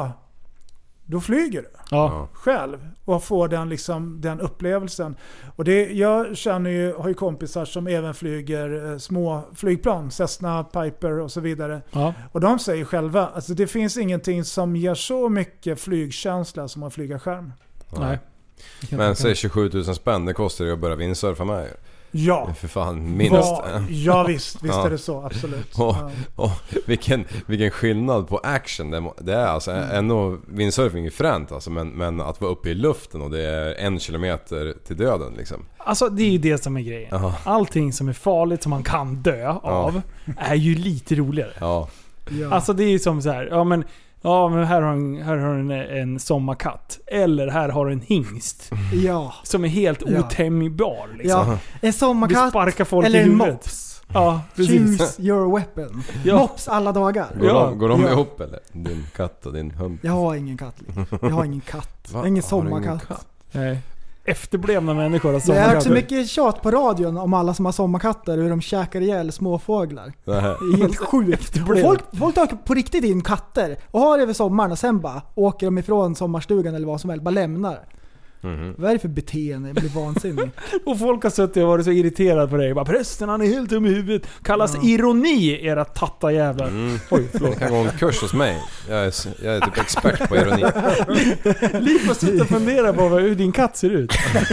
då flyger du själv och får den upplevelsen. Och jag har ju kompisar som även flyger små flygplan, Cessna, Piper och så vidare. Och de säger själva, alltså det finns ingenting som ger så mycket flygkänsla som att flyga skärm. Nej. Men säg 27 000 spänn, det kostar ju att börja windsurfa med. Ja. För fan, minst. Ja visst är det så, absolut. Och vilken skillnad på action det är alltså. Ändå windsurfing är fränt alltså, men att vara uppe i luften och det är 1 kilometer till döden liksom. Alltså det är ju det som är grejen. Allting som är farligt som man kan dö av är ju lite roligare. Alltså det är ju som så här, men här har en sommarkatt. Eller här har en hingst. Som är helt otämjbar liksom. En sommarkatt eller en mops. Choose your weapon. Mops alla dagar. Går de ihop eller? Din katt och din hund? Jag har ingen katt. Jag har ingen katt. Jag har ingen sommarkatt. Nej. Efterblivna människor har sommarkatter. Jag har hört så mycket tjat på radion om alla som har sommarkatter och hur de käkar ihjäl småfåglar. Det är helt sjukt. Folk tar på riktigt in katter och har det över sommaren och sen bara åker de ifrån sommarstugan eller vad som helst, bara lämnar. Vad är det för beteende? Jag blir vansinnig. Och folk har suttit och varit så irriterade på dig. Bara, prästen han är helt dum i huvudet. Kallas ironi era tattajävlar. Oj, förlåt. Jag kan gå en kurs hos mig. Jag är typ expert på ironi. Liv får sitta och fundera på hur din katt ser ut.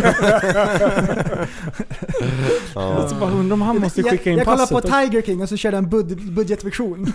Så bara undrar om han måste skicka in passet. Jag kollar på Tiger King och så kör jag en budgetversion.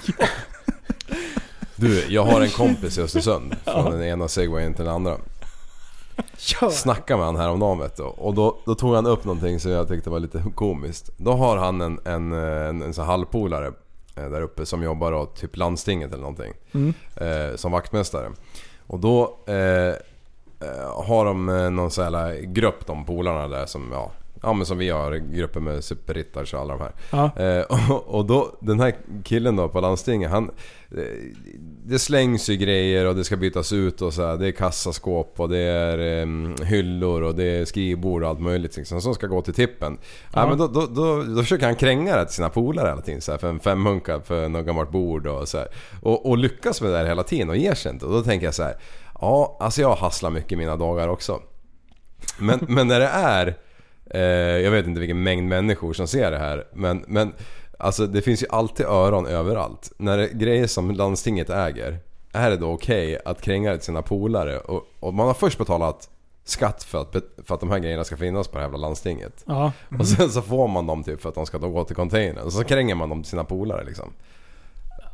Du, jag har en kompis i Östersund. Från den ena segwayen till den andra. Snacka med han här om navet då. Och då tog han upp någonting som jag tyckte var lite komiskt. Då har han en så halvpolare där uppe som jobbar åt typ landstinget eller någonting som vaktmästare. Och då har de någon sån här grupp, de polarna där som men som vi har grupper med superrittars och alla de här. Och då den här killen då på landstinget, det slängs ju grejer och det ska bytas ut och så här, det är kassaskåp och det är hyllor och det är skrivbord och allt möjligt liksom, som ska gå till tippen. Men då försöker han kränga det till sina polare hela tiden så här, för en 5-hunka för något gammalt bord och så här. Och lyckas med det här hela tiden och ger sig inte. Och då tänker jag så här, alltså jag hasslar mycket i mina dagar också. Men när det är jag vet inte vilken mängd människor som ser det här, men alltså det finns ju alltid öron överallt. När det är grejer som landstinget äger, är det då okej att kränga till sina polare? Och man har först betalat skatt för att de här grejerna ska finnas på det här jävla landstinget. Och sen så får man dem typ för att de ska då gå till containern. Och så kränger man dem till sina polare liksom.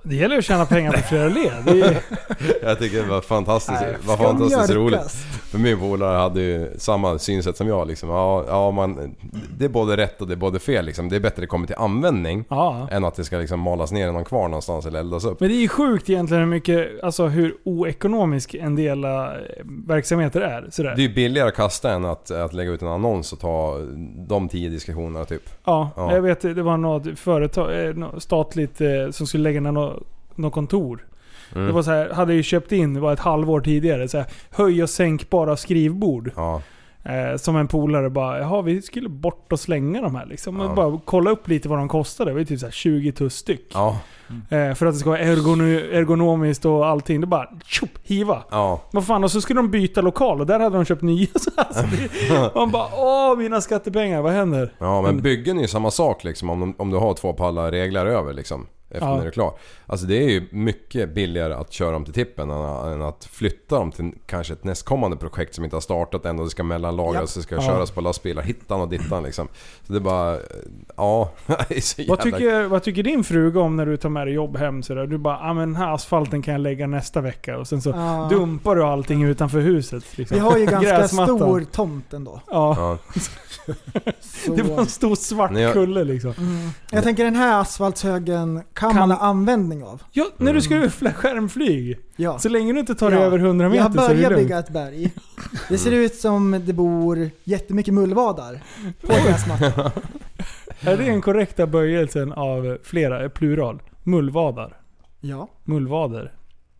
Det gäller att tjäna pengar på flera led. Jag tycker det var fantastiskt roligt. För min polare hade ju samma synsätt som jag liksom. Det är både rätt och det är både fel liksom. Det är bättre att det kommer till användning än att det ska liksom malas ner i någon kvar någonstans eller eldas upp. Men det är ju sjukt egentligen hur oekonomisk en del verksamheter är. Sådär. Det är ju billigare att kasta än att lägga ut en annons och ta de 10 diskussionerna typ. Ja, jag vet det var något företag statligt som skulle lägga ner något kontor. Det var så här, hade ju köpt in, det var ett halvår tidigare, så här, höj- och sänkbara skrivbord. Ja. Som en polare bara, vi skulle bort och slänga de här liksom. Ja. Bara kolla upp lite vad de kostade. Det var ju typ så här 20 tuss styck. Ja. För att det ska vara ergonomiskt och allting. Det bara hiva. Ja. Vad fan, och så skulle de byta lokal och där hade de köpt nya. Man bara, mina skattepengar, vad händer? Ja, men byggen är ju samma sak liksom. Om du har 2 pallar reglar över liksom. Efter när det är klar. Alltså det är ju mycket billigare att köra dem till tippen än att flytta dem till kanske ett nästkommande projekt som inte har startat än och det ska mellanlagras och det ska köras på lastbilar, hittan och dittan liksom. Så det är bara, det är så jävla... Vad tycker din fruga om när du tar med dig jobb hem så där? Du bara, men den här asfalten kan jag lägga nästa vecka och sen så dumpar du allting utanför huset liksom. Vi har ju ganska stor tomt ändå. Ja. Det var en stor svart kulle liksom. Jag tänker den här asfaltshögen kan man ha användning av. Ja, när du ska skärmflyg. Ja. Så länge du inte tar det över 100 meter. Jag börjar bygga ett berg. Det ser ut som det bor jättemycket mullvadar på gräsmattan. Är det en korrekta böjelsen av flera plural? Mullvadar. Ja. Mullvadar.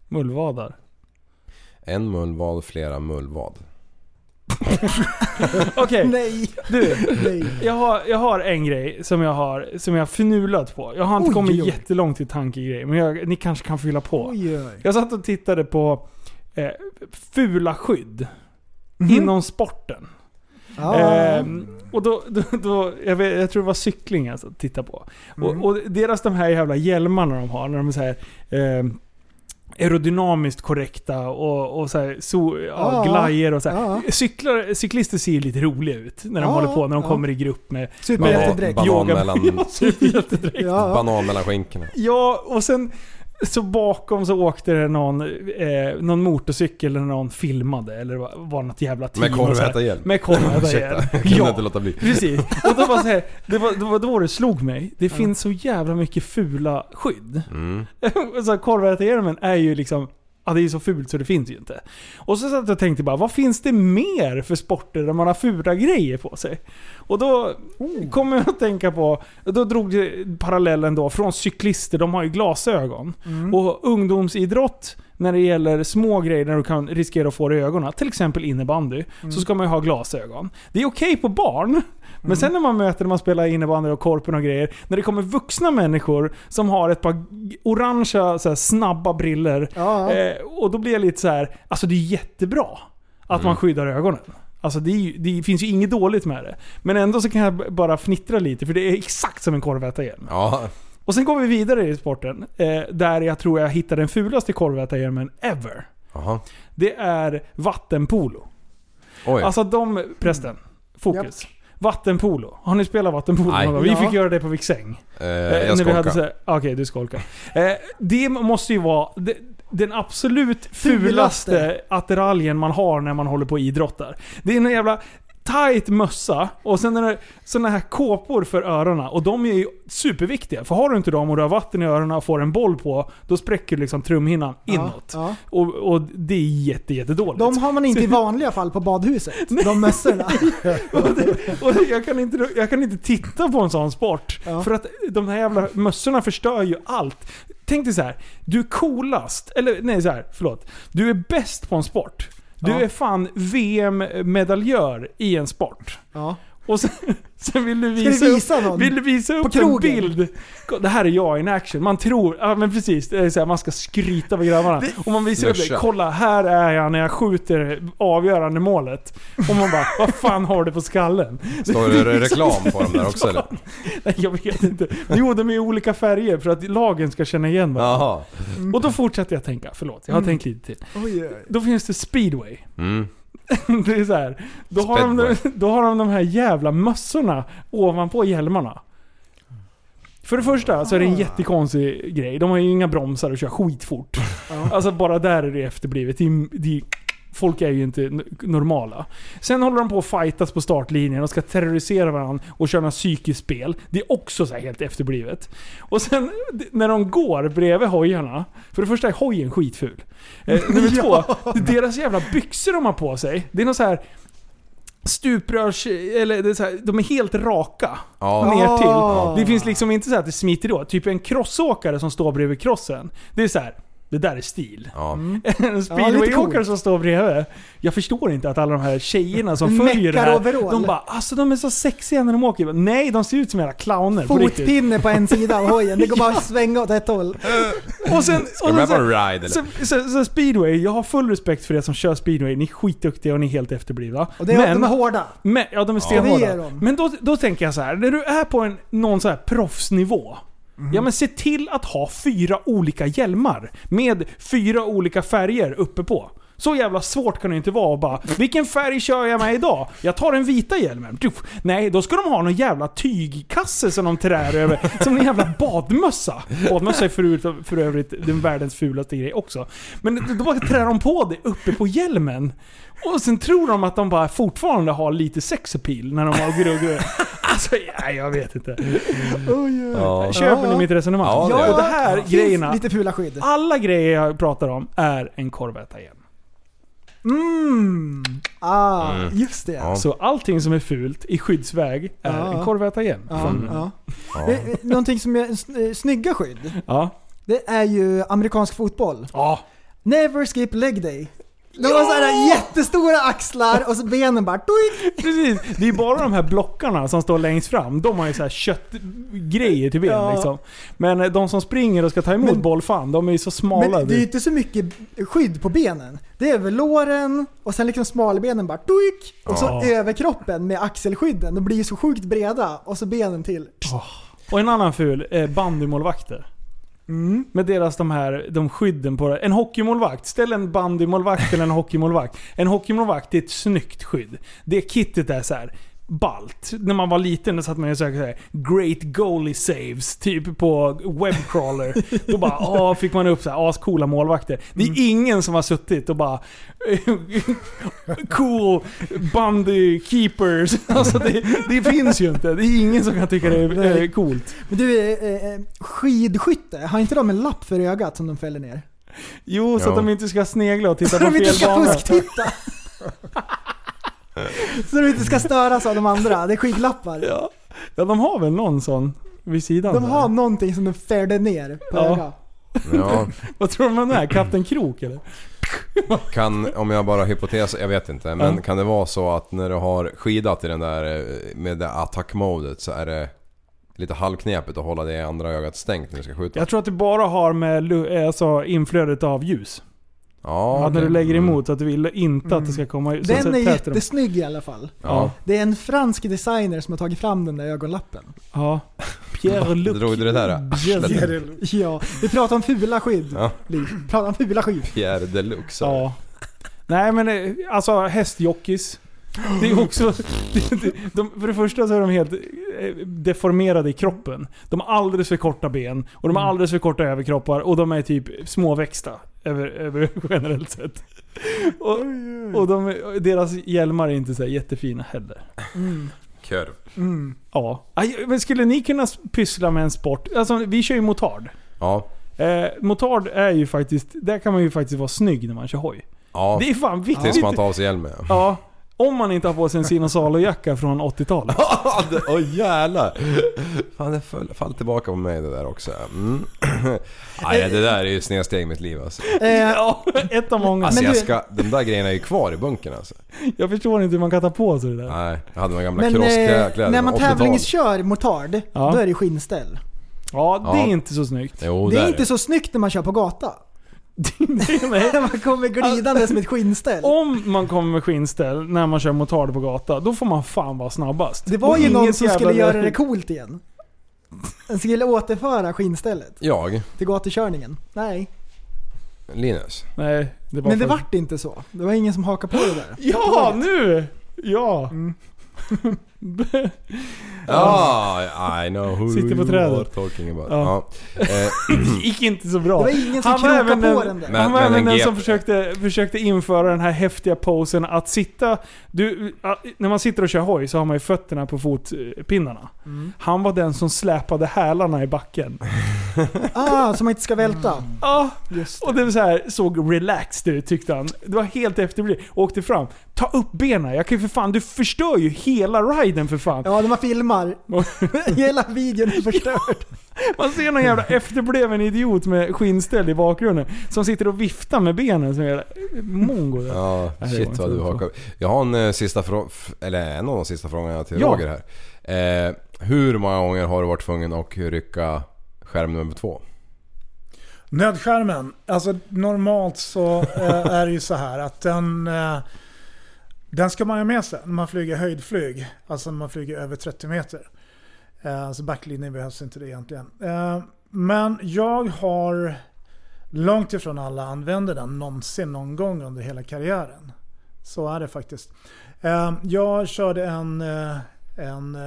En mullvad, flera mullvad. Okej. Nej. Du, jag har en grej som jag har förnulat på. Jag har inte kommit jättelångt i tankegrej, men ni kanske kan fylla på. Jag satt och tittade på fula skydd inom sporten. Och då jag tror det var cykling alltså, att titta på. Och deras de här jävla hjälmarna de har när de är så här aerodynamiskt korrekta och så här glajer och så här. Cyklister ser lite roliga ut när de håller på, när de kommer i grupp med banan mellan skinkorna. Ja, och sen så bakom så åkte det någon motorcykel eller någon filmade eller var något jävla team med korvätarhjälm. Ja, inte låta bli. Precis. Och då var så här, det var då det slog mig. Det finns så jävla mycket fula skydd. Så korvätarhjälmen är ju liksom, det är så fult så det finns ju inte. Och så satt jag och tänkte bara, vad finns det mer för sporter där man har fula grejer på sig? Och då kommer jag att tänka på, då drog det parallellen då från cyklister, de har ju glasögon. Och ungdomsidrott, när det gäller små grejer där du kan riskera att få det i ögonen, till exempel innebandy, så ska man ju ha glasögon. Det är okej på barn, men sen när man spelar innebandy och korpen och grejer, när det kommer vuxna människor som har ett par orangea så här, snabba briller, och då blir jag lite så här, alltså det är jättebra att man skyddar ögonen. Alltså det finns ju inget dåligt med det. Men ändå så kan jag bara fnittra lite, för det är exakt som en korvätarhjälm. Ja. Och sen går vi vidare i sporten, där jag tror jag hittar den fulaste korvätarhjälmen ever. Aha. Det är vattenpolo. Oj. Alltså fokus. Yep. Vattenpolo. Har ni spelat vattenpolo? Vi fick göra det på Viksäng. Jag skolkar. Okej, du skolkar. Det måste ju vara den absolut fulaste attiraljen man har när man håller på och idrottar. Det är en jävla tight mössa och sen är det såna här kåpor för öronen, och de är ju superviktiga, för har du inte dem och du har vatten i öronen och får en boll på, då spräcker liksom trumhinnan inåt. Och det är jättedåligt. De har man inte i vanliga fall på badhuset, de mössorna. och jag kan inte titta på en sån sport, för att de här jävla mössorna förstör ju allt. Tänk dig så här, du är coolast, eller nej så här, förlåt. Du är bäst på en sport. Du är fan VM-medaljör i en sport. Ja. Och sen vill du visa upp en bild. Det här är jag in action. Man tror, men precis, det är så här, man ska skryta med grabbarna. Och man visar upp det. Kolla, här är jag när jag skjuter avgörande målet. Och man bara, vad fan har du på skallen? Står det reklam på dem där också eller? Nej, jag vet inte. Jo, de är i olika färger för att lagen ska känna igen varandra. Och då fortsätter jag tänka, förlåt, jag har tänkt lite till. Då finns det speedway. Det är så här. Då har de här jävla mössorna ovanpå hjälmarna. För det första så är det en jättekonstig grej. De har ju inga bromsar och kör skitfort. Alltså bara där är det efterblivet. Folk är ju inte normala. Sen håller de på att fightas på startlinjen och ska terrorisera varandra och köra psykiskt spel. Det är också så här helt efterblivet. Och sen när de går bredvid hojarna, för det första är hojen skitful. Nummer 2, deras jävla byxor de har på sig. Det är något så här stuprörs, eller det är så här, de är helt raka ner till. Det finns liksom inte så att det smiter då. Typ en crossåkare som står bredvid crossen. Det är så här. Det där är stil. En speedway-åkare som står bredvid. Jag förstår inte att alla de här tjejerna som följer det här, de bara, alltså de är så sexiga när de åker. Nej, de ser ut som jävla clowner. Fotpinne på en sida av hojen. Det går bara att svänga åt ett håll. Och sen så speedway, jag har full respekt för det som kör speedway. Ni är skitduktiga och ni är helt efterblivna. Och det är de är hårda. Ja, de är stenhårda. Men då tänker jag så här, när du är på någon så här proffsnivå. Ja, men se till att ha 4 olika hjälmar med 4 olika färger uppe på. Så jävla svårt kan det inte vara bara, vilken färg kör jag med idag? Jag tar den vita hjälmen. Nej, då ska de ha någon jävla tygkasse som de trär över. Som en jävla badmössa. Badmössa är för övrigt den världens fulaste grej också. Men då bara trär de på det uppe på hjälmen. Och sen tror de att de bara fortfarande har lite sexappeal när de har grugg. Alltså, jag vet inte. Köper ni mitt resonemang? Ja, och det här grejerna, lite fula skydd. Alla grejer jag pratar om är en Corvette igen. Just det. Ja. Så allting som är fult i skyddsväg är en Corvette igen. Någonting som är snygga skydd. Det är ju amerikansk fotboll. Never skip leg day. De har sådana jättestora axlar och så benen bara... Precis, det är bara de här blockarna som står längst fram. De har ju så här köttgrejer till ben liksom. Men de som springer och ska ta emot boll, fan, de är ju så smala. Men det är inte så mycket skydd på benen. Det är över låren och sen liksom smalbenen bara... Och så över kroppen med axelskydden. De blir ju så sjukt breda och så benen till. Och en annan ful är bandymålvakter. Med deras de skydden på det. En hockeymålvakt, ställ en bandymålvakt eller en hockeymålvakt. En hockeymålvakt är ett snyggt skydd. Det kittet är så här balt. När man var liten då satt man och sökte så här great goalie saves typ på webcrawler. Då bara fick man upp så här ascoola målvakter. Det är ingen som har suttit och bara cool bandy keepers. Alltså det finns ju inte. Det är ingen som kan tycka det är coolt. Men du, skidskytte, har inte de en lapp för ögat som de fäller ner? Jo, så att de inte ska snegla och titta på fel bana. Så de inte ska fusktitta. Så de inte ska störas av de andra. Det är skidlappar. Ja, de har väl någon sån vid sidan. De har någonting som de färdar ner på ögat. Ja. Vad tror man är? Kapten Krok eller? Kan, om jag bara hypotes, jag vet inte. Men kan det vara så att när du har skidat i den där med det attack-modet så är det lite halvknepigt att hålla det andra ögat stängt när du ska skjuta? Jag tror att det bara har med inflödet av ljus. Ja, när du lägger emot att du vill inte att det ska komma ut. Den är jättesnygg i alla fall. Det är en fransk designer som har tagit fram den där ögonlappen. Pierre Luc. Drog du det där? Ja, vi pratar om fula skydd. Pratar om fula skydd. Pierre Deluxe. Nej men alltså hästjockeys. Det är också för det första så är de helt deformerade i kroppen. De har alldeles för korta ben och de har alldeles för korta överkroppar och de är typ småväxta över generellt sett. Och deras hjälmar är inte så jättefina heller. Kör. Ja. Men skulle ni kunna pyssla med en sport? Alltså vi kör ju motard. Ja. Motard är ju faktiskt, där kan man ju faktiskt vara snygg när man kör hoj. Ja. Det är fan viktigt. Tills man tar av sig hjälmen. Ja. Om man inte har på sig en Sinosalo-jacka från 80-talet. Jävlar. Fan, det fall tillbaka på mig det där också. Nej, det där är ju snedsteg i mitt liv alltså. Ett av många. Alltså de där grejerna är ju kvar i bunkern alltså. Jag förstår inte hur man kan ta på sig det där. Nej, jag hade några gamla crosskläder. När man tävlingskör motard, då är det skynställ. Ja, det är inte så snyggt. Jo, det är inte så snyggt när man kör på gata. Man kommer glidande med ett skinnställ. Om man kommer med skinnställ när man kör motard på gata, då får man fan vara snabbast. Det var ju någon som skulle göra det coolt igen. Den skulle återföra skinnstället. Jag? Till gatukörningen. Nej. Linus? Nej. Men det vart inte så. Det var ingen som hakade på det där. Ja, nu! Ja. I know who sitter på trädet. Talking about. Ja. Gick inte så bra. Det var ingen som krokade på den där. Han var även den som försökte införa den här häftiga posen att sitta... när man sitter och kör hoj så har man ju fötterna på fotpinnarna. Han var den som släpade hälarna i backen. Så man inte ska välta. Ja, och det var så här, såg relaxed ut tyckte han. Det var helt efterblivet. Åkte fram. Ta upp benen. Jag kan ju för fan, du förstör ju hela riden för fan. Ja, de har filmar. Hela videon är förstörd. Man ser någon jävla efterbleven idiot med skinnställ i bakgrunden som sitter och viftar med benen som är mongo. Ja, shit vad du hakar. Jag har en sista fråga, eller en av de sista frågorna till Roger här. Hur många gånger har du varit tvungen att rycka skärm nummer 2? Nödskärmen, alltså normalt så är det ju så här att den ska man ha med sig när man flyger höjdflyg, alltså när man flyger över 30 meter. Så backlinjen behövs inte det egentligen. Men jag har långt ifrån alla använder den någonsin någon gång under hela karriären. Så är det faktiskt. Jag körde en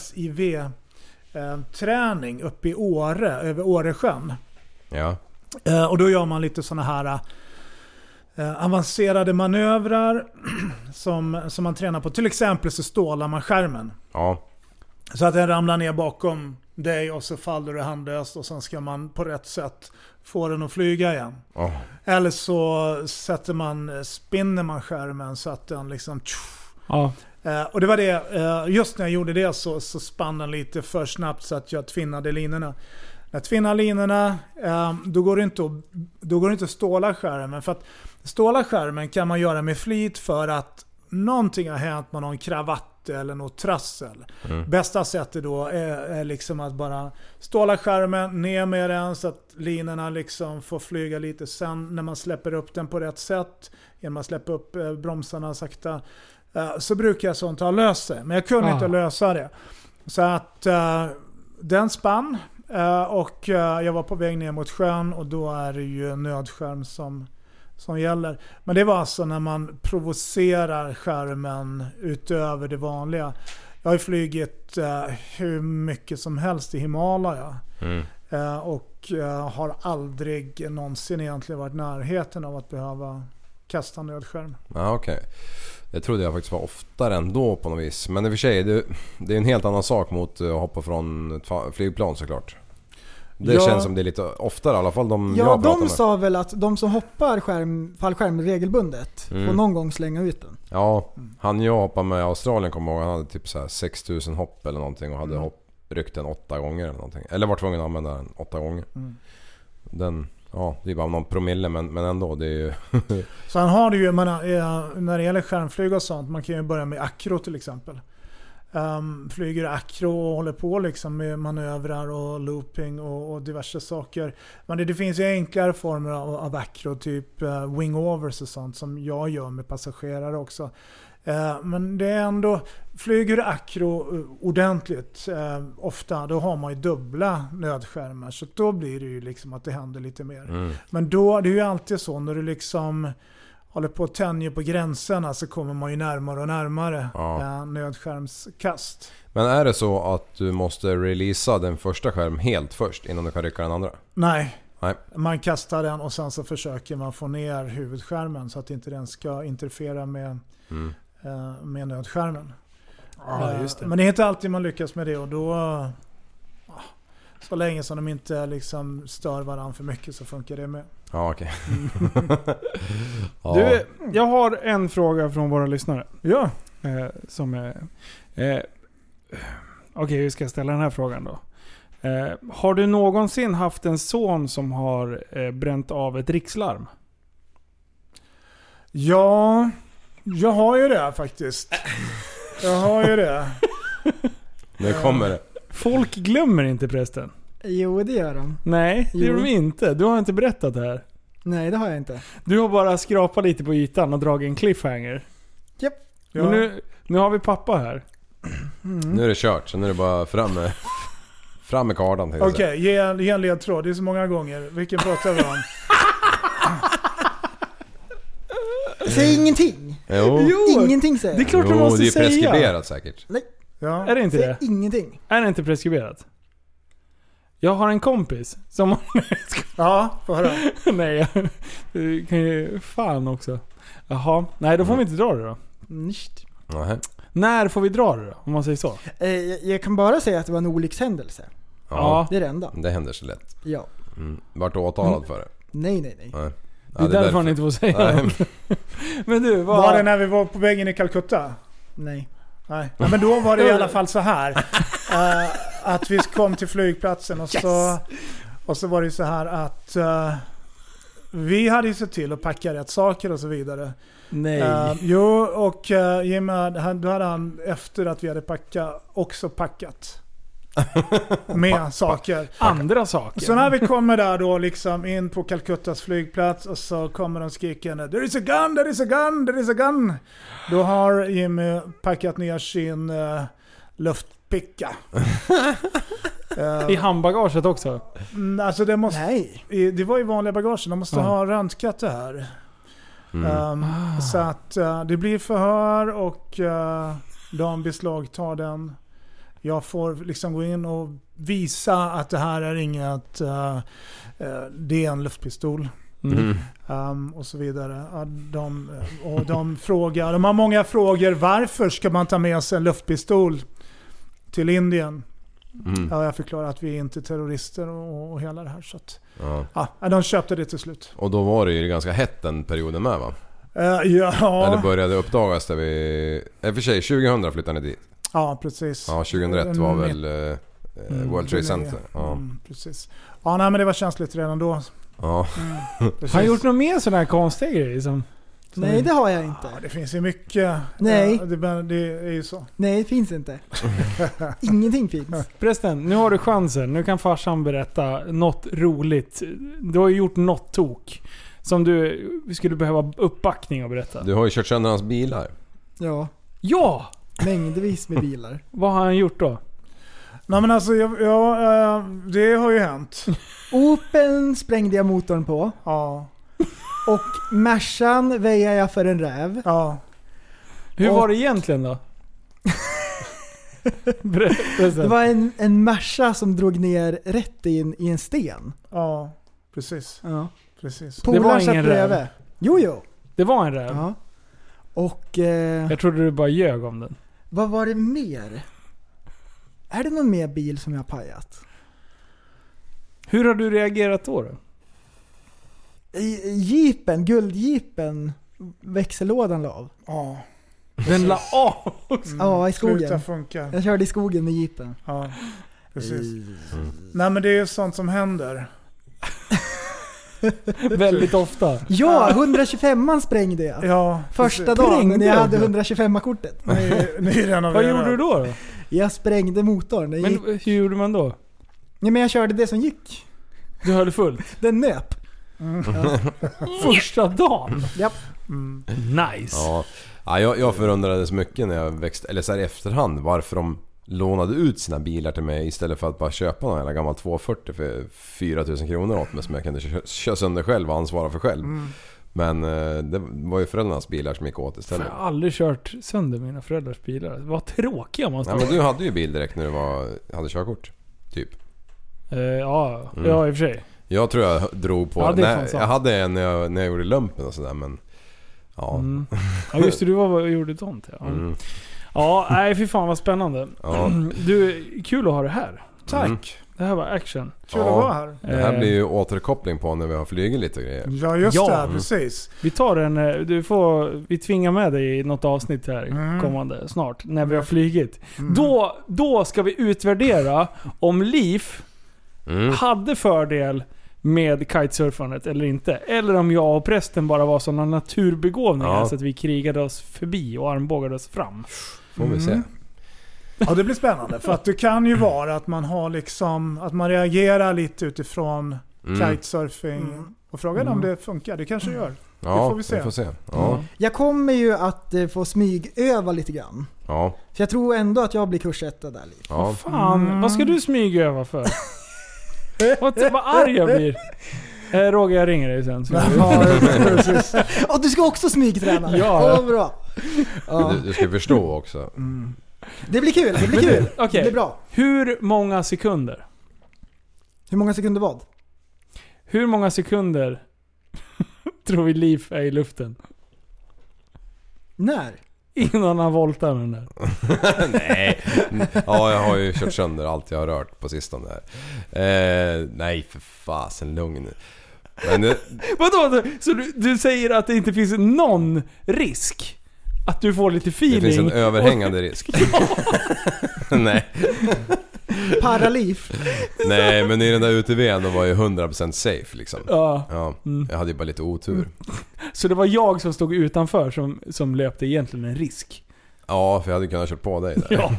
SIV-träning uppe i Åre, över Åresjön. Ja. Och då gör man lite såna här avancerade manövrar som man tränar på. Till exempel så stålar man skärmen. Ja. Så att den ramlar ner bakom dig och så faller du handlöst och sen ska man på rätt sätt få den att flyga igen. Oh. Eller så spinner man skärmen så att den liksom... Ja. Och det var det, just när jag gjorde det så spann den lite för snabbt så att jag tvinnade linorna. När jag tvinnar linorna, då går det inte att ståla skärmen. För att ståla skärmen kan man göra med flit för att någonting har hänt med någon kravatt eller något trassel. Bästa sättet då är liksom att bara ståla skärmen, ner med den så att linorna liksom får flyga lite. Sen när man släpper upp den på rätt sätt, genom att släppa upp bromsarna sakta, så brukar jag sånt ha löst sig. Men jag kunde inte lösa det. Så att den spann och jag var på väg ner mot sjön och då är det ju nödskärm som gäller. Men det var alltså när man provocerar skärmen utöver det vanliga. Jag har ju flygit hur mycket som helst i Himalaya. Och har aldrig någonsin egentligen varit i närheten av att behöva kasta nödskärm. Ja, okej. Det trodde jag faktiskt var oftare ändå på något vis. Men i och för sig, det är en helt annan sak mot att hoppa från ett flygplan såklart. Det känns som det är lite oftare i alla fall jag pratar med. De sa väl att de som hoppar fallskärm regelbundet får någon gång slänga ut den. Ja, jag hoppade med i Australien, kommer ihåg, han hade typ så här 6000 hopp eller någonting och hade ryckt den 8 gånger eller någonting. Eller var tvungen att använda den 8 gånger. Den, det är bara någon promille men ändå, det är ju... Så han har det ju, när det gäller skärmflyg och sånt, man kan ju börja med akro till exempel. Flyger akro och håller på liksom med manövrar och looping och diverse saker. Men det finns ju enklare former av akro, typ wingovers och sånt som jag gör med passagerare också. Men det är ändå, flyger akro ordentligt ofta, då har man ju dubbla nödskärmar, så då blir det ju liksom att det händer lite mer. Men då, det är ju alltid så när du liksom håller på att tänja på gränserna, så kommer man ju närmare och närmare nödskärmskast. Men är det så att du måste releasa den första skärmen helt först innan du kan rycka den andra? Nej. Man kastar den och sen så försöker man få ner huvudskärmen så att inte den ska interfera med nödskärmen. Just det. Men det är inte alltid man lyckas med det, och då så länge som de inte liksom stör varandra för mycket så funkar det med. Ja, okej. Du, jag har en fråga från våra lyssnare. Ja. Som är... Okej, vi ska ställa den här frågan då. Har du någonsin haft en son som har bränt av ett rikslarm? Ja, jag har ju det faktiskt. Jag har ju det. Nu kommer det. Folk glömmer inte prästen. Jo, det gör de. Nej, det gör de inte. Du har inte berättat det här. Nej, det har jag inte. Du har bara skrapat lite på ytan och dragit en cliffhanger. Japp. Ja. Men nu har vi pappa här. Nu är det kört, så nu är det bara fram med kardan. Okej, ge en ledtråd. Det är så många gånger. Vilken pratar vi om? Säg ingenting. Jo. Ingenting säger. Det är klart du måste säga. Det är preskriberat säkert. Nej. Ja. Är det inte det? Ingenting. Är det inte preskriberat? Jag har en kompis som... Ja, får höra. Nej, du kan ju fan också. Jaha, nej då får vi inte dra det då. Nicht. När får vi dra det då, om man säger så? Jag kan bara säga att det var en olyckshändelse. Ja. Det är det enda. Det händer så lätt. Ja. Vart du åtalad för det? Nej. Det är därför han inte får säga det. Men du, var det när vi var på vägen i Calcutta? Nej. Ja, men då var det i alla fall så här att vi kom till flygplatsen och så var det så här att vi hade ju sett till att packa rätt saker och så vidare. Nej. Och Jimmy, då hade han efter att vi hade också packat med saker. Andra saker. Så när vi kommer där då liksom in på Calcuttas flygplats och så kommer de skrikande "There is a gun, there is a gun, there is a gun". Då har Jimmy packat ner sin luftpicka. I handbagaget också? Alltså det måste... Nej. Det var i vanliga bagage. De måste ha röntgat det här. Så att det blir förhör och de beslagtar den. Jag får liksom gå in och visa att det här är inget... det är en luftpistol. Och så vidare. De frågar... De har många frågor. Varför ska man ta med sig en luftpistol till Indien? Ja, jag förklarar att vi är inte terrorister och hela det här. Så att, de köpte det till slut. Och då var det ju ganska hett den perioden med, va? Ja. Eller började uppdagas där vi... för sig, 2000 flyttade ni dit. Ja, precis. Ja, 2001 var väl World Trade Center. Ja. Precis. Ja, nej, men det var känsligt redan då. Ja. Har han gjort något mer sådana här konstiga grejer som... Nej, det har jag inte. Ja, det finns ju mycket. Nej. Det är ju så. Nej, det finns inte. Ingenting finns. Förresten, nu har du chansen. Nu kan farsan berätta något roligt. Du har ju gjort något tok som du skulle behöva uppbackning och berätta. Du har ju kört sönder hans bilar. Ja. Ja! Mängdvis med bilar. Vad har han gjort då? Nej, men alltså, det har ju hänt. Opeln sprängde jag motorn på. Ja. Och Mercan väjade jag för en räv. Ja. Hur var det egentligen då? Det var en Merca som drog ner rätt in i en sten. Ja, precis. Ja. Precis. Det var ingen räv. Jo. Det var en räv. Ja. Och jag trodde du bara ljög om den. Vad var det mer? Är det någon mer bil som jag har pajat? Hur har du reagerat då? Jeepen, guldjeepen, växellådan la av. Ja. Den la av också. Ja, i skogen. Sluta funka. Jag körde i skogen med jeepen. Ja, precis. Nej, men det är ju sånt som händer. Väldigt ofta. Ja, 125an sprängde jag. Ja, första dagen när jag hade 125a-kortet. Vad gjorde du då? Jag sprängde motorn. Men hur gjorde man då? Nej, men jag körde det som gick. Du hörde fullt? Den nöp. Ja. Första dagen? Japp. Nice. Ja, jag förundrades mycket när jag växte, eller så här i efterhand, varför de lånade ut sina bilar till mig istället för att bara köpa någon jävla gammal 240 för 4 000 kronor åt mig som jag kunde köra sönder själv och ansvara för själv. Men det var ju föräldrarnas bilar som gick åt istället. Jag har aldrig kört sönder mina föräldrars bilar. Vad tråkiga man ska vara. Men du hade ju bil direkt när du hade körkort. Typ. Ja, i och för sig. Jag tror jag drog på... Ja, jag hade en när jag gjorde lumpen och sådär, men... Ja. Ja, just det, du gjorde sånt. Ja. Ja, nej, fy fan vad spännande. Ja. Du, kul att ha det här. Tack. Det här var action. Kul att vara här. Det här blir ju återkoppling på när vi har flugit lite grejer. Ja, just det. Precis. Vi tar vi tvingar med dig i något avsnitt här kommande snart när vi har flugit. Då ska vi utvärdera om Liv hade fördel med kitesurfandet eller inte. Eller om jag och prästen bara var sådana naturbegåvningar så att vi krigade oss förbi och armbågade oss fram. Får vi se. Ja, det blir spännande. För att det kan ju vara att man har liksom, att man reagerar lite utifrån kitesurfing och frågar om det funkar. Det kanske gör. Ja, det får vi se. Vi får se. Ja. Jag kommer ju att få smygöva lite grann. Ja. Så jag tror ändå att jag blir kursetta där lite. Ja. Fan, vad ska du smygöva för? Vad arg jag blir. Roger, jag ringer dig sen. Och du ska också smygträna. Ja. Bra. Du ska förstå också. Det blir kul, Okay. Det blir bra. Hur många sekunder? Hur många sekunder vad? Hur många sekunder tror vi Liv är i luften? När? Innan han voltar den där. Nej. Ja, jag har ju kört sönder allt jag har rört på sistone där. Nej, för fasen, lugn. Men vadå? Så du säger att det inte finns någon risk att du får lite feeling? Det finns en överhängande risk. Nej. Paraliv. Nej, men i den där UTV:n då var ju 100% safe liksom. Ja. Jag hade ju bara lite otur. Så det var jag som stod utanför som löpte egentligen en risk? Ja, för jag hade kunnat kört på dig där. Ja.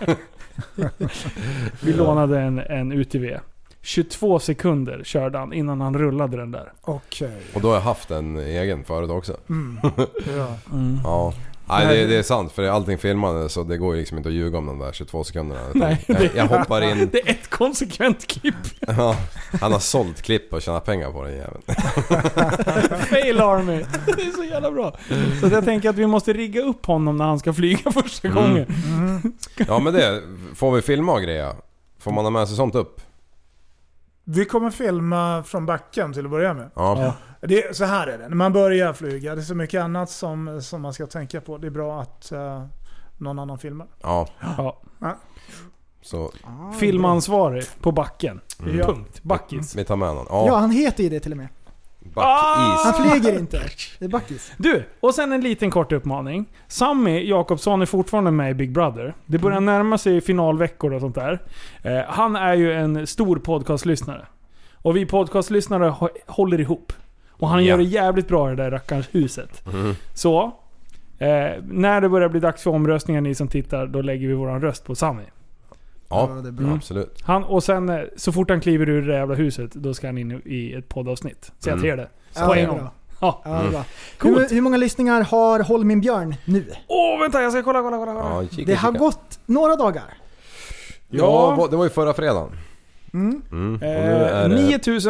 Vi lånade en UTV. 22 sekunder körde han innan han rullade den där. Okej. Och då har jag haft en egen förut också. Ja. Ja. Nej, det är sant, för allting filmade, så det går ju liksom inte att ljuga om de där 22 sekunderna. Nej, jag hoppar in. Det är ett konsekvent klipp. Ja, han har sålt klipp och tjänat pengar på den jäveln. Fail Army. Det är så jävla bra. Så jag tänker att vi måste rigga upp honom när han ska flyga första gången. Ja, men det får vi filma och grejer. Får man ha med sig sånt upp? Vi kommer filma från backen till att börja med. Ja. Så här är det. När man börjar flyga, det är så mycket annat som man ska tänka på. Det är bra att någon annan filmar. Ja. Så filmansvarig på backen. Punkt. Backis. Vi tar med någon. Ja, han heter ju det till och med. Backis. Han flyger inte. Det är backis. Du, och sen en liten kort uppmaning. Sammy Jakobsson är fortfarande med i Big Brother. Det börjar närma sig finalveckor och sånt där. Han är ju en stor podcastlyssnare. Och vi podcastlyssnare håller ihop. Och han gör det jävligt bra i det där rackarns huset. Så när det börjar bli dags för omröstningen, ni som tittar, då lägger vi våran röst på Sammy. Ja, det är bra. Absolut. Och sen så fort han kliver ur det jävla huset, då ska han in i ett poddavsnitt. Så jag ser det. På en gång. Hur många lyssningar har Håll min björn nu? Vänta, jag ska kolla. Ja, det har gått några dagar. Ja, det var ju förra fredagen. Och nu är det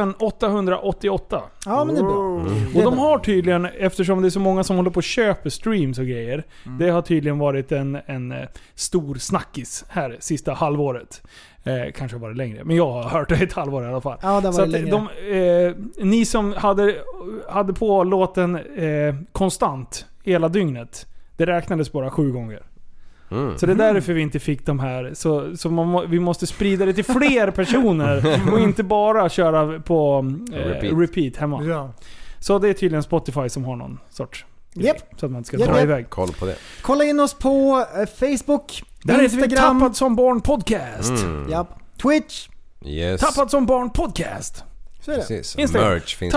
9888. Ja, men det är bra. Och de har tydligen, eftersom det är så många som håller på och köper streams och grejer, det har tydligen varit en stor snackis här sista halvåret. Kanske var det längre, men jag har hört det ett halvår i alla fall. Ja, det var det längre. Ni som hade på låten konstant hela dygnet, det räknades bara 7 gånger. Så det är därför vi inte fick de här. Så vi måste sprida det till fler personer och inte bara köra på repeat hemma. Ja. Så det är tydligen Spotify som har någon sorts så att man ska dra iväg. Kolla på det. Kolla in oss på Facebook, där Instagram. Heter vi Tappad som barn podcast. Twitch. Yes. Tappad som barn podcast. Så är det. Precis. Instagram. Merch finns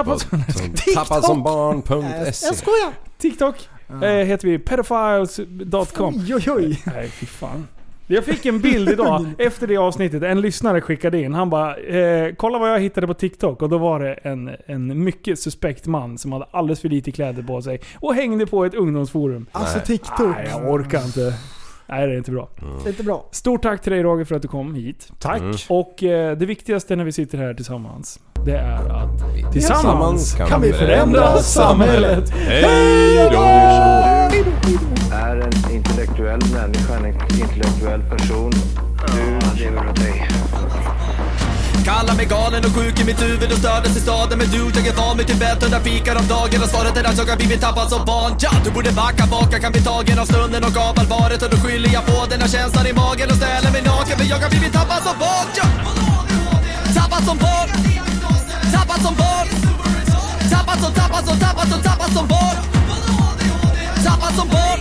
tappadsombarn.se. Jag skojar. TikTok heter vi pedofiles.com. Oj. Nej, fy fan. Jag fick en bild idag efter det avsnittet. En lyssnare skickade in. Han bara, kolla vad jag hittade på TikTok. Och då var det en mycket suspekt man som hade alldeles för lite kläder på sig och hängde på ett ungdomsforum. Alltså TikTok. Nej, jag orkar inte. Nej, det är inte bra. Det är inte bra. Stort tack till dig, Roger, för att du kom hit. Tack. Och det viktigaste när vi sitter här tillsammans, det är att tillsammans kan vi förändra samhället. Hej då! Är en intellektuell människa, en intellektuell person. Du lever åt dig. Kallar mig galen och sjuk i mitt huvud och stördes i staden. Men du, jag är van vid Tibet under fikar om dagen. Och svaret är att jag har blivit tappad som barn. Ja, du borde backa bak, jag kan bli tagen av stunden och av allvaret. Och då skyller jag på den här känslan i magen och ställer mig naken. För jag har blivit tappad som barn. Ja. Tappad som barn. Tappad som barn. Tappad som barn. Tappad som barn. Tappad som barn.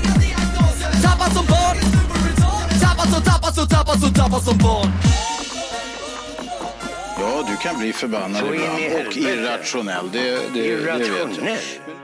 Tappad som barn. Ja, du kan bli förbannad ibland och irrationell. Det vet jag.